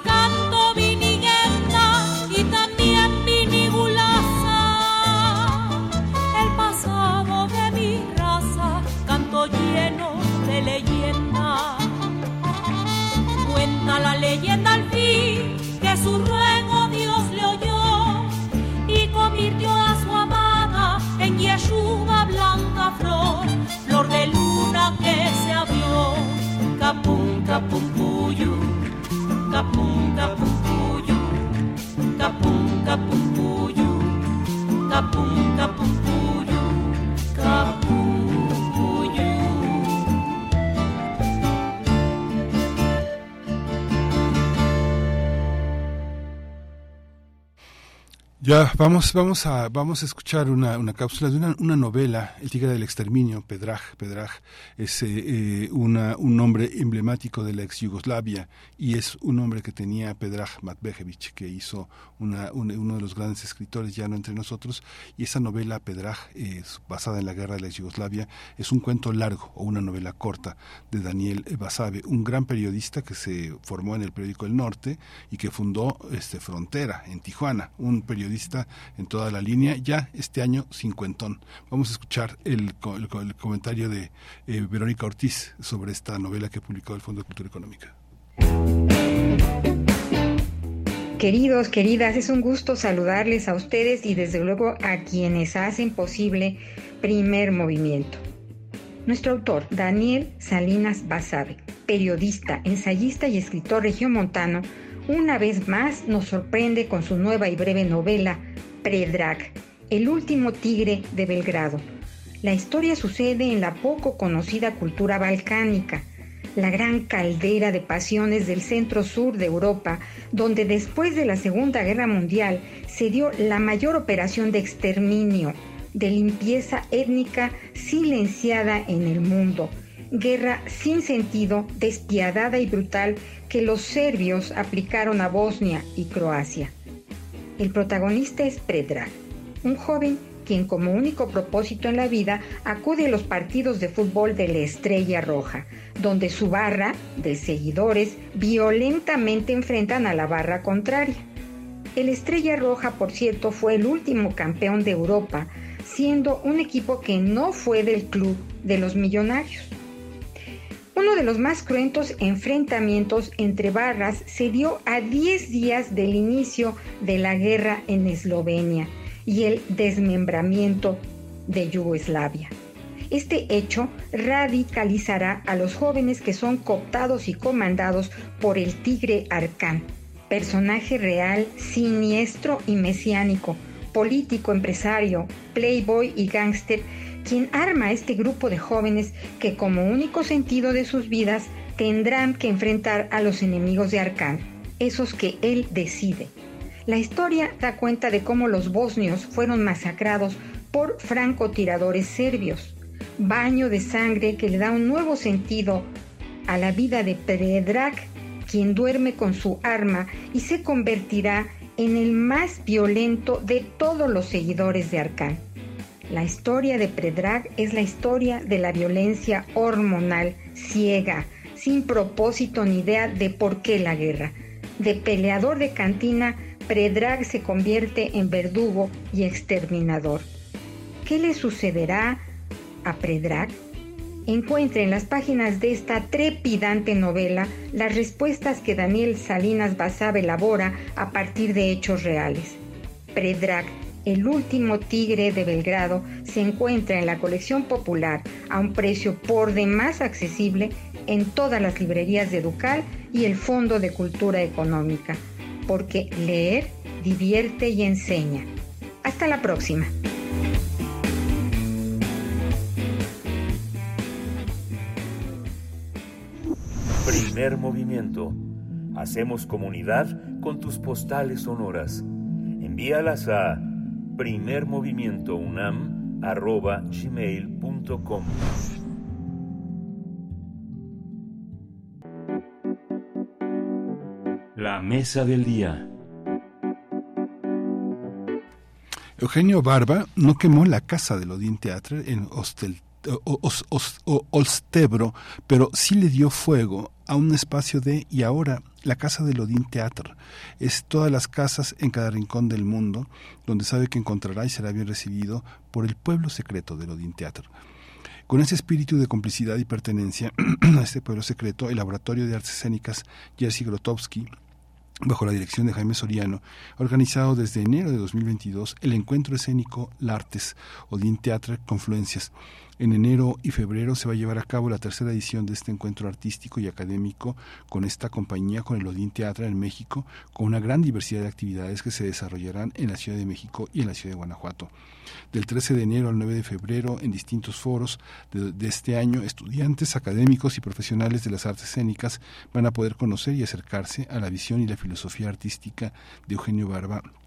Ya, vamos, vamos a, vamos a escuchar una, una cápsula de una, una novela, El tigre del exterminio, Predrag. Predrag es eh, una, un nombre emblemático de la ex Yugoslavia y es un nombre que tenía Predrag Matvejević, que hizo una, un, uno de los grandes escritores ya no entre nosotros. Y esa novela, Predrag, eh, basada en la guerra de la ex Yugoslavia, es un cuento largo o una novela corta de Daniel Basabe, un gran periodista que se formó en el periódico El Norte y que fundó este, Frontera en Tijuana, un periodista en toda la línea, ya este año cincuentón. Vamos a escuchar el, el, el comentario de eh, Verónica Ortiz sobre esta novela que publicó el Fondo de Cultura Económica. Queridos, queridas, es un gusto saludarles a ustedes y desde luego a quienes hacen posible Primer Movimiento. Nuestro autor, Daniel Salinas Basabe, periodista, ensayista y escritor regiomontano, una vez más nos sorprende con su nueva y breve novela, Predrag, el último tigre de Belgrado. La historia sucede en la poco conocida cultura balcánica, la gran caldera de pasiones del centro-sur de Europa, donde después de la Segunda Guerra Mundial se dio la mayor operación de exterminio, de limpieza étnica silenciada en el mundo. Guerra sin sentido, despiadada y brutal que los serbios aplicaron a Bosnia y Croacia. El protagonista es Predrag, un joven quien como único propósito en la vida acude a los partidos de fútbol de la Estrella Roja, donde su barra de seguidores violentamente enfrentan a la barra contraria. El Estrella Roja, por cierto, fue el último campeón de Europa, siendo un equipo que no fue del club de los millonarios. Uno de los más cruentos enfrentamientos entre barras se dio a diez días del inicio de la guerra en Eslovenia y el desmembramiento de Yugoslavia. Este hecho radicalizará a los jóvenes que son cooptados y comandados por el Tigre Arkan, personaje real, siniestro y mesiánico, político, empresario, playboy y gángster, quien arma a este grupo de jóvenes que como único sentido de sus vidas tendrán que enfrentar a los enemigos de Arkan, esos que él decide. La historia da cuenta de cómo los bosnios fueron masacrados por francotiradores serbios, baño de sangre que le da un nuevo sentido a la vida de Predrag, quien duerme con su arma y se convertirá en el más violento de todos los seguidores de Arkan. La historia de Predrag es la historia de la violencia hormonal, ciega, sin propósito ni idea de por qué la guerra. De peleador de cantina, Predrag se convierte en verdugo y exterminador. ¿Qué le sucederá a Predrag? Encuentre en las páginas de esta trepidante novela las respuestas que Daniel Salinas Basabe elabora a partir de hechos reales. Predrag, el último tigre de Belgrado, se encuentra en la colección popular a un precio por demás accesible en todas las librerías de Ducal y el Fondo de Cultura Económica, porque leer divierte y enseña. Hasta la próxima. Primer Movimiento. Hacemos comunidad con tus postales sonoras. Envíalas a primermovimientounam arroba gmail punto com. La mesa del día. Eugenio Barba no quemó la casa del Odin Theatre en Hostel Os, os, os, Olstebro, pero sí le dio fuego a un espacio de, y ahora, la casa del Odin Theatre. Es todas las casas en cada rincón del mundo, donde sabe que encontrará y será bien recibido por el pueblo secreto del Odin Theatre. Con ese espíritu de complicidad y pertenencia a este pueblo secreto, el Laboratorio de Artes Escénicas Jerzy Grotowski, bajo la dirección de Jaime Soriano, ha organizado desde enero de dos mil veintidós el encuentro escénico L'Artes Odin Theatre Confluencias. En enero y febrero se va a llevar a cabo la tercera edición de este encuentro artístico y académico con esta compañía, con el Odin Theatre en México, con una gran diversidad de actividades que se desarrollarán en la Ciudad de México y en la Ciudad de Guanajuato. Del trece de enero al nueve de febrero, en distintos foros de, de este año, estudiantes, académicos y profesionales de las artes escénicas van a poder conocer y acercarse a la visión y la filosofía artística de Eugenio Barba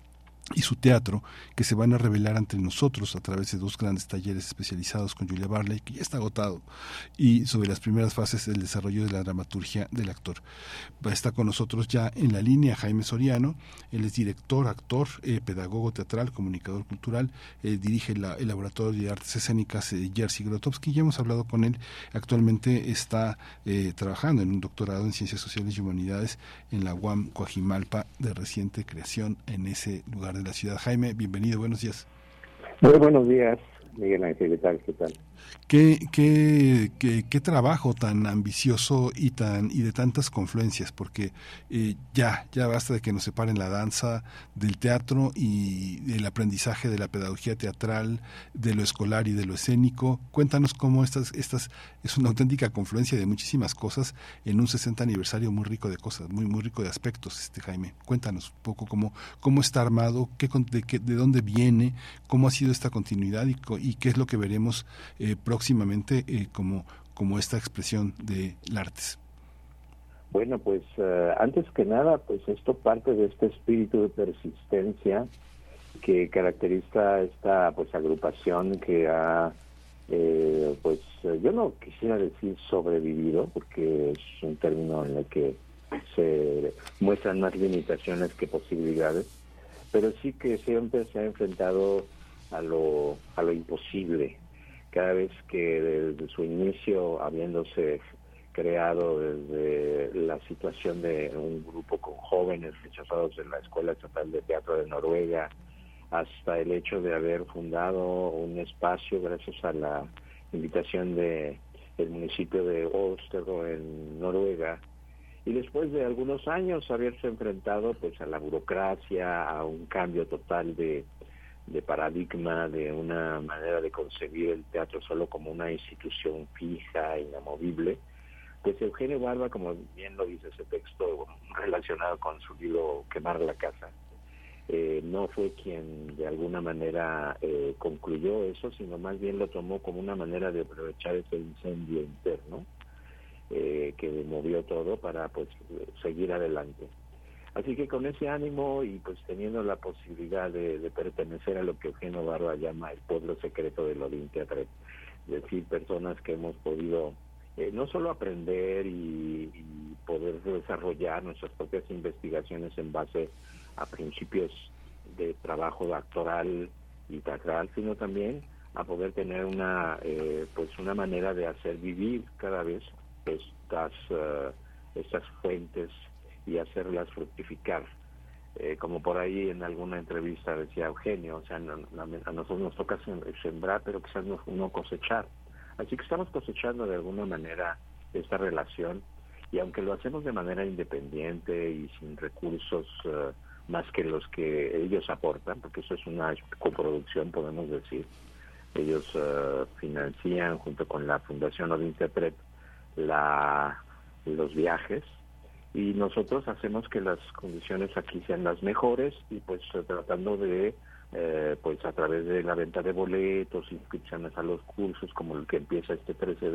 y su teatro, que se van a revelar ante nosotros a través de dos grandes talleres especializados con Julia Barley, que ya está agotado, y sobre las primeras fases del desarrollo de la dramaturgia del actor. Está con nosotros ya en la línea Jaime Soriano. Él es director, actor, eh, pedagogo teatral, comunicador cultural, eh, dirige la, el Laboratorio de Artes Escénicas eh, Jerzy Grotowski. Ya hemos hablado con él. Actualmente está eh, trabajando en un doctorado en Ciencias Sociales y Humanidades en la U A M Coajimalpa, de reciente creación en ese lugar de la ciudad. Jaime, bienvenido, buenos días. Muy buenos días, Miguel Ángel, ¿qué tal? ¿Qué tal? ¿Qué, qué, qué, qué trabajo tan ambicioso y tan y de tantas confluencias? Porque eh, ya, ya basta de que nos separen la danza del teatro y el aprendizaje de la pedagogía teatral, de lo escolar y de lo escénico. Cuéntanos cómo estas, estas es una auténtica confluencia de muchísimas cosas en un sesenta aniversario muy rico de cosas, muy muy rico de aspectos, este Jaime. Cuéntanos un poco cómo, cómo está armado, qué, de, qué, de dónde viene, cómo ha sido esta continuidad y, y qué es lo que veremos eh, próximamente eh, como, como esta expresión de artes. Bueno, pues uh, antes que nada, pues esto parte de este espíritu de persistencia que caracteriza esta pues agrupación que ha, eh, pues yo no quisiera decir sobrevivido, porque es un término en el que se muestran más limitaciones que posibilidades, pero sí que siempre se ha enfrentado a lo, a lo imposible. Cada vez que desde su inicio, habiéndose creado desde la situación de un grupo con jóvenes rechazados de la Escuela Estatal de Teatro de Noruega, hasta el hecho de haber fundado un espacio gracias a la invitación de el municipio de Ålsterö en Noruega, y después de algunos años haberse enfrentado pues a la burocracia, a un cambio total de de paradigma, de una manera de concebir el teatro solo como una institución fija, inamovible, pues Eugenio Barba, como bien lo dice ese texto relacionado con su libro Quemar la Casa, eh, no fue quien de alguna manera eh, concluyó eso, sino más bien lo tomó como una manera de aprovechar ese incendio interno eh, que movió todo para pues seguir adelante. Así que con ese ánimo y pues teniendo la posibilidad de, de pertenecer a lo que Eugenio Barba llama el pueblo secreto del Odin Teatret, es decir, personas que hemos podido eh, no solo aprender y, y poder desarrollar nuestras propias investigaciones en base a principios de trabajo actoral y teatral, sino también a poder tener una eh, pues una manera de hacer vivir cada vez estas uh, estas fuentes y hacerlas fructificar. Eh, como por ahí en alguna entrevista decía Eugenio, o sea, no, no, a nosotros nos toca sembrar, pero quizás no, no cosechar. Así que estamos cosechando de alguna manera esta relación, y aunque lo hacemos de manera independiente y sin recursos uh, más que los que ellos aportan, porque eso es una coproducción, podemos decir, ellos uh, financian junto con la Fundación Odin Teatret la, los viajes, y nosotros hacemos que las condiciones aquí sean las mejores, y pues tratando de eh, pues a través de la venta de boletos, inscripciones a los cursos como el que empieza este trece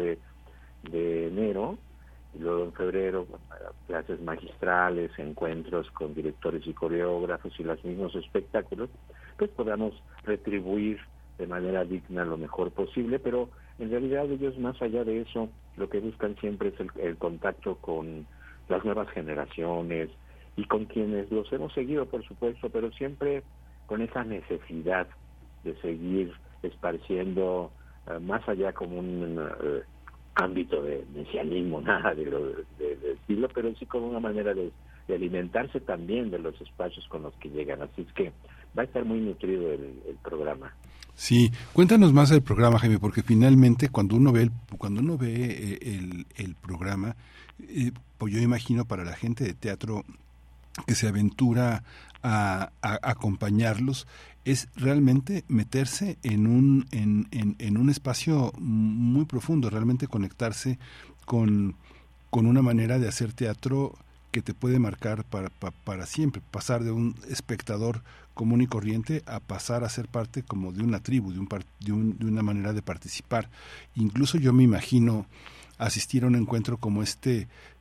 de enero, y luego en febrero clases magistrales, encuentros con directores y coreógrafos y los mismos espectáculos, pues podamos retribuir de manera digna lo mejor posible. Pero en realidad ellos, más allá de eso, lo que buscan siempre es el, el contacto con las nuevas generaciones y con quienes los hemos seguido, por supuesto, pero siempre con esa necesidad de seguir esparciendo uh, más allá como un uh, ámbito de mesianismo, nada de lo de, de, de estilo, pero sí como una manera de, de alimentarse también de los espacios con los que llegan. Así es que va a estar muy nutrido el, el programa. Sí, cuéntanos más del programa, Jaime, porque finalmente cuando uno ve el, cuando uno ve el, el programa, eh, pues yo imagino para la gente de teatro que se aventura a, a, a acompañarlos, es realmente meterse en un en, en, en un espacio muy profundo, realmente conectarse con, con una manera de hacer teatro que te puede marcar para, para, para siempre, pasar de un espectador común y corriente a pasar a ser parte como de una tribu, de, un, de, un, de una manera de participar. Incluso yo me imagino asistir a un encuentro como este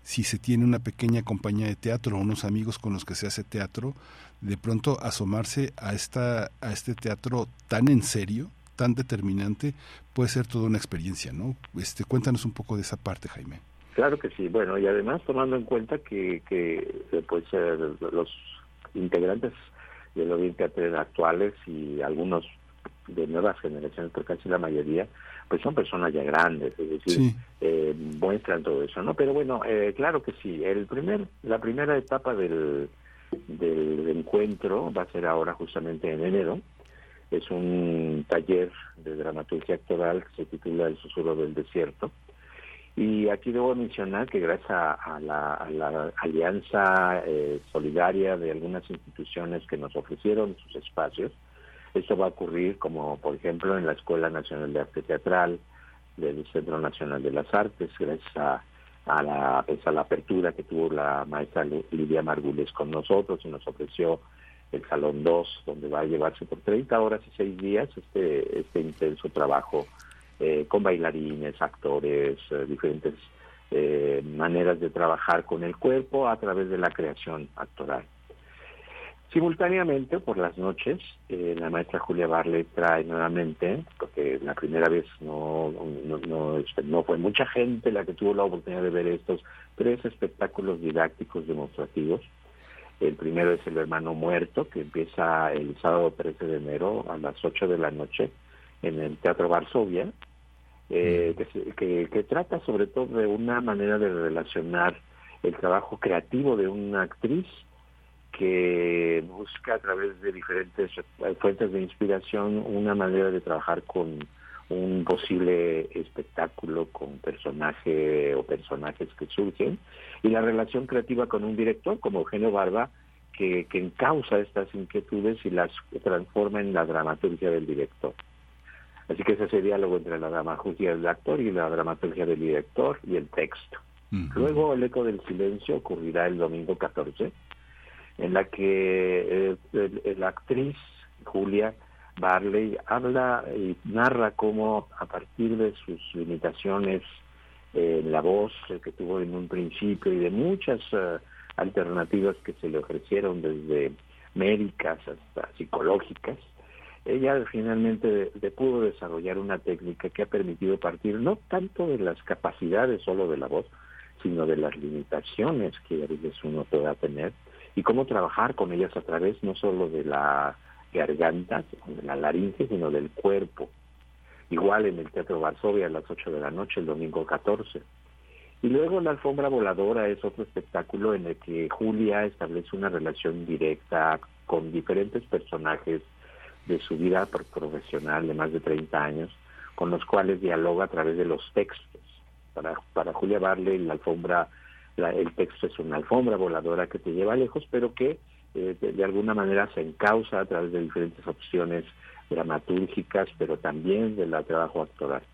si se tiene una pequeña compañía de teatro o unos amigos con los que se hace teatro, de pronto asomarse a esta a este teatro tan en serio, tan determinante, puede ser toda una experiencia, ¿no? Este, cuéntanos un poco de esa parte, Jaime. Claro que sí. Bueno, y además tomando en cuenta que, que pues eh, los integrantes del Oriente Teatro actuales y algunos de nuevas generaciones, porque casi la mayoría, pues son personas ya grandes, es decir, sí. eh, muestran todo eso, ¿no? Pero bueno, eh, claro que sí. El primer, la primera etapa del, del encuentro va a ser ahora justamente en enero. Es un taller de dramaturgia actoral que se titula El susurro del desierto. Y aquí debo mencionar que gracias a, a, la, a la alianza eh, solidaria de algunas instituciones que nos ofrecieron sus espacios, esto va a ocurrir como, por ejemplo, en la Escuela Nacional de Arte Teatral, del Centro Nacional de las Artes, gracias a, a, la, pues a la apertura que tuvo la maestra Lidia Margules con nosotros y nos ofreció el Salón dos, donde va a llevarse por treinta horas y seis días este, este intenso trabajo eh, con bailarines, actores, eh, diferentes eh, maneras de trabajar con el cuerpo a través de la creación actoral. Simultáneamente, por las noches, eh, la maestra Julia Barley trae nuevamente, porque la primera vez no, no, no, este, no fue mucha gente la que tuvo la oportunidad de ver estos tres espectáculos didácticos demostrativos. El primero es El Hermano Muerto, que empieza el sábado trece de enero a las ocho de la noche en el Teatro Varsovia, eh, que, que, que trata sobre todo de una manera de relacionar el trabajo creativo de una actriz que busca a través de diferentes fuentes de inspiración una manera de trabajar con un posible espectáculo, con personaje o personajes que surgen, y la relación creativa con un director como Eugenio Barba, que, que encausa estas inquietudes y las transforma en la dramaturgia del director. Así que ese es el diálogo entre la dramaturgia del actor y la dramaturgia del director y el texto. Uh-huh. Luego El Eco del Silencio ocurrirá el domingo catorce, en la que eh, la actriz Julia Barley habla y narra cómo a partir de sus limitaciones en eh, la voz eh, que tuvo en un principio y de muchas uh, alternativas que se le ofrecieron desde médicas hasta psicológicas, ella finalmente de, de pudo desarrollar una técnica que ha permitido partir no tanto de las capacidades solo de la voz, sino de las limitaciones que a veces uno pueda tener y cómo trabajar con ellas a través no solo de la garganta, de la laringe, sino del cuerpo. Igual en el Teatro Varsovia a las ocho de la noche, el domingo catorce. Y luego La Alfombra Voladora es otro espectáculo en el que Julia establece una relación directa con diferentes personajes de su vida profesional de más de treinta años, con los cuales dialoga a través de los textos. Para, para Julia Barley, la alfombra La, el texto es una alfombra voladora que te lleva lejos, pero que eh, de, de alguna manera se encausa a través de diferentes opciones dramatúrgicas, pero también del trabajo actoral.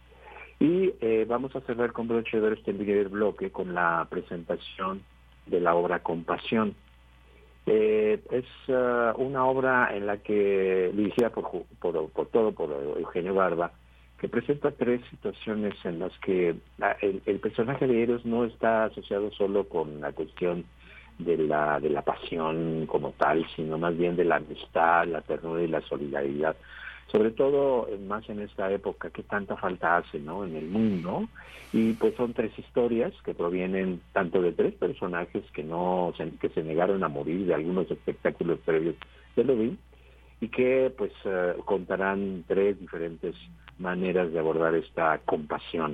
Y eh, vamos a cerrar con broche de oro este primer bloque con la presentación de la obra Compasión. Eh, es uh, una obra en la que dirigida por, por, por todo por Eugenio Barba, que presenta tres situaciones en las que la, el, el personaje de Eros no está asociado solo con la cuestión de la de la pasión como tal, sino más bien de la amistad, la ternura y la solidaridad. Sobre todo más en esta época que tanta falta hace, ¿no?, en el mundo. Y pues son tres historias que provienen tanto de tres personajes que no se, que se negaron a morir de algunos espectáculos previos de Lubin, y que pues uh, contarán tres diferentes maneras de abordar esta compasión.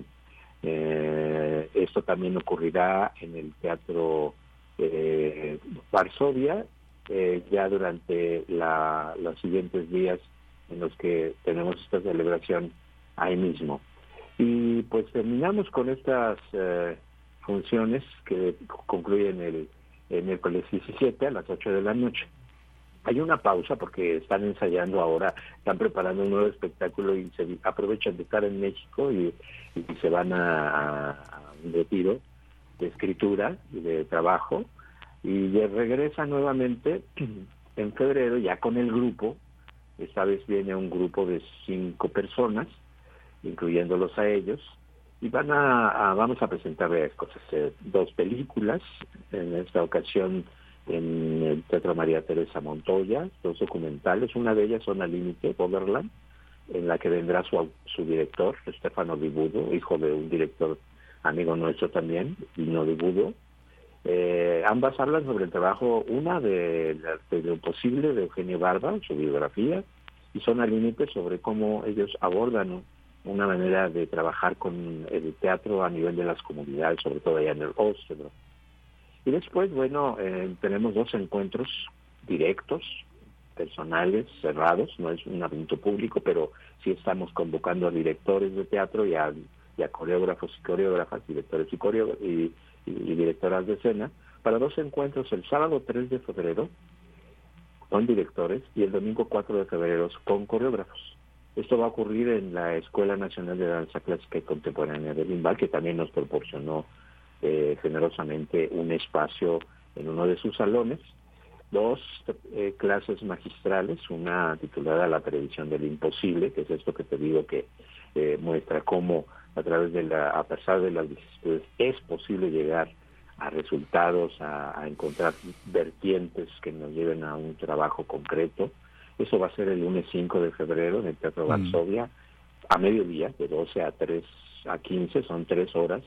Eh, esto también ocurrirá en el Teatro eh, Varsovia, eh, ya durante la, los siguientes días en los que tenemos esta celebración ahí mismo. Y pues terminamos con estas eh, funciones que concluyen el, el miércoles diecisiete a las ocho de la noche. Hay una pausa porque están ensayando ahora, están preparando un nuevo espectáculo y se aprovechan de estar en México y, y se van a, a, a un retiro de escritura y de trabajo, y regresan nuevamente en febrero ya con el grupo. Esta vez viene un grupo de cinco personas, incluyéndolos a ellos, y van a, a vamos a presentar varias cosas, eh, dos películas, en esta ocasión en el Teatro María Teresa Montoya, dos documentales, una de ellas Zona Límite, Borderland, en la que vendrá su, su director, Stefano Di Budo, hijo de un director amigo nuestro también, Dino Di Budo. Eh, ambas hablan sobre el trabajo, una de, de lo posible de Eugenio Barba, su biografía, y Zona Límite sobre cómo ellos abordan una manera de trabajar con el teatro a nivel de las comunidades, sobre todo allá en el Óstegro. Y después, bueno, eh, tenemos dos encuentros directos, personales, cerrados, no es un evento público, pero sí estamos convocando a directores de teatro y a, y a coreógrafos y coreógrafas, directores y, coreo, y, y, y directoras de escena, para dos encuentros el sábado tres de febrero con directores y el domingo cuatro de febrero con coreógrafos. Esto va a ocurrir en la Escuela Nacional de Danza Clásica y Contemporánea de Limbal, que también nos proporcionó eh, generosamente un espacio en uno de sus salones. Dos eh, clases magistrales, una titulada La Televisión del Imposible, que es esto que te digo que eh, muestra cómo a través de la, a pesar de las vicisitudes, es posible llegar a resultados, a, a encontrar vertientes que nos lleven a un trabajo concreto. Eso va a ser el lunes cinco de febrero en el Teatro mm. Varsovia, a mediodía, de doce a tres a quince, son tres horas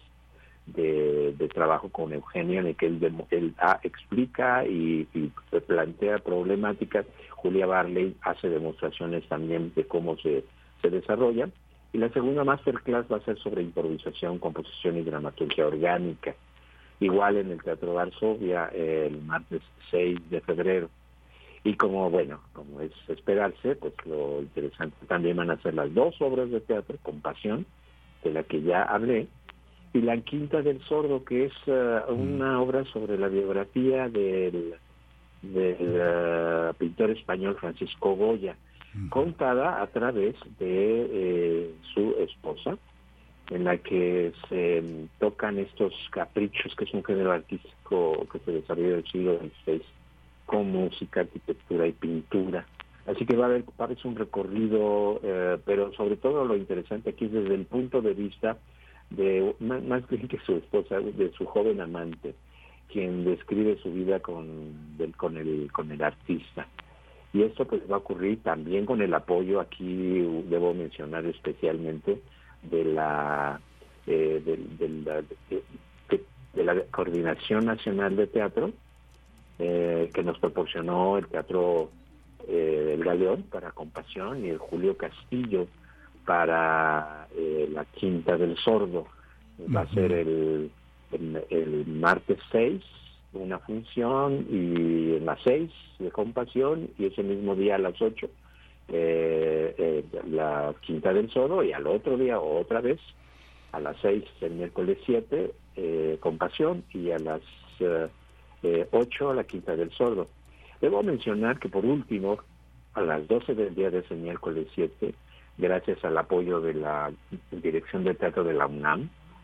de, de trabajo con Eugenio, en el que él, él ah, explica y, y plantea problemáticas. Julia Barley hace demostraciones también de cómo se, se desarrollan. Y la segunda masterclass va a ser sobre improvisación, composición y dramaturgia orgánica. Igual en el Teatro Varsovia, el martes seis de febrero. Y como, bueno, como es esperarse, pues lo interesante también van a ser las dos obras de teatro, Compasión, de la que ya hablé, y La Quinta del Sordo, que es uh, una obra sobre la biografía del, del uh, pintor español Francisco Goya, contada a través de eh, su esposa, en la que se tocan estos caprichos, que es un género artístico que se desarrolló en el siglo dieciséis, con música, arquitectura y pintura. Así que va a haber, parece un recorrido, eh, pero sobre todo lo interesante aquí es desde el punto de vista de, más, más bien que su esposa, de su joven amante, quien describe su vida con, del, con, el, con el artista. Y esto pues va a ocurrir también con el apoyo, aquí debo mencionar especialmente, de la, eh, de, de, la de, de, de la Coordinación Nacional de Teatro, eh, que nos proporcionó el Teatro eh, El Galeón para Compasión y el Julio Castillo para eh, La Quinta del Sordo. Va a ser el, el, el martes seis una función, y en las seis de Compasión, y ese mismo día a las ocho eh, eh, La Quinta del Sordo, y al otro día otra vez a las seis el miércoles siete eh, Compasión, y a las eh, eh, ocho La Quinta del Sordo. Debo mencionar que por último, a las doce del día de ese miércoles siete, gracias al apoyo de la Dirección de Teatro de la UNAM,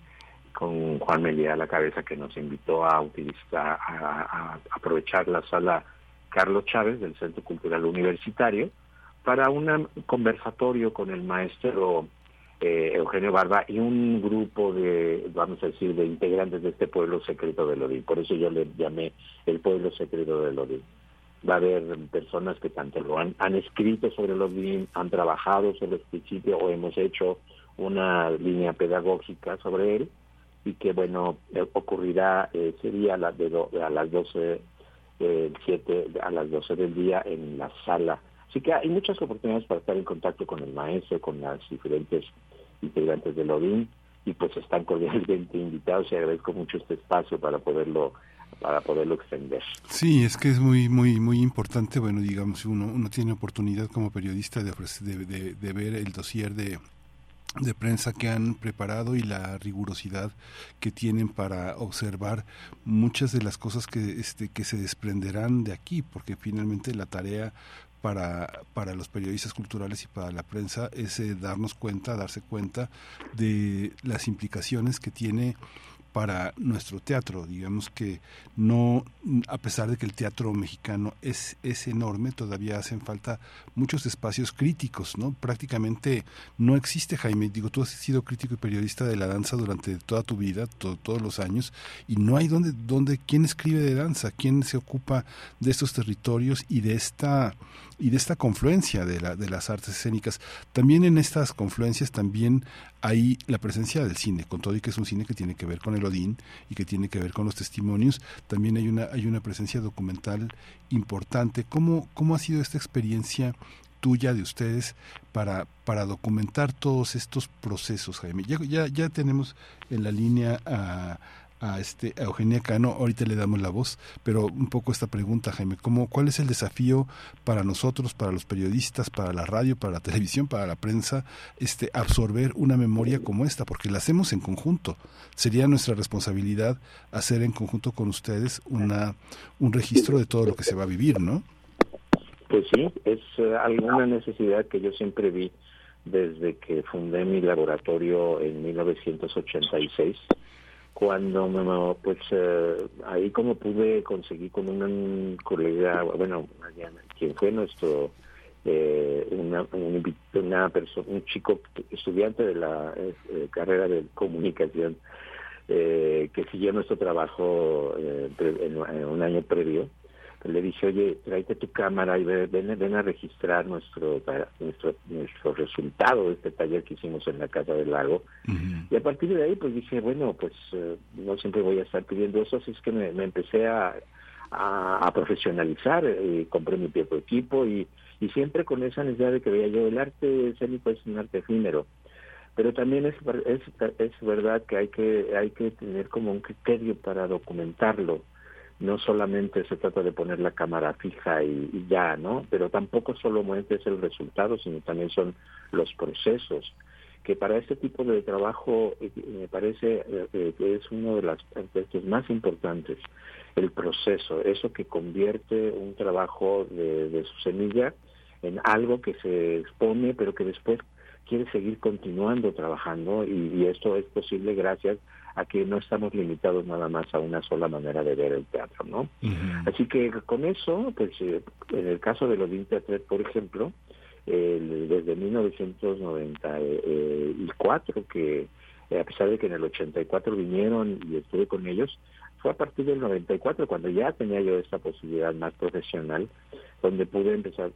con Juan Melía a la cabeza, que nos invitó a utilizar, a, a aprovechar la sala Carlos Chávez del Centro Cultural Universitario para un conversatorio con el maestro eh, Eugenio Barba y un grupo de, vamos a decir, de integrantes de este pueblo secreto del Odín. Por eso yo le llamé el pueblo secreto del Odín. Va a haber personas que tanto lo han, han escrito sobre el Odín, han trabajado sobre este sitio, o hemos hecho una línea pedagógica sobre él, y que, bueno, eh, ocurrirá, eh, sería a, la de do, a las doce, eh, siete, a las doce del día en la sala. Así que hay muchas oportunidades para estar en contacto con el maestro, con las diferentes integrantes del Odín, y pues están cordialmente invitados, y agradezco mucho este espacio para poderlo para poderlo extender. Sí, es que es muy muy muy importante, bueno, digamos, uno uno tiene oportunidad como periodista de ofrecer, de, de, de ver el dossier de de prensa que han preparado y la rigurosidad que tienen para observar muchas de las cosas que este que se desprenderán de aquí, porque finalmente la tarea para para los periodistas culturales y para la prensa es eh, darnos cuenta, darse cuenta de las implicaciones que tiene para nuestro teatro. Digamos que no, a pesar de que el teatro mexicano es, es enorme, todavía hacen falta muchos espacios críticos, ¿no? Prácticamente no existe, Jaime, digo, tú has sido crítico y periodista de la danza durante toda tu vida, to, todos los años, y no hay donde, donde, ¿quién escribe de danza? ¿Quién se ocupa de estos territorios y de esta y de esta confluencia de, la, de las artes escénicas? También en estas confluencias también hay la presencia del cine, con todo y que es un cine que tiene que ver con el Odín y que tiene que ver con los testimonios, también hay una hay una presencia documental importante. ¿Cómo, cómo ha sido esta experiencia tuya, de ustedes, para, para documentar todos estos procesos, Jaime? Ya, ya, ya tenemos en la línea a... a este a Eugenia Cano, ahorita le damos la voz, pero un poco esta pregunta, Jaime, ¿cómo, ¿cuál es el desafío para nosotros, para los periodistas, para la radio, para la televisión, para la prensa, este absorber una memoria como esta? Porque la hacemos en conjunto. Sería nuestra responsabilidad hacer en conjunto con ustedes una un registro de todo lo que se va a vivir, ¿no? Pues sí, es uh, alguna necesidad que yo siempre vi desde que fundé mi laboratorio en mil novecientos ochenta y seis. Cuando me, pues eh, ahí como pude conseguir con un colega, bueno, quien fue nuestro eh, una, un, una persona, un chico estudiante de la eh, carrera de comunicación eh, que siguió nuestro trabajo eh, en, en un año previo. Le dije, oye, tráete tu cámara y ven, ven a registrar nuestro nuestro nuestro resultado de este taller que hicimos en la Casa del Lago. Uh-huh. Y a partir de ahí, pues dije, bueno, pues uh, no siempre voy a estar pidiendo eso, así es que me, me empecé a, a, a profesionalizar, y compré mi propio equipo y, y siempre con esa necesidad de que veía yo, el arte escénico es un arte efímero. Pero también es, es, es verdad que hay que hay que tener como un criterio para documentarlo. No solamente se trata de poner la cámara fija y, y ya, ¿no? Pero tampoco solamente es el resultado, sino también son los procesos, que para este tipo de trabajo eh, me parece eh, que es uno de los aspectos más importantes, el proceso, eso que convierte un trabajo de, de su semilla en algo que se expone, pero que después quiere seguir continuando trabajando, y, y esto es posible gracias a que no estamos limitados nada más a una sola manera de ver el teatro, ¿no? Uh-huh. Así que con eso, pues eh, en el caso de Odín Teatret, por ejemplo, eh, desde mil novecientos noventa y cuatro, que eh, a pesar de que en el ochenta y cuatro vinieron y estuve con ellos, fue a partir del noventa y cuatro cuando ya tenía yo esta posibilidad más profesional, donde pude empezar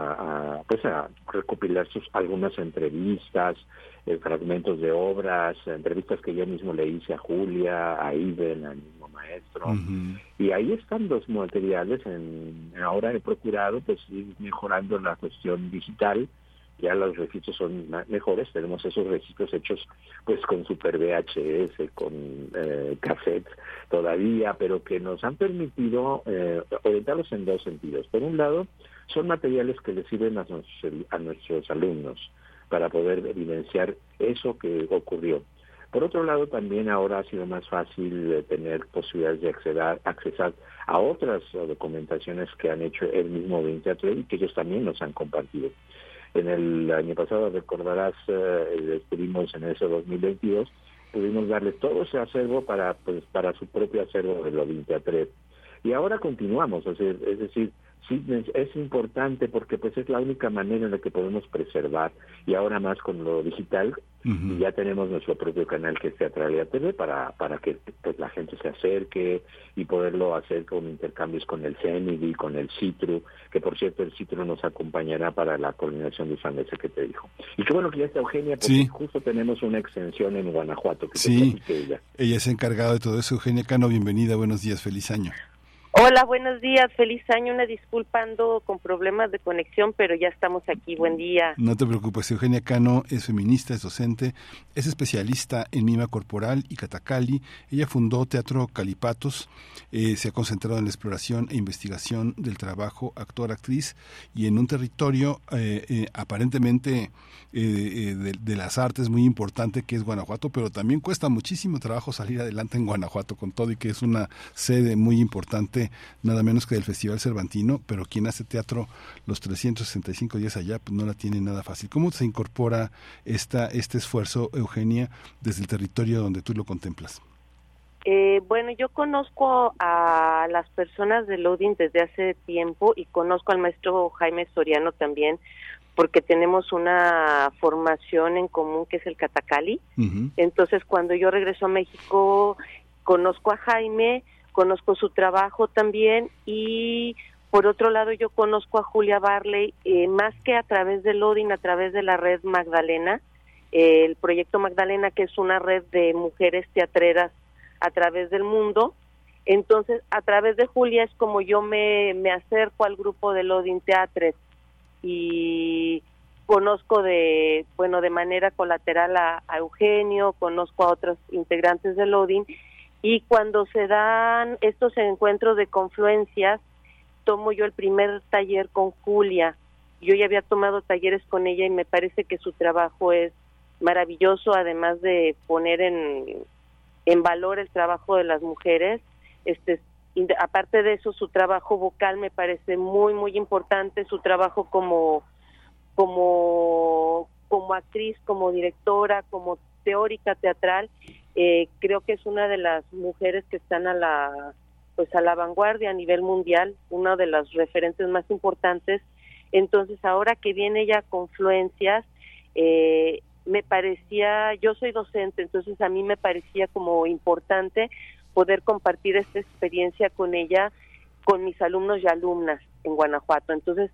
a, a pues a recopilar sus algunas entrevistas, eh, fragmentos de obras, entrevistas que yo mismo le hice a Julia, a Iben, al mismo maestro. Uh-huh. Y ahí están los materiales. En, ahora he procurado pues ir mejorando la cuestión digital. Ya los registros son mejores, tenemos esos registros hechos pues con super V H S, con eh, cassettes todavía, pero que nos han permitido eh, orientarlos en dos sentidos. Por un lado, son materiales que les sirven a nuestros, a nuestros alumnos para poder evidenciar eso que ocurrió. Por otro lado, también ahora ha sido más fácil eh, tener posibilidades de acceder, accesar a otras uh, documentaciones que han hecho el mismo Odín Teatret y que ellos también nos han compartido. En el año pasado, recordarás, eh, estuvimos en ese dos mil veintidós, pudimos darle todo ese acervo para pues para su propio acervo del Odín Teatret. Y ahora continuamos, es decir, es decir, sí es importante porque pues es la única manera en la que podemos preservar, y ahora más con lo digital, uh-huh. y ya tenemos nuestro propio canal que es Teatralia T V para para que pues la gente se acerque y poderlo hacer con intercambios con el CENIDI, con el CITRU, que por cierto el CITRU nos acompañará para la coordinación de San Mesa que te dijo. Y qué bueno que ya está Eugenia, porque sí. justo tenemos una extensión en Guanajuato que sí. te ella. Ella es encargada de todo eso. Eugenia Cano, bienvenida, buenos días, feliz año. Hola, buenos días, feliz año, una disculpa, ando con problemas de conexión, pero ya estamos aquí, buen día. No te preocupes, Eugenia Cano es feminista, es docente, es especialista en mima corporal y catacali. Ella fundó Teatro Calipatos, eh, se ha concentrado en la exploración e investigación del trabajo actor-actriz y en un territorio eh, eh, aparentemente eh, de, de las artes muy importante que es Guanajuato, pero también cuesta muchísimo trabajo salir adelante en Guanajuato, con todo y que es una sede muy importante, nada menos que del Festival Cervantino, pero quien hace teatro los trescientos sesenta y cinco días allá, pues no la tiene nada fácil. ¿Cómo se incorpora esta este esfuerzo, Eugenia, desde el territorio donde tú lo contemplas? Eh, bueno, yo conozco a las personas de Loading desde hace tiempo y conozco al maestro Jaime Soriano también, porque tenemos una formación en común que es el Katakali. Uh-huh. Entonces, cuando yo regreso a México, conozco a Jaime, conozco su trabajo también, y por otro lado yo conozco a Julia Barley, eh, más que a través de Loading, a través de la red Magdalena, eh, el proyecto Magdalena, que es una red de mujeres teatreras a través del mundo. Entonces, a través de Julia es como yo me, me acerco al grupo de Loading Theatre, y conozco de, bueno, de manera colateral a, a Eugenio, conozco a otros integrantes de Loading, y cuando se dan estos encuentros de confluencias, tomo yo el primer taller con Julia. Yo ya había tomado talleres con ella y me parece que su trabajo es maravilloso, además de poner en, en valor el trabajo de las mujeres. Este, aparte de eso, su trabajo vocal me parece muy, muy importante, su trabajo como, como, como actriz, como directora, como teórica teatral. Eh, creo que es una de las mujeres que están a la, pues a la vanguardia a nivel mundial, una de las referentes más importantes. Entonces, ahora que viene ya Confluencias, eh, me parecía, yo soy docente, entonces a mí me parecía como importante poder compartir esta experiencia con ella, con mis alumnos y alumnas en Guanajuato. Entonces,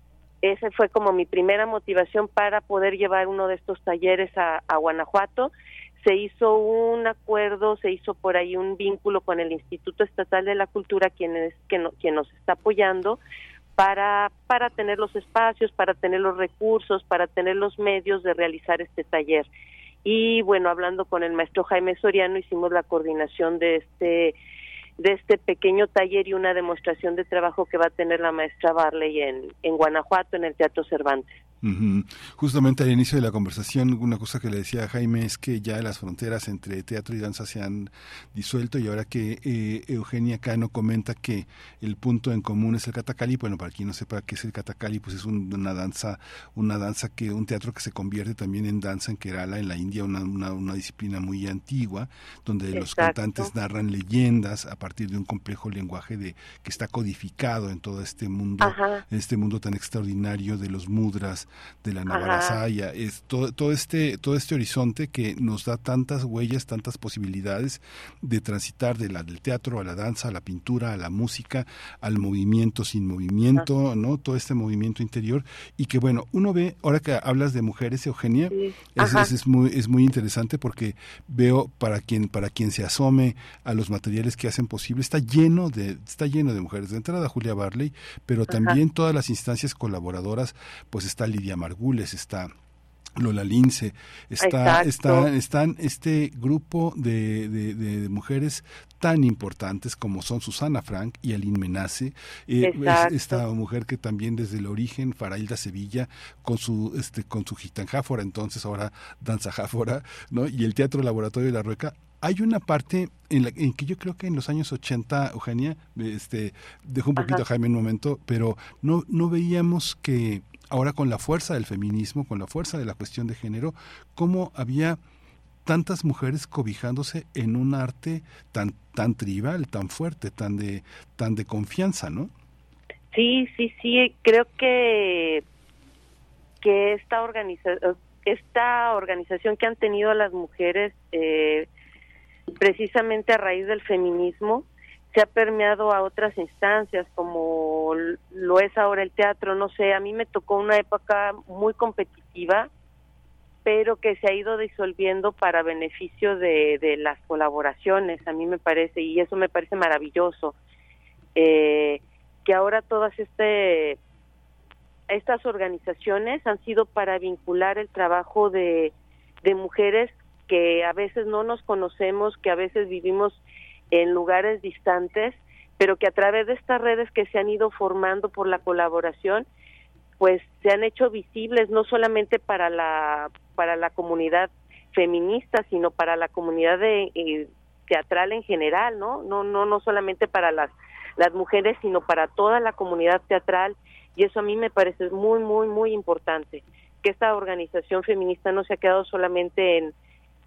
esa fue como mi primera motivación para poder llevar uno de estos talleres a, a Guanajuato. Se hizo un acuerdo, se hizo por ahí un vínculo con el Instituto Estatal de la Cultura, quien es que no, quien nos está apoyando, para para tener los espacios, para tener los recursos, para tener los medios de realizar este taller. Y bueno, hablando con el maestro Jaime Soriano, hicimos la coordinación de este de este pequeño taller y una demostración de trabajo que va a tener la maestra Barley en, en Guanajuato, en el Teatro Cervantes. Uh-huh. Justamente al inicio de la conversación, una cosa que le decía a Jaime es que ya las fronteras entre teatro y danza se han disuelto, y ahora que eh, Eugenia Cano comenta que el punto en común es el Katakali, bueno, para quien no sepa qué es el Katakali, pues es un, una danza, una danza que, un teatro que se convierte también en danza en Kerala, en la India, una, una, una disciplina muy antigua, donde Exacto. los cantantes narran leyendas a partir de un complejo lenguaje de que está codificado en todo este mundo, Ajá. en este mundo tan extraordinario de los mudras, de la Navarasaya, es todo, todo este todo este horizonte que nos da tantas huellas, tantas posibilidades de transitar de la del teatro a la danza, a la pintura, a la música, al movimiento sin movimiento, Ajá. ¿no? Todo este movimiento interior, y que bueno, uno ve, ahora que hablas de mujeres, Eugenia, sí. es, es, es muy es muy interesante porque veo para quien para quien se asome a los materiales que hacen posible, está lleno de está lleno de mujeres. De entrada Julia Barley, pero Ajá. también todas las instancias colaboradoras, pues está Lidia Margules, está Lola Lince, está, está, están este grupo de, de, de mujeres tan importantes como son Susana Frank y Aline Menace, eh, esta mujer que también desde el origen, Farailda Sevilla, con su este con su gitanjáfora, entonces ahora danza jáfora, ¿no? Y el Teatro Laboratorio de la Rueca. Hay una parte en la en que yo creo que en los años ochenta, Eugenia, este dejo un poquito Ajá. a Jaime un momento, pero no no veíamos que ahora con la fuerza del feminismo, con la fuerza de la cuestión de género, cómo había tantas mujeres cobijándose en un arte tan tan tribal, tan fuerte, tan de tan de confianza, ¿no? Sí, sí, sí, creo que que esta organiza esta organización que han tenido las mujeres eh, precisamente a raíz del feminismo se ha permeado a otras instancias como lo es ahora el teatro. No sé, a mí me tocó una época muy competitiva, pero que se ha ido disolviendo para beneficio de, de las colaboraciones, a mí me parece, y eso me parece maravilloso, eh, que ahora todas este estas organizaciones han sido para vincular el trabajo de, de mujeres que a veces no nos conocemos, que a veces vivimos en lugares distantes, pero que a través de estas redes que se han ido formando por la colaboración, pues se han hecho visibles no solamente para la para la comunidad feminista, sino para la comunidad de, eh, teatral en general, ¿no? No no no solamente para las las mujeres, sino para toda la comunidad teatral, y eso a mí me parece muy muy muy importante, que esta organización feminista no se ha quedado solamente en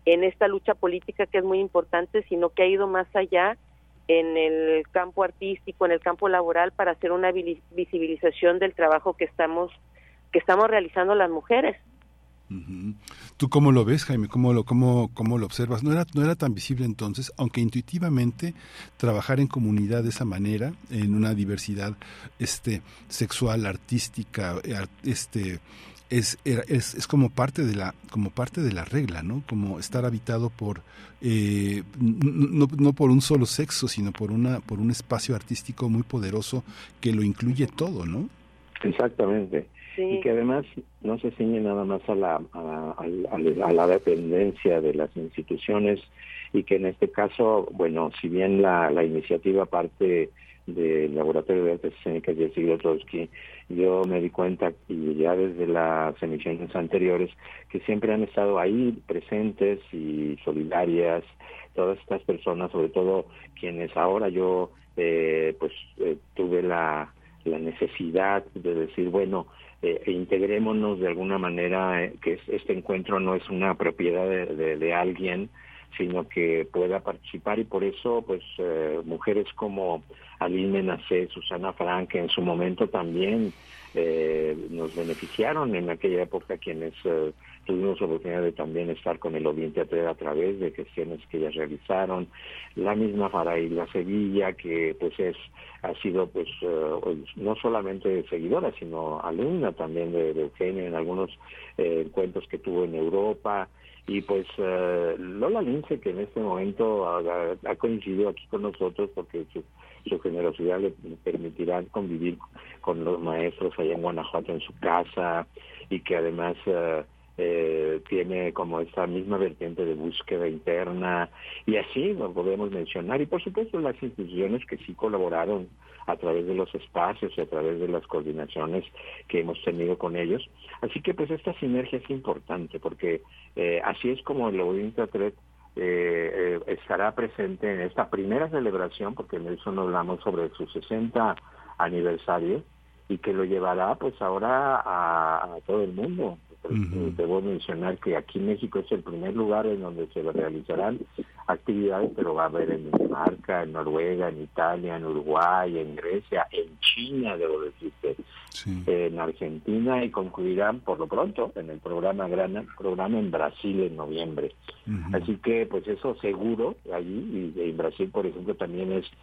en esta lucha política que es muy importante, sino que ha ido más allá en el campo artístico, en el campo laboral, para hacer una visibilización del trabajo que estamos que estamos realizando las mujeres. Uh-huh. ¿Tú cómo lo ves, Jaime? ¿Cómo lo cómo cómo lo observas? No era no era tan visible entonces, aunque intuitivamente trabajar en comunidad de esa manera, en una diversidad este sexual, artística, este Es, es es como parte de la como parte de la regla, ¿no? Como estar habitado por eh, no, no por un solo sexo, sino por una por un espacio artístico muy poderoso que lo incluye todo, ¿no? Exactamente. Sí. Y que además no se ciñe nada más a la a la, a la, a la dependencia de las instituciones, y que en este caso, bueno, si bien la, la iniciativa parte del Laboratorio de Artes Escénicas y el Siglo Trotsky, yo me di cuenta, y ya desde las emisiones anteriores, que siempre han estado ahí presentes y solidarias todas estas personas, sobre todo quienes ahora yo eh, pues eh, tuve la, la necesidad de decir, bueno, eh, integrémonos de alguna manera, eh, que este encuentro no es una propiedad de, de, de alguien, sino que pueda participar, y por eso pues eh, mujeres como Aline Menacé, Susana Frank, que en su momento también eh, nos beneficiaron en aquella época, quienes eh, tuvimos la oportunidad de también estar con el Odín Teatro a través de gestiones que ellas realizaron, la misma Faraíla Sevilla, que pues es ha sido pues eh, no solamente seguidora, sino alumna también de, de Eugenio en algunos eh, encuentros que tuvo en Europa. Y pues uh, Lola Lince, que en este momento ha, ha coincidido aquí con nosotros porque su, su generosidad le permitirá convivir con los maestros allá en Guanajuato en su casa, y que además uh, eh, tiene como esta misma vertiente de búsqueda interna, y así lo podemos mencionar. Y por supuesto las instituciones que sí colaboraron a través de los espacios y a través de las coordinaciones que hemos tenido con ellos. Así que pues esta sinergia es importante, porque eh, así es como el Odín Teatret eh, eh, estará presente en esta primera celebración, porque en eso nos hablamos sobre su sesenta aniversario, y que lo llevará pues ahora a, a todo el mundo. Uh-huh. Debo mencionar que aquí México es el primer lugar en donde se realizarán actividades, pero va a haber en Dinamarca, en Noruega, en Italia, en Uruguay, en Grecia, en China, debo decirte, sí. en Argentina, y concluirán por lo pronto en el programa gran programa en Brasil en noviembre. Uh-huh. Así que pues eso seguro allí, y en Brasil por ejemplo también es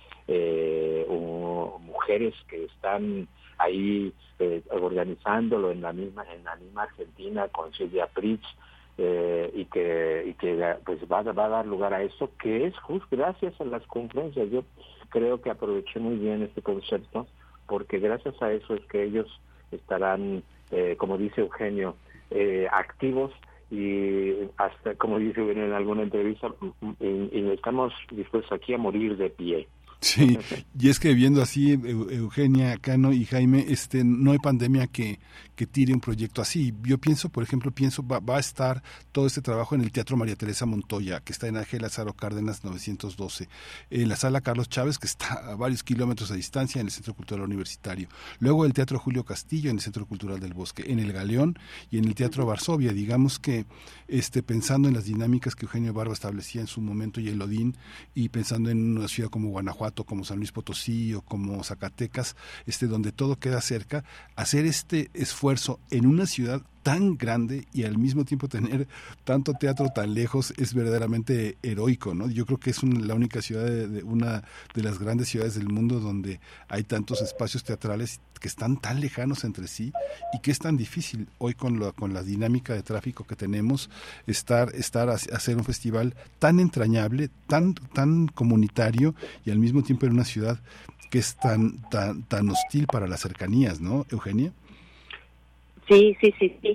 eh, un, mujeres que están ahí eh, organizándolo en la misma en la misma Argentina con Silvia Pritz, eh, y que y que pues va, va a dar lugar a eso, que es justo gracias a las conferencias. Yo creo que aproveché muy bien este concepto, porque gracias a eso es que ellos estarán, eh, como dice Eugenio, eh, activos, y hasta, como dice en alguna entrevista, y, y estamos dispuestos aquí a morir de pie. Sí, y es que viendo así, Eugenia, Cano y Jaime, este, no hay pandemia que, que tire un proyecto así. Yo pienso, por ejemplo, pienso va, va a estar todo este trabajo en el Teatro María Teresa Montoya, que está en Ángel Lázaro Cárdenas novecientos doce, en la Sala Carlos Chávez, que está a varios kilómetros de distancia, en el Centro Cultural Universitario. Luego el Teatro Julio Castillo, en el Centro Cultural del Bosque, en el Galeón y en el Teatro Varsovia. Digamos que este, pensando en las dinámicas que Eugenio Barba establecía en su momento, y el Odín, y pensando en una ciudad como Guanajuato, como San Luis Potosí o como Zacatecas, este, donde todo queda cerca, hacer este esfuerzo en una ciudad tan grande y al mismo tiempo tener tanto teatro tan lejos es verdaderamente heroico, ¿no? Yo creo que es una, la única ciudad de, de una de las grandes ciudades del mundo donde hay tantos espacios teatrales que están tan lejanos entre sí, y que es tan difícil hoy con la con la dinámica de tráfico que tenemos estar estar a, hacer un festival tan entrañable, tan tan comunitario, y al mismo tiempo en una ciudad que es tan tan tan hostil para las cercanías, ¿no, Eugenia? Sí, sí, sí, sí.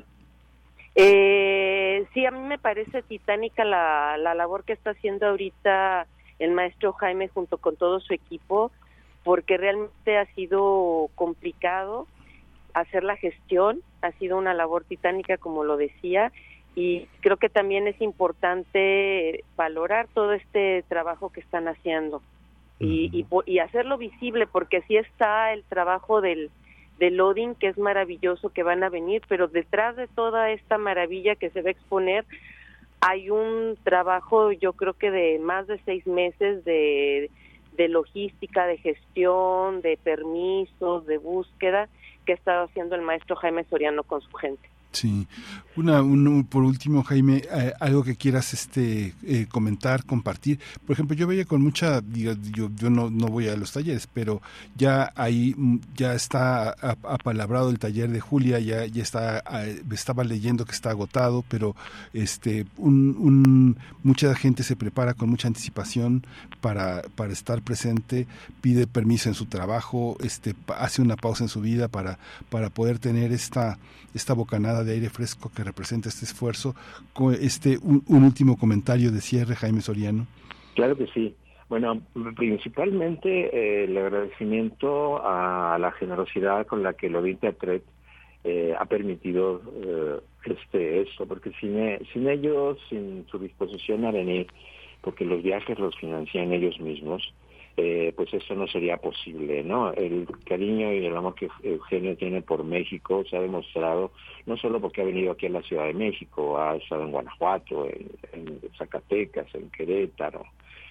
Eh, sí, a mí me parece titánica la, la labor que está haciendo ahorita el maestro Jaime junto con todo su equipo, porque realmente ha sido complicado hacer la gestión, ha sido una labor titánica, como lo decía, y creo que también es importante valorar todo este trabajo que están haciendo y, y, y hacerlo visible, porque sí está el trabajo del del Odín, que es maravilloso, que van a venir, pero detrás de toda esta maravilla que se va a exponer hay un trabajo, yo creo que de más de seis meses de, de logística, de gestión, de permisos, de búsqueda, que ha estado haciendo el maestro Jaime Soriano con su gente. Sí, una, un, por último, Jaime, eh, algo que quieras este eh, comentar, compartir. Por ejemplo, yo veía con mucha, digo, yo, yo no, no voy a los talleres, pero ya ahí ya está apalabrado el taller de Julia, ya ya está, eh, estaba leyendo que está agotado, pero este un, un mucha gente se prepara con mucha anticipación para para estar presente, pide permiso en su trabajo, este hace una pausa en su vida para para poder tener esta esta bocanada de aire fresco que representa este esfuerzo. Este un, un último comentario de cierre, Jaime Soriano. Claro que sí. Bueno, principalmente eh, el agradecimiento a la generosidad con la que el Odín Teatret eh, ha permitido eh, este esto, porque sin, sin ellos, sin su disposición a venir, porque los viajes los financian ellos mismos, Eh, pues eso no sería posible, ¿no? El cariño y el amor que Eugenio tiene por México se ha demostrado no solo porque ha venido aquí a la Ciudad de México, ha estado en Guanajuato, en, en Zacatecas, en Querétaro,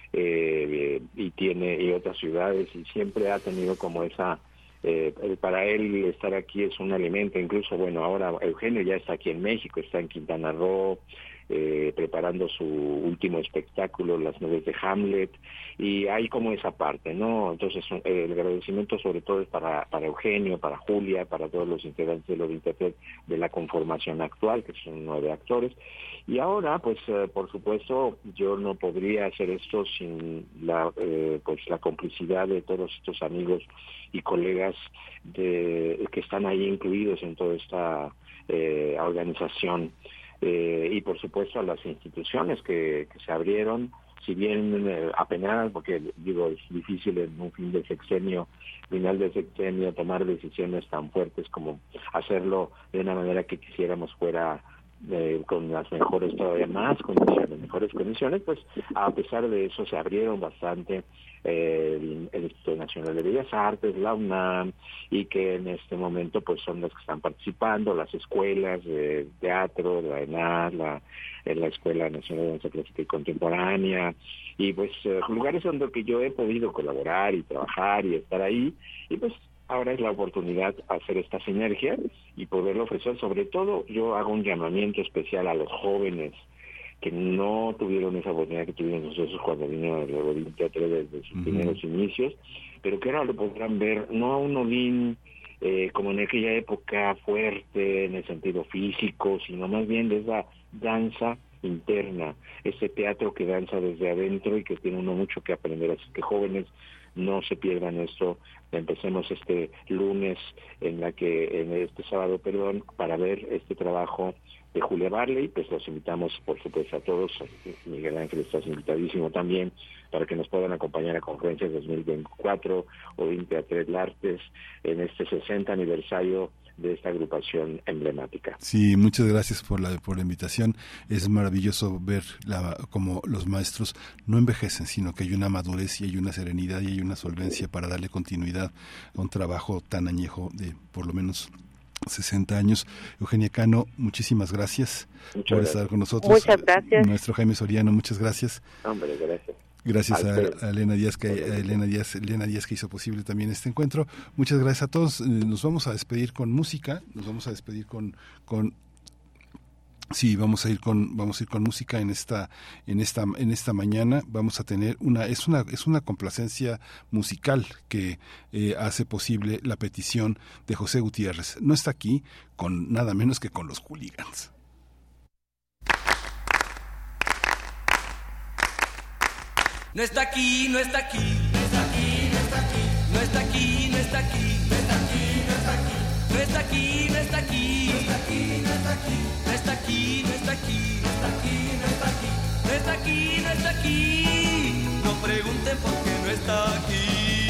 eh, y tiene y otras ciudades, y siempre ha tenido como esa eh, para él estar aquí es un alimento. Incluso, bueno, ahora Eugenio ya está aquí en México, está en Quintana Roo, Eh, preparando su último espectáculo, Las Nubes de Hamlet, y hay como esa parte, ¿no? Entonces eh, el agradecimiento sobre todo es para, para Eugenio, para Julia, para todos los integrantes de Odín Teatret de la conformación actual, que son nueve actores, y ahora pues eh, por supuesto yo no podría hacer esto sin la eh, pues la complicidad de todos estos amigos y colegas de que están ahí incluidos en toda esta eh, organización. Eh, y por supuesto a las instituciones que, que se abrieron, si bien eh, apenadas, porque digo es difícil en un fin de sexenio, final de sexenio, tomar decisiones tan fuertes como hacerlo de una manera que quisiéramos fuera eh, con las mejores, todavía más condiciones, mejores condiciones, pues a pesar de eso se abrieron bastante eh, el, el Instituto Nacional de Bellas Artes, la UNAM, y que en este momento pues son las que están participando, las escuelas de teatro, la ENAR, la, la Escuela Nacional de Danza Clásica y Contemporánea, y pues eh, lugares donde que yo he podido colaborar y trabajar y estar ahí, y pues ahora es la oportunidad de hacer esta sinergia y poderlo ofrecer. Sobre todo yo hago un llamamiento especial a los jóvenes que no tuvieron esa oportunidad que tuvieron nosotros cuando vino el Odín Teatret desde sus uh-huh. primeros inicios, pero que ahora lo podrán ver, no a un Odín eh, como en aquella época fuerte en el sentido físico, sino más bien de esa danza interna, ese teatro que danza desde adentro y que tiene uno mucho que aprender. Así que jóvenes, no se pierdan esto. Empecemos este lunes, en la que en este sábado, perdón, para ver este trabajo de Julia Barley. Pues los invitamos, por supuesto, a todos. Miguel Ángel, estás invitadísimo también para que nos puedan acompañar a Conferencias dos mil veinticuatro Odín Teatret Artes en este sesenta aniversario de esta agrupación emblemática. Sí, muchas gracias por la por la invitación. Es maravilloso ver la, como los maestros no envejecen, sino que hay una madurez y hay una serenidad y hay una solvencia para darle continuidad a un trabajo tan añejo de por lo menos sesenta años. Eugenia Cano, muchísimas gracias muchas por gracias. estar con nosotros. Muchas gracias. Maestro Jaime Soriano, muchas gracias. Hombre, gracias. Gracias a, a Elena Díaz que a Elena Díaz, Elena Díaz que hizo posible también este encuentro. Muchas gracias a todos. Nos vamos a despedir con música. Nos vamos a despedir con con sí, vamos a ir con vamos a ir con música en esta en esta en esta mañana. Vamos a tener una es una es una complacencia musical que eh, hace posible la petición de José Gutiérrez. No está aquí con nada menos que con los Hooligans. No está aquí, no está aquí, no está aquí, no está aquí, no está aquí, no está aquí, no está aquí, no está aquí, no está aquí, no está aquí, no está aquí, no está aquí, no está aquí, no está aquí, no está aquí, no está aquí, no está aquí, no pregunten por qué no está aquí.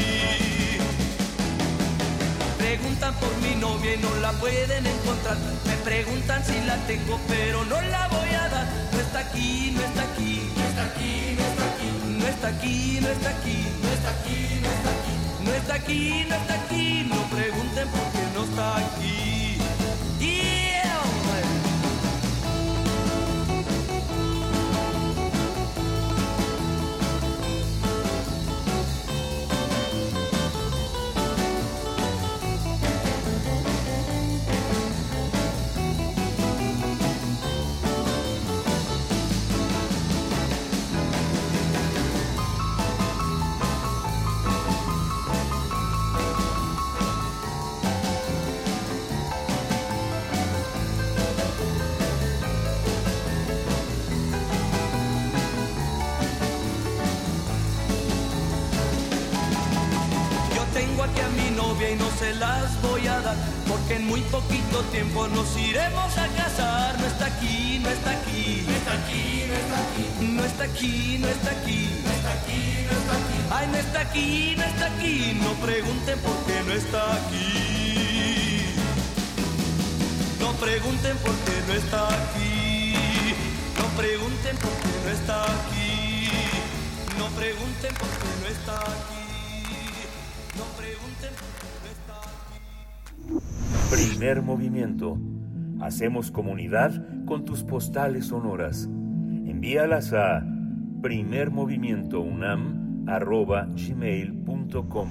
Preguntan por mi novia y no la pueden encontrar. Me preguntan si la tengo pero no la voy a dar. No está aquí, no está aquí, no está aquí, no está aquí. No está aquí, no está aquí, no está aquí, no está aquí, no está aquí, no está aquí, no pregunten por qué no está aquí. Yeah, a mi novia y no se las voy a dar, porque en muy poquito tiempo nos iremos a casar. No está aquí, no está aquí, no está aquí, no está aquí, no está aquí, no está aquí, no está aquí, no está aquí. Ay, no está aquí, no está aquí, no pregunten por qué no está aquí. No pregunten por qué no está aquí. No pregunten por qué no está aquí. No pregunten por qué no está aquí. No pregunten por qué no está aquí. Primer movimiento. Hacemos comunidad con tus postales sonoras. Envíalas a primermovimientounam arroba gmail punto com.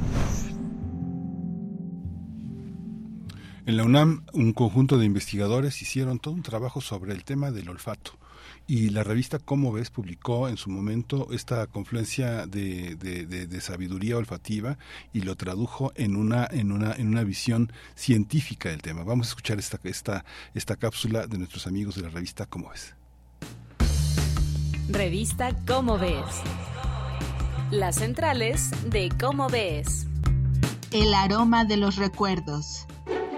En la UNAM, un conjunto de investigadores hicieron todo un trabajo sobre el tema del olfato. Y la revista Cómo Ves publicó en su momento esta confluencia de, de, de, de sabiduría olfativa y lo tradujo en una, en una, en una visión científica del tema. Vamos a escuchar esta, esta, esta cápsula de nuestros amigos de la revista Cómo Ves. Revista Cómo Ves. Las centrales de Cómo Ves. El aroma de los recuerdos.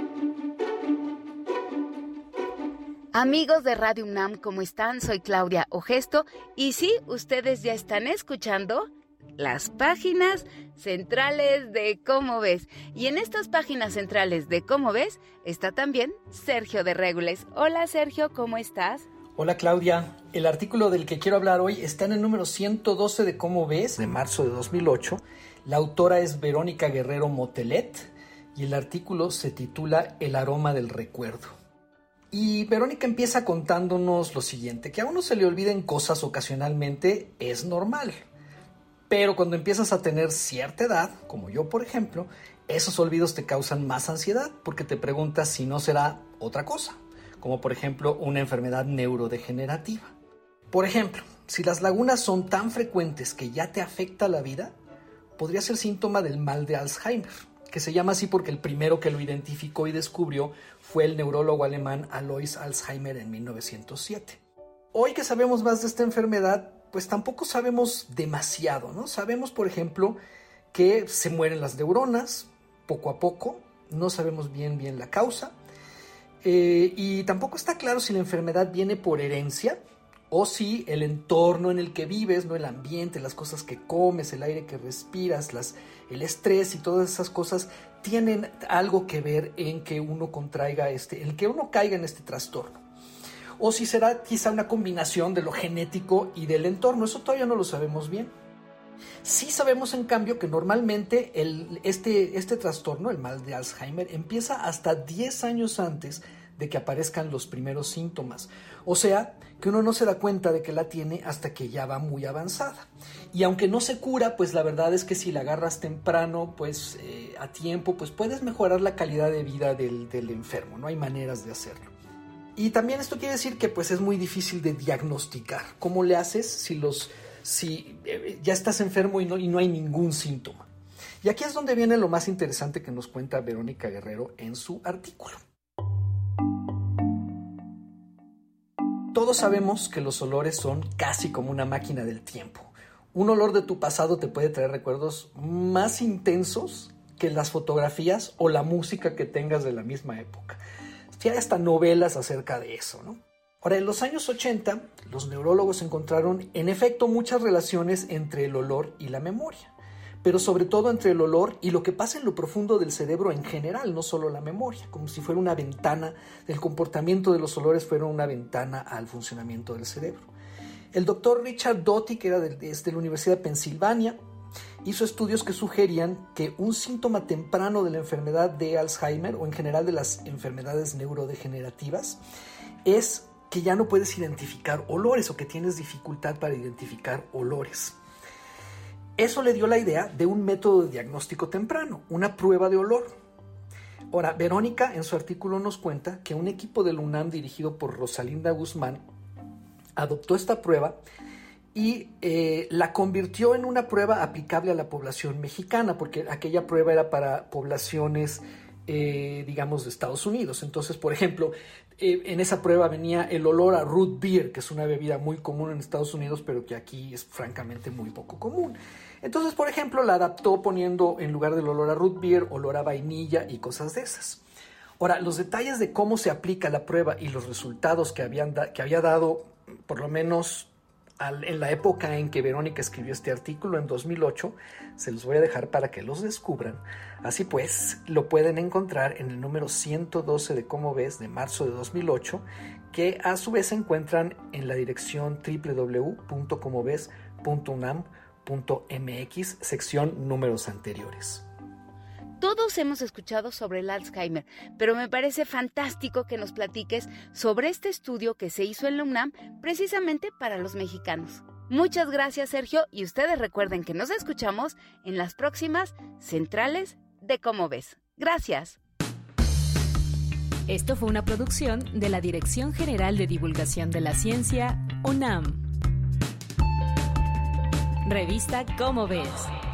Amigos de Radio UNAM, ¿cómo están? Soy Claudia Ogesto y sí, ustedes ya están escuchando las páginas centrales de Cómo Ves. Y en estas páginas centrales de Cómo Ves está también Sergio de Régules. Hola Sergio, ¿cómo estás? Hola Claudia, el artículo del que quiero hablar hoy está en el número ciento doce de Cómo Ves, de marzo de dos mil ocho. La autora es Verónica Guerrero Motelet y el artículo se titula El aroma del recuerdo. Y Verónica empieza contándonos lo siguiente, que a uno se le olviden cosas ocasionalmente es normal, pero cuando empiezas a tener cierta edad, como yo por ejemplo, esos olvidos te causan más ansiedad porque te preguntas si no será otra cosa, como por ejemplo una enfermedad neurodegenerativa. Por ejemplo, si las lagunas son tan frecuentes que ya te afecta la vida, podría ser síntoma del mal de Alzheimer, que se llama así porque el primero que lo identificó y descubrió fue el neurólogo alemán Alois Alzheimer en mil novecientos siete. Hoy que sabemos más de esta enfermedad, pues tampoco sabemos demasiado, ¿no? Sabemos, por ejemplo, que se mueren las neuronas poco a poco, no sabemos bien bien la causa, eh, y tampoco está claro si la enfermedad viene por herencia o si el entorno en el que vives, ¿no? El ambiente, las cosas que comes, el aire que respiras, las, el estrés y todas esas cosas tienen algo que ver en que uno contraiga este, en que uno caiga en este trastorno. O si será quizá una combinación de lo genético y del entorno, eso todavía no lo sabemos bien. Sí sabemos en cambio que normalmente el, este, este trastorno, el mal de Alzheimer, empieza hasta diez años antes de que aparezcan los primeros síntomas. O sea, que uno no se da cuenta de que la tiene hasta que ya va muy avanzada. Y aunque no se cura, pues la verdad es que si la agarras temprano, pues eh, a tiempo, pues puedes mejorar la calidad de vida del, del enfermo. No hay maneras de hacerlo. Y también esto quiere decir que pues es muy difícil de diagnosticar. ¿Cómo le haces si, los, si eh, ya estás enfermo y no, y no hay ningún síntoma? Y aquí es donde viene lo más interesante que nos cuenta Verónica Guerrero en su artículo. Todos sabemos que los olores son casi como una máquina del tiempo. Un olor de tu pasado te puede traer recuerdos más intensos que las fotografías o la música que tengas de la misma época. Sí, hay hasta novelas acerca de eso, ¿no? Ahora, en los años ochenta, los neurólogos encontraron en efecto muchas relaciones entre el olor y la memoria, pero sobre todo entre el olor y lo que pasa en lo profundo del cerebro en general, no solo la memoria, como si fuera una ventana, el comportamiento de los olores fuera una ventana al funcionamiento del cerebro. El doctor Richard Doty, que era de, de la Universidad de Pensilvania, hizo estudios que sugerían que un síntoma temprano de la enfermedad de Alzheimer o en general de las enfermedades neurodegenerativas es que ya no puedes identificar olores o que tienes dificultad para identificar olores. Eso le dio la idea de un método de diagnóstico temprano, una prueba de olor. Ahora, Verónica en su artículo nos cuenta que un equipo del UNAM dirigido por Rosalinda Guzmán adoptó esta prueba y eh, la convirtió en una prueba aplicable a la población mexicana, porque aquella prueba era para poblaciones eh, digamos, de Estados Unidos. Entonces, por ejemplo, eh, en esa prueba venía el olor a root beer, que es una bebida muy común en Estados Unidos, pero que aquí es francamente muy poco común. Entonces, por ejemplo, la adaptó poniendo en lugar del olor a root beer, olor a vainilla y cosas de esas. Ahora, los detalles de cómo se aplica la prueba y los resultados que, habían da- que había dado, por lo menos al, en la época en que Verónica escribió este artículo, en dos mil ocho, se los voy a dejar para que los descubran. Así pues, lo pueden encontrar en el número ciento doce de Cómo Ves de marzo de dos mil ocho, que a su vez se encuentran en la dirección doble u doble u doble u punto como ves punto unam punto m x, sección números anteriores. Todos hemos escuchado sobre el Alzheimer, pero me parece fantástico que nos platiques sobre este estudio que se hizo en la UNAM precisamente para los mexicanos. Muchas gracias, Sergio, y ustedes recuerden que nos escuchamos en las próximas Centrales de Cómo Ves. Gracias. Esto fue una producción de la Dirección General de Divulgación de la Ciencia, UNAM. Revista Cómo Ves.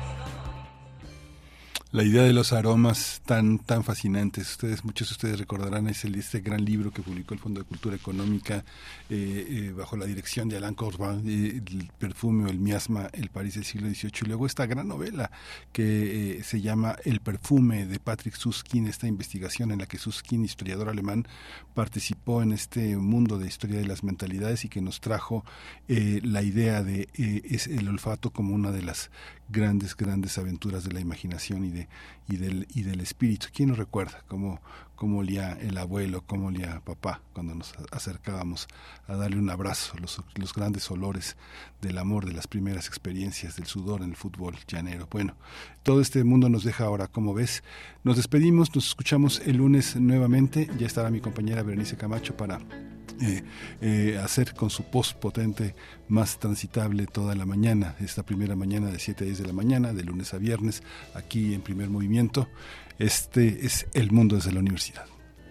La idea de los aromas tan tan fascinantes. Ustedes, muchos de ustedes recordarán es el, este gran libro que publicó el Fondo de Cultura Económica eh, eh, bajo la dirección de Alain Corbin, eh, el perfume o el miasma, el París del siglo dieciocho. Y luego esta gran novela que eh, se llama El perfume, de Patrick Süskind, esta investigación en la que Süskind, historiador alemán, participó en este mundo de historia de las mentalidades y que nos trajo eh, la idea de eh, es el olfato como una de las grandes, grandes aventuras de la imaginación y de y del y del espíritu. ¿Quién nos recuerda cómo, cómo olía el abuelo, cómo olía papá cuando nos acercábamos a darle un abrazo, los, los grandes olores del amor, de las primeras experiencias, del sudor en el fútbol llanero? Bueno, todo este mundo nos deja ahora, como ves. Nos despedimos, nos escuchamos el lunes nuevamente. Ya estará mi compañera Berenice Camacho para Eh, eh, hacer con su post potente más transitable toda la mañana, esta primera mañana de siete a diez de la mañana, de lunes a viernes, aquí en Primer Movimiento. Este es El Mundo desde la Universidad.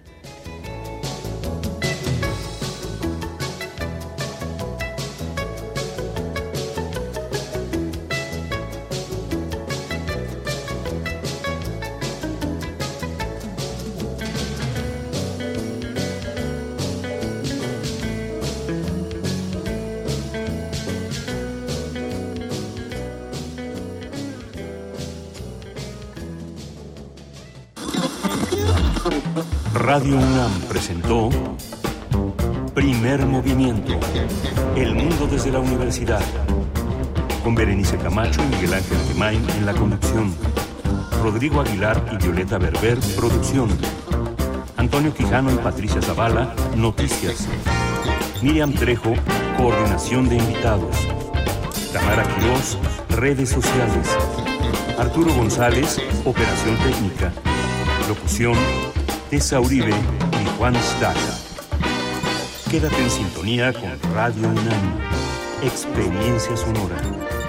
Radio UNAM presentó Primer Movimiento, El Mundo desde la Universidad, con Berenice Camacho y Miguel Ángel Gemain en la conducción, Rodrigo Aguilar y Violeta Berber, producción, Antonio Quijano y Patricia Zavala, noticias, Miriam Trejo, coordinación de invitados, Tamara Quirós, redes sociales, Arturo González, operación técnica, locución, Tessa Uribe y Juan Staca. Quédate en sintonía con Radio UNAM. Experiencia sonora.